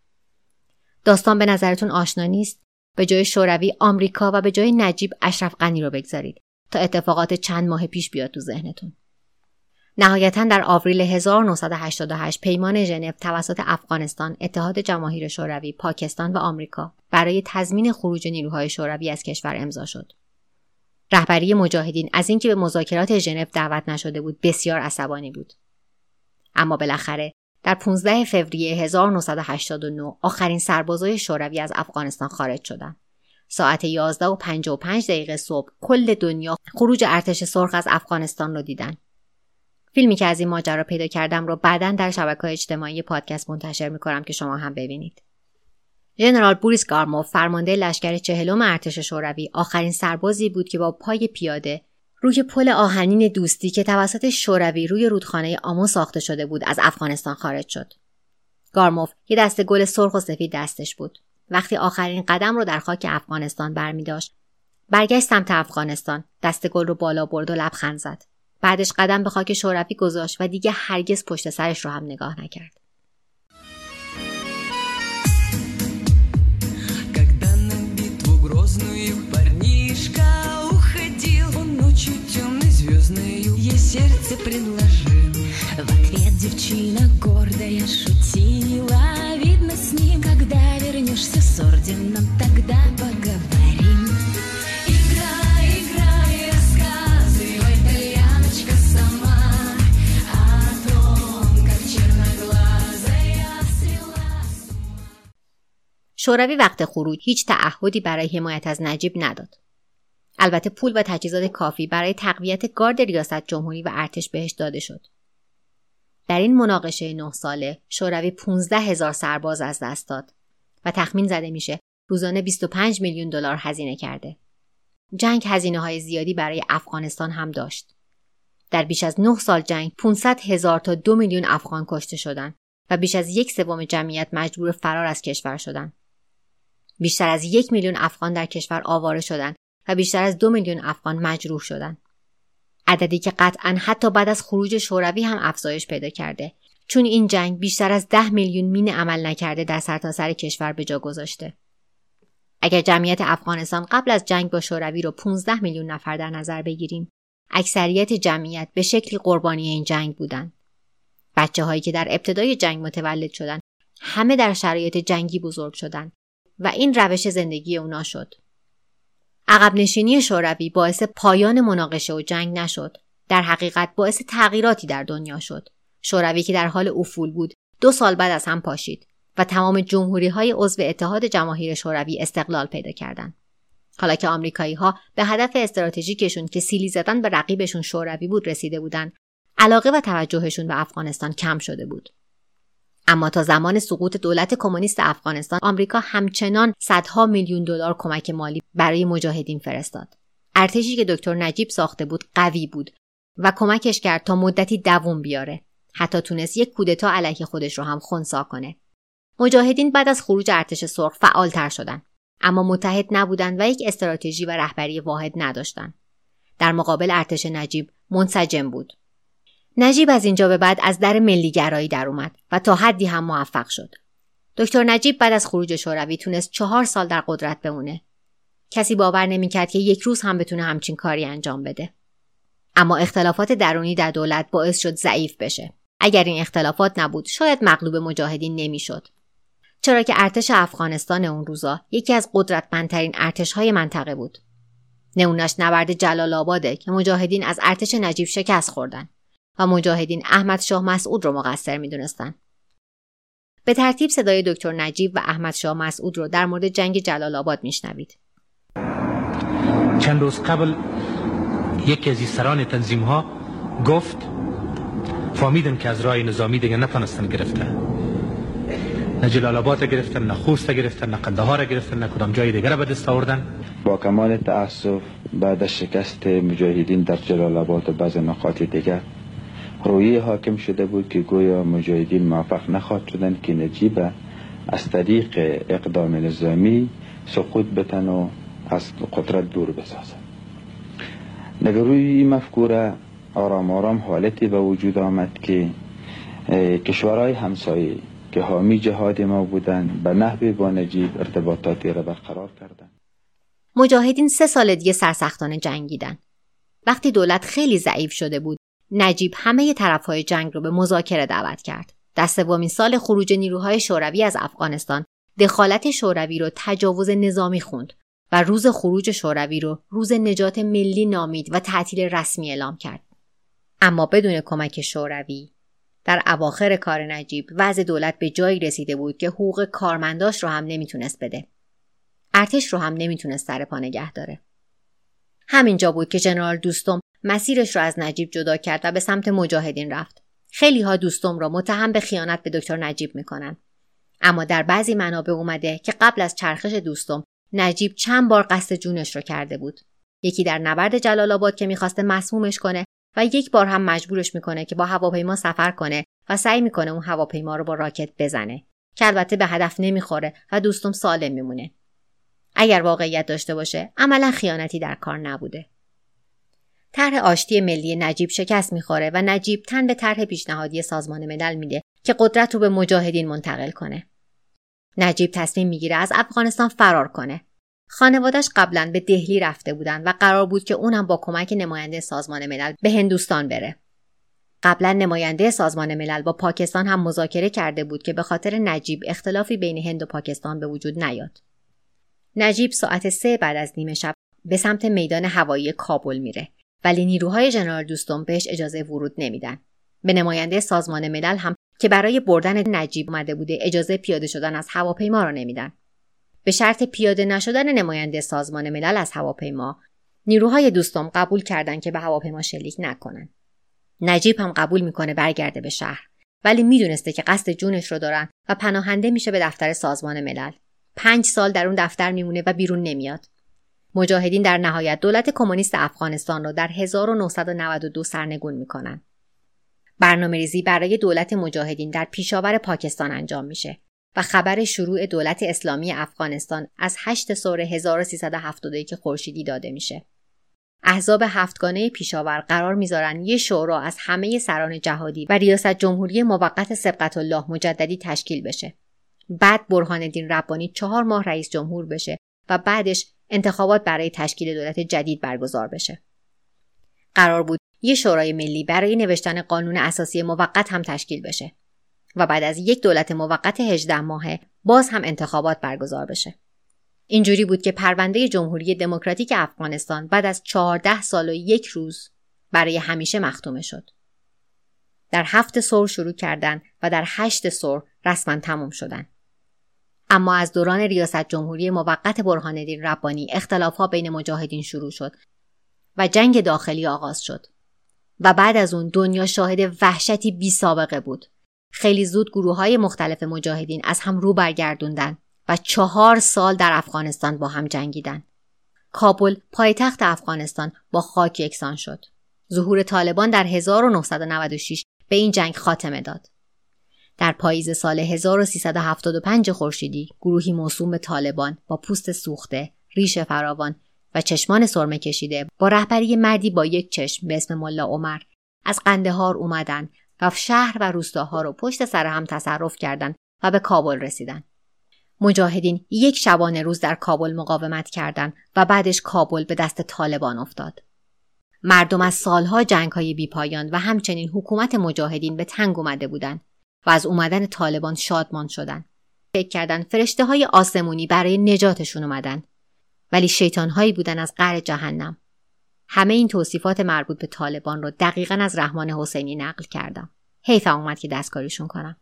داستان به نظرتون آشنا نیست؟ به جای شوروی آمریکا و به جای نجیب اشرف غنی رو بگذارید تا اتفاقات چند ماه پیش بیاد تو ذهنتون. نهایتاً در آوریل هزار و نهصد و هشتاد و هشت پیمان ژنو توسط افغانستان، اتحاد جماهیر شوروی، پاکستان و آمریکا برای تضمین خروج نیروهای شوروی از کشور امضا شد. رهبری مجاهدین از اینکه به مذاکرات ژنو دعوت نشده بود بسیار عصبانی بود. اما بالاخره در پانزده فوریه هزار و نهصد و هشتاد و نه آخرین سربازای شوروی از افغانستان خارج شدند. ساعت یازده و پنجاه و پنج دقیقه صبح کل دنیا خروج ارتش سرخ از افغانستان رو دیدن. فیلمی که از این ماجرا پیدا کردم رو بعداً در شبکه‌های اجتماعی پادکست منتشر می‌کنم که شما هم ببینید. ژنرال بوریس گارموف، فرمانده لشکر چهلم ارتش شوروی، آخرین سربازی بود که با پای پیاده روی پل آهنین دوستی که توسط شوروی روی رودخانه آمو ساخته شده بود از افغانستان خارج شد. گارموف یه دسته گل سرخ و سفید دستش بود. وقتی آخرین قدم رو در خاک افغانستان برمی داشت، برگشت سمت افغانستان، دسته گل رو بالا برد و لبخند زد. بعدش قدم به خاک شوروی گذاشت و دیگه هرگز пошта سرش رو هم نگاه نکرد. Сердце предложил, в ответ девчина гордая шутила. Видно с ним, когда вернешься с орденом, тогда поговорим. Играй, играй, рассказывай, итальяночка сама о том, как черноглазая свела. شوروی وقت خروج هیچ تعهدی برای حمایت از نجیب نداد. البته پول و تجهیزات کافی برای تقویت گارد ریاست جمهوری و ارتش بهش داده شد. در این مناقشه نه ساله شوروی پانزده هزار سرباز از دست داد و تخمین زده میشه روزانه بیست و پنج میلیون دلار هزینه کرده. جنگ هزینه‌های زیادی برای افغانستان هم داشت. در بیش از نه سال جنگ پانصد هزار تا دو میلیون افغان کشته شدند و بیش از یک سوم جمعیت مجبور فرار از کشور شدند. بیشتر از یک میلیون افغان در کشور آواره شدند و بیشتر از دو میلیون افغان مجروح شدند. عددی که قطعاً حتی بعد از خروج شوروی هم افزایش پیدا کرده، چون این جنگ بیشتر از ده میلیون مین عمل نکرده در سرتاسر کشور به جا گذاشته. اگر جمعیت افغانستان قبل از جنگ با شوروی رو پانزده میلیون نفر در نظر بگیریم، اکثریت جمعیت به شکلی قربانی این جنگ بودند. بچه‌هایی که در ابتدای جنگ متولد شدند، همه در شرایط جنگی بزرگ شدند و این روش زندگی اونا شد. عقب نشینی شوروی باعث پایان مناقشه و جنگ نشد. در حقیقت باعث تغییراتی در دنیا شد. شوروی که در حال افول بود، دو سال بعد از هم پاشید و تمام جمهوری‌های عضو اتحاد جماهیر شوروی استقلال پیدا کردند. حالا که آمریکایی‌ها به هدف استراتژیکشون که سیلی زدن به رقیبشون شوروی بود رسیده بودند، علاقه و توجهشون به افغانستان کم شده بود. اما تا زمان سقوط دولت کمونیست افغانستان، آمریکا همچنان صدها میلیون دلار کمک مالی برای مجاهدین فرستاد. ارتشی که دکتر نجیب ساخته بود قوی بود و کمکش کرد تا مدتی دوام بیاره. حتی تونست یک کودتا علیه خودش رو هم خنثی کنه. مجاهدین بعد از خروج ارتش سرخ فعالتر شدن، اما متحد نبودند و یک استراتژی و رهبری واحد نداشتند. در مقابل ارتش نجیب منسجم بود. نجیب از اینجا به بعد از در ملیگرایی در اومد و تا حدی هم موفق شد. دکتر نجیب بعد از خروج شوروی تونست چهار سال در قدرت بمونه. کسی باور نمی‌کرد که یک روز هم بتونه همچین کاری انجام بده. اما اختلافات درونی در دولت باعث شد ضعیف بشه. اگر این اختلافات نبود، شاید مغلوب مجاهدین نمیشد. چرا که ارتش افغانستان اون روزا یکی از قدرتمندترین ارتش‌های منطقه بود. نمونه‌اش نبرد جلال آباده که مجاهدین از ارتش نجیب شکست خوردن و مجاهدین احمد شاه مسعود رو مقصر می‌دونستن. به ترتیب صدای دکتر نجیب و احمد شاه مسعود رو در مورد جنگ جلال آباد میشنوید. چند روز قبل یکی از سران تنظیم ها گفت فهمیدن که از راه نظامی دیگه نتونستن گرفته، نه جلال آباد گرفتن، نه خوست گرفتن، نه قندهار گرفتن، نه کدام جای دیگر به دست آوردن. با کمال تأسف بعد از شکست مجاهدین در جلال آباد و بعض نقاط دیگر، رویه حاکم شده بود که گویا مجاهدین موفق نخواهد شدن که نجیب از طریق اقدام نظامی سقوط بتن و از قدرت دور بسازن. نگروی این مفکوره آرام آرام حالتی به وجود آمد که کشورهای همسایه که حامی جهاد ما بودند به نحوی با نجیب ارتباطاتی را برقرار کردند. مجاهدین سه سال دیگه سرسختانه جنگیدن. وقتی دولت خیلی ضعیف شده بود، نجیب همه طرفهای جنگ رو به مذاکره دعوت کرد. در سومین سال خروج نیروهای شوروی از افغانستان، دخالت شوروی رو تجاوز نظامی خوند و روز خروج شوروی رو روز نجات ملی نامید و تعطیل رسمی اعلام کرد. اما بدون کمک شوروی، در اواخر کار نجیب وضع دولت به جایی رسیده بود که حقوق کارمنداش رو هم نمیتونست بده. ارتش رو هم نمیتونست سر پا نگه داره. همینجا بود که ژنرال دوستم مسیرش رو از نجیب جدا کرد و به سمت مجاهدین رفت. خیلی ها دوستم رو متهم به خیانت به دکتر نجیب میکنن. اما در بعضی منابع اومده که قبل از چرخش دوستم نجیب چند بار قصد جونش رو کرده بود. یکی در نبرد جلال آباد که میخواسته مسمومش کنه و یک بار هم مجبورش میکنه که با هواپیما سفر کنه و سعی میکنه اون هواپیما رو با راکت بزنه که البته به هدف نمیخوره و دوستم سالم میمونه. اگر واقعیت داشته باشه عملا خیانتی در کار نبوده. طرح آشتی ملی نجیب شکست میخوره و نجیب تن به طرح پیشنهادی سازمان ملل میده که قدرت رو به مجاهدین منتقل کنه. نجیب تصمیم میگیره از افغانستان فرار کنه. خانواده‌اش قبلا به دهلی رفته بودن و قرار بود که اونم با کمک نماینده سازمان ملل به هندوستان بره. قبلا نماینده سازمان ملل با پاکستان هم مذاکره کرده بود که به خاطر نجیب اختلافی بین هند و پاکستان به وجود نیاد. نجیب ساعت سه بعد از نیمه شب به سمت میدان هوایی کابل میره، ولی نیروهای ژنرال دوستم بهش اجازه ورود نمیدن. به نماینده سازمان ملل هم که برای بردن نجیب اومده بوده اجازه پیاده شدن از هواپیما رو نمیدن. به شرط پیاده نشدن نماینده سازمان ملل از هواپیما، نیروهای دوستم قبول کردن که به هواپیما شلیک نکنن. نجیب هم قبول میکنه برگرده به شهر، ولی میدونسته که قصد جونش رو دارن و پناهنده میشه به دفتر سازمان ملل. پنج سال در اون دفتر میمونه و بیرون نمیاد. مجاهدین در نهایت دولت کمونیست افغانستان رو در هزار و نهصد و نود و دو سرنگون میکنن. برنامه‌ریزی برای دولت مجاهدین در پیشاور پاکستان انجام میشه و خبر شروع دولت اسلامی افغانستان از هشت سور هزار و سیصد و هفتاد و یک خورشیدی داده میشه. احزاب هفتگانه پیشاور قرار میذارن یه شورا از همه سران جهادی و ریاست جمهوری موقت سبقت الله مجددی تشکیل بشه. بعد برهان الدین ربانی چهار ماه رئیس جمهور بشه و بعدش انتخابات برای تشکیل دولت جدید برگزار بشه. قرار بود یه شورای ملی برای نوشتن قانون اساسی موقت هم تشکیل بشه و بعد از یک دولت موقت هجده ماهه باز هم انتخابات برگزار بشه. اینجوری بود که پرونده جمهوری دموکراتیک افغانستان بعد از چهارده سال و یک روز برای همیشه مختومه شد. در هفت سور شروع کردن و در هشت سور رسما تموم شدن. اما از دوران ریاست جمهوری موقت برهان‌الدین ربانی اختلافات بین مجاهدین شروع شد و جنگ داخلی آغاز شد و بعد از اون دنیا شاهد وحشتی بی سابقه بود. خیلی زود گروه‌های مختلف مجاهدین از هم رو برگردوندن و چهار سال در افغانستان با هم جنگیدن. کابل پایتخت افغانستان با خاک یکسان شد. ظهور طالبان در هزار و نهصد و نود و شش به این جنگ خاتمه داد. در پاییز سال هزار و سیصد و هفتاد و پنج خورشیدی گروهی موسوم به طالبان با پوست سوخته، ریش فراوان و چشمان سرمه کشیده با رهبری مردی با یک چشم به اسم ملا عمر از قندهار اومدن و شهر و روستاها رو پشت سر هم تصرف کردند و به کابل رسیدن. مجاهدین یک شبانه روز در کابل مقاومت کردند و بعدش کابل به دست طالبان افتاد. مردم از سالها جنگ‌های بی‌پایان و همچنین حکومت مجاهدین به تنگ اومده بودند و از اومدن طالبان شادمان شدند. فکر کردن فرشته‌های آسمونی برای نجاتشون اومدن، ولی شیطان‌هایی بودن از قعر جهنم. همه این توصیفات مربوط به طالبان رو دقیقاً از رحمان حسینی نقل کردم. حیفم اومد که دستکاریشون کنم.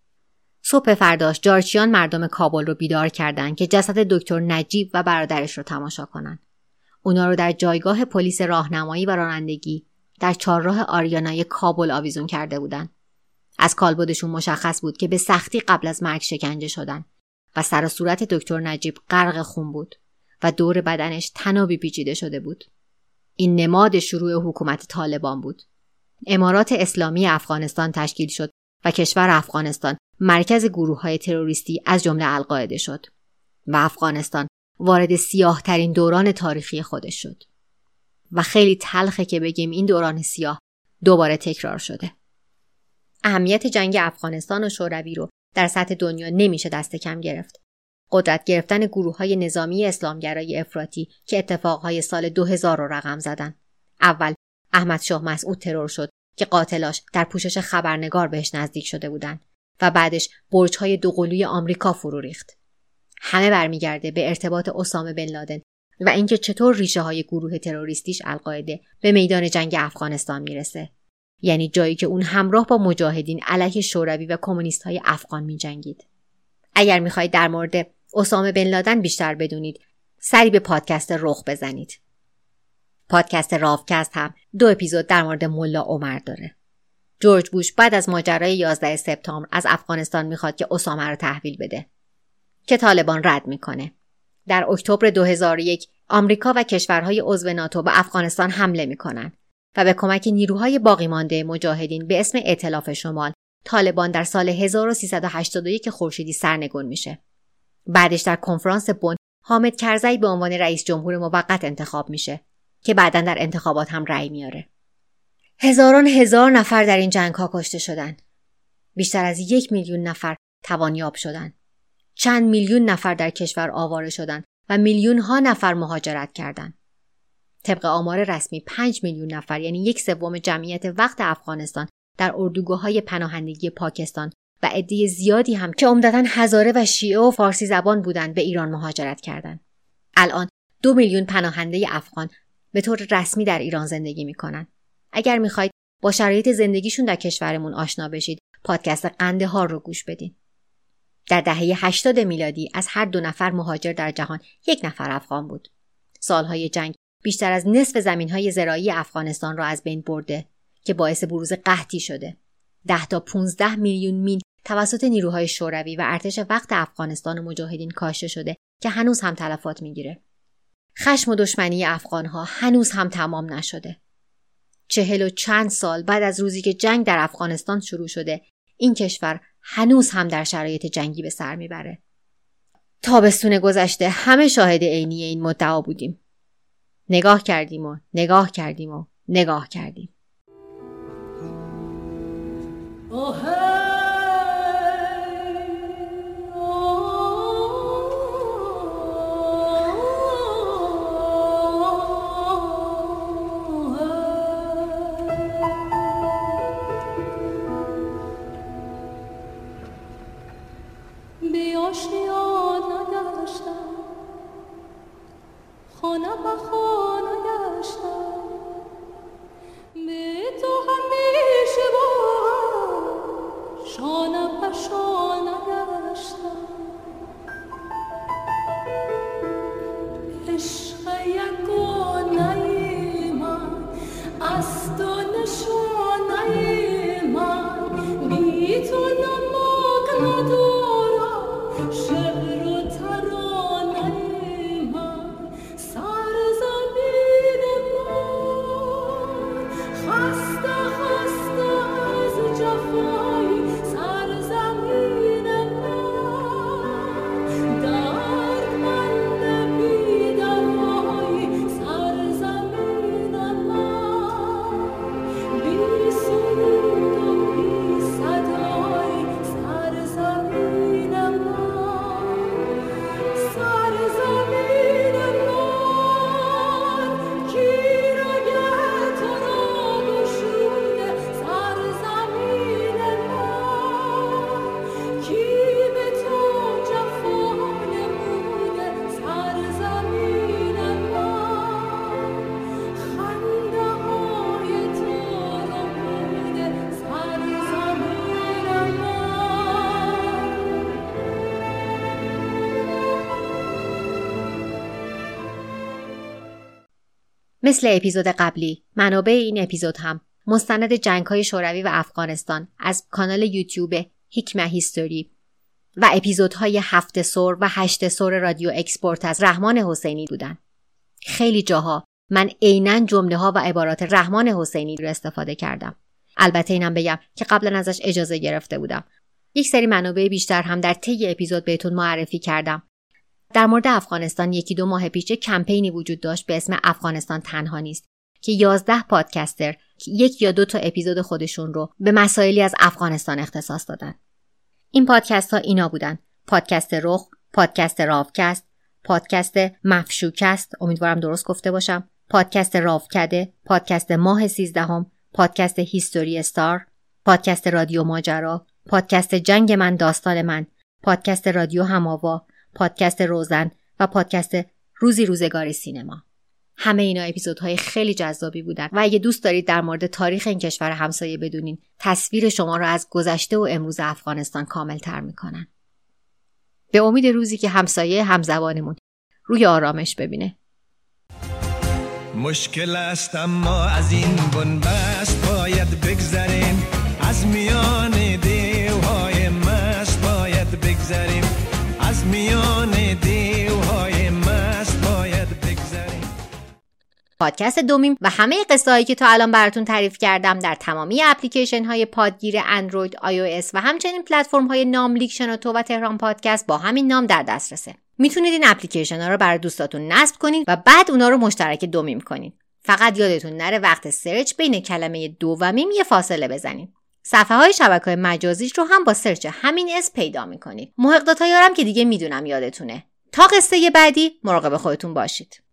صبح فرداش جارچیان مردم کابل رو بیدار کردند که جسد دکتر نجیب و برادرش رو تماشا کنن. اونا رو در جایگاه پلیس راهنمایی و رانندگی در چهارراه آریانای کابل آویزون کرده بودن. از کالبدشون مشخص بود که به سختی قبل از مرگ شکنجه شدن و سر و صورت دکتر نجیب غرق خون بود و دور بدنش تنابی پیچیده شده بود. این نماد شروع حکومت طالبان بود. امارات اسلامی افغانستان تشکیل شد و کشور افغانستان مرکز گروه‌های تروریستی از جمله القاعده شد و افغانستان وارد سیاه ترین دوران تاریخی خودش شد. و خیلی تلخه که بگیم این دوران سیاه دوباره تکرار شده. اهمیت جنگ افغانستان و شوروی رو در سطح دنیا نمیشه دست کم گرفت. قدرت گرفتن گروه‌های نظامی اسلامگرای افراطی که اتفاقهای سال دو هزار رو رقم زدن. اول احمد شاه مسعود ترور شد که قاتلاش در پوشش خبرنگار بهش نزدیک شده بودن و بعدش برج‌های دوقلوی آمریکا فرو ریخت. همه برمیگرده به ارتباط اسامه بن لادن و اینکه چطور ریشه‌های گروه تروریستیش القاعده به میدان جنگ افغانستان میرسه. یعنی جایی که اون همراه با مجاهدین علیه شوروی و کمونیست‌های افغان می‌جنگید. اگر می‌خواید در مورد اسامه بن لادن بیشتر بدونید، سری به پادکست رخ بزنید. پادکست راوکست هم دو اپیزود در مورد ملا عمر داره. جورج بوش بعد از ماجرای یازده سپتامبر از افغانستان میخواد که اسامه رو تحویل بده که طالبان رد میکنه. در اکتبر دو هزار و یک آمریکا و کشورهای عضو ناتو به افغانستان حمله میکنن و به کمک نیروهای باقی مانده مجاهدین به اسم ائتلاف شمال طالبان در سال هزار و سیصد و هشتاد و یک خورشیدی سرنگون میشه. بعدش در کنفرانس بن حامد کرزی به عنوان رئیس جمهور موقت انتخاب میشه که بعداً در انتخابات هم رأی میاره. هزاران هزار نفر در این جنگ ها کشته شدن. بیشتر از یک میلیون نفر توانیاب شدن. چند میلیون نفر در کشور آواره شدن و میلیون ها نفر مهاجرت کردند. طبق آمار رسمی پنج میلیون نفر یعنی یک سوم جمعیت وقت افغانستان در اردوگاه‌های پناهندگی پاکستان و عده زیادی هم که عمدتاً هزاره و شیعه و فارسی زبان بودند به ایران مهاجرت کردند. الان دو میلیون پناهنده افغان به طور رسمی در ایران زندگی می‌کنند. اگر می‌خواید با شرایط زندگیشون در کشورمون آشنا بشید، پادکست قندهار رو گوش بدین. در دهه هشتاد میلادی از هر دو نفر مهاجر در جهان یک نفر افغان بود. سالهای جنگ بیشتر از نصف زمین‌های زراعی افغانستان را از بین برده که باعث بروز قحطی شده. ده تا پانزده میلیون مین توسط نیروهای شوروی و ارتش وقت افغانستان و مجاهدین کاشته شده که هنوز هم تلفات میگیره. خشم و دشمنی افغانها هنوز هم تمام نشده. چهل و چند سال بعد از روزی که جنگ در افغانستان شروع شده، این کشور هنوز هم در شرایط جنگی به سر میبره. تابستون گذشته همه شاهد عینی این مدعا بودیم. نگاه کردیم و نگاه کردیم و نگاه کردیم. بیاشیان نداشتم از تو نشانه من بی تو نمک ندارم شعر و ترانه من سرزمین من خسته خسته از جفای سرزمین من دردمند بی دوای سرزمین من بی سرود و بی صدای سرزمین من سرزمین من کی رگه تو را گشوده سرزمین من کی به تو جفا نموده سرزمین من خنده های تو را بوده سرزمین من مثل اپیزود قبلی، منابع این اپیزود هم مستند جنگ‌های شوروی و افغانستان از کانال یوتیوب حکمه هیستوری و اپیزودهای هفت سور و هشت سور رادیو اکسپورت از رحمان حسینی بودن. خیلی جاها من عیناً جمله‌ها و عبارات رحمان حسینی رو استفاده کردم. البته اینم بگم که قبلا ازش اجازه گرفته بودم. یک سری منابع بیشتر هم در طی اپیزود بهتون معرفی کردم. در مورد افغانستان یکی دو ماه پیش کمپینی وجود داشت به اسم افغانستان تنها نیست که یازده پادکستر که یک یا دو تا اپیزود خودشون رو به مسائلی از افغانستان اختصاص دادن. این پادکست ها اینا بودن: پادکست رخ، پادکست راوکست، پادکست مفشوکست، امیدوارم درست گفته باشم، پادکست راوکده، پادکست ماه سیزدهم، پادکست هیستوری استار، پادکست رادیو ماجرا، پادکست جنگ من داستان من، پادکست رادیو هماوا، پادکست روزن و پادکست روزی روزگاری سینما. همه اینا اپیزودهای خیلی جذابی بودن و اگه دوست دارید در مورد تاریخ این کشور همسایه بدونین، تصویر شما رو از گذشته و امروز افغانستان کامل تر میکنن. به امید روزی که همسایه همزبانمون روی آرامش ببینه. مشکل است اما از این بنبست باید بگذریم، از میان دیوهای مست باید بگذریم، از میان دیوهای مست باید بگذریم. پادکست دومیم و همه قصه هایی که تا الان براتون تعریف کردم در تمامی اپلیکیشن های پادگیر اندروید، آی او اس و همچنین پلتفرم های ناملیک، شنوتو و تهران پادکست با همین نام در دسترسه. میتونید این اپلیکیشن ها رو برای دوستاتون نصب کنید و بعد اونا رو مشترک دومیم کنید. فقط یادتون نره وقت سرچ بین کلمه دو و میم یه فاصله بزنید. صفحه های شبکه‌های مجازیش رو هم با سرچ همین اسم پیدا میکنید. محق داتایارم که دیگه میدونم یادتونه. تا قصه بعدی مراقب خودتون باشید.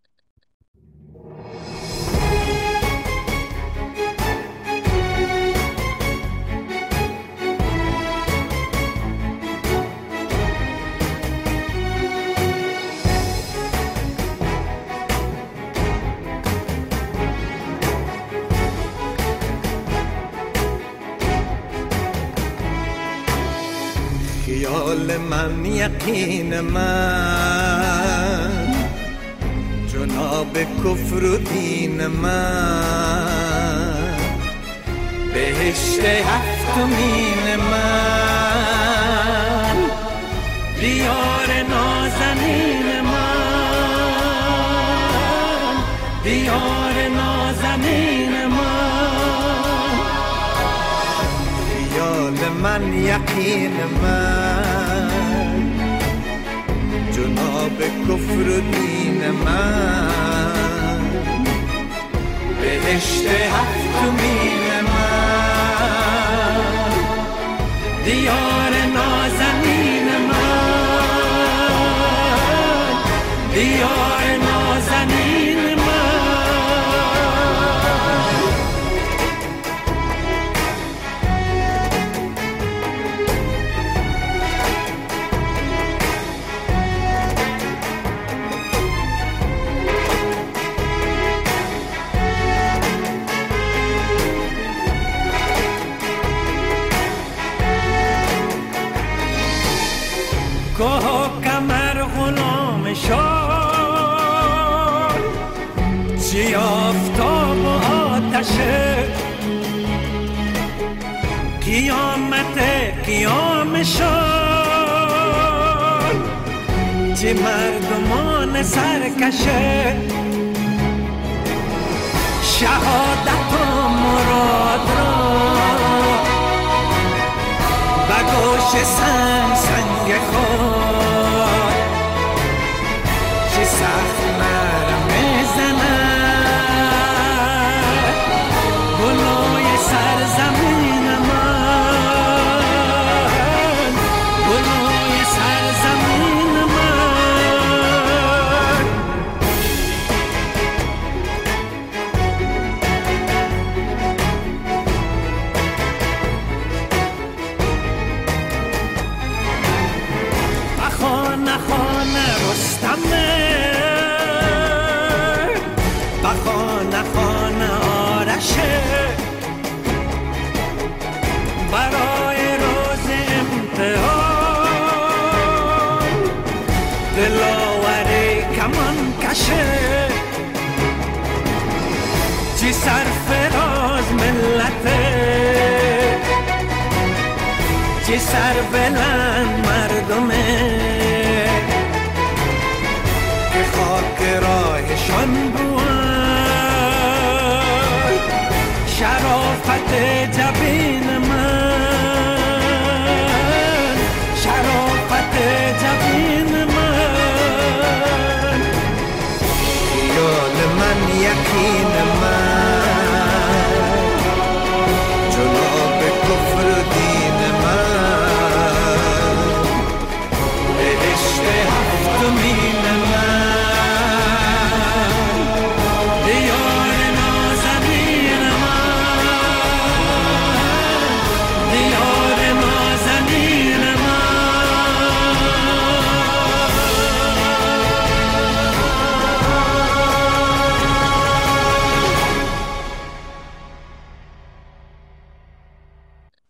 خیال من یقین من جناب کفر و دین من بهشت هفتمین من دیار نازنین من دیار نازنین من خیال من یقین من جناب کفر و دین من بهشت هفتمین من دیار نازنین من دیار نازنین من آتشه قیامت قیام شد چه مردمان سرکشه شهادت و مراد را به گوش سنگ سنگ خود چه سخت نرم میزند گلوی سرزمین من گلوی سرزمین من خانه خانه رستمه و خانه خانه آرشه برای روز امتحان دلاوری کمان کشه چی سرفراز ملته چی سر بلند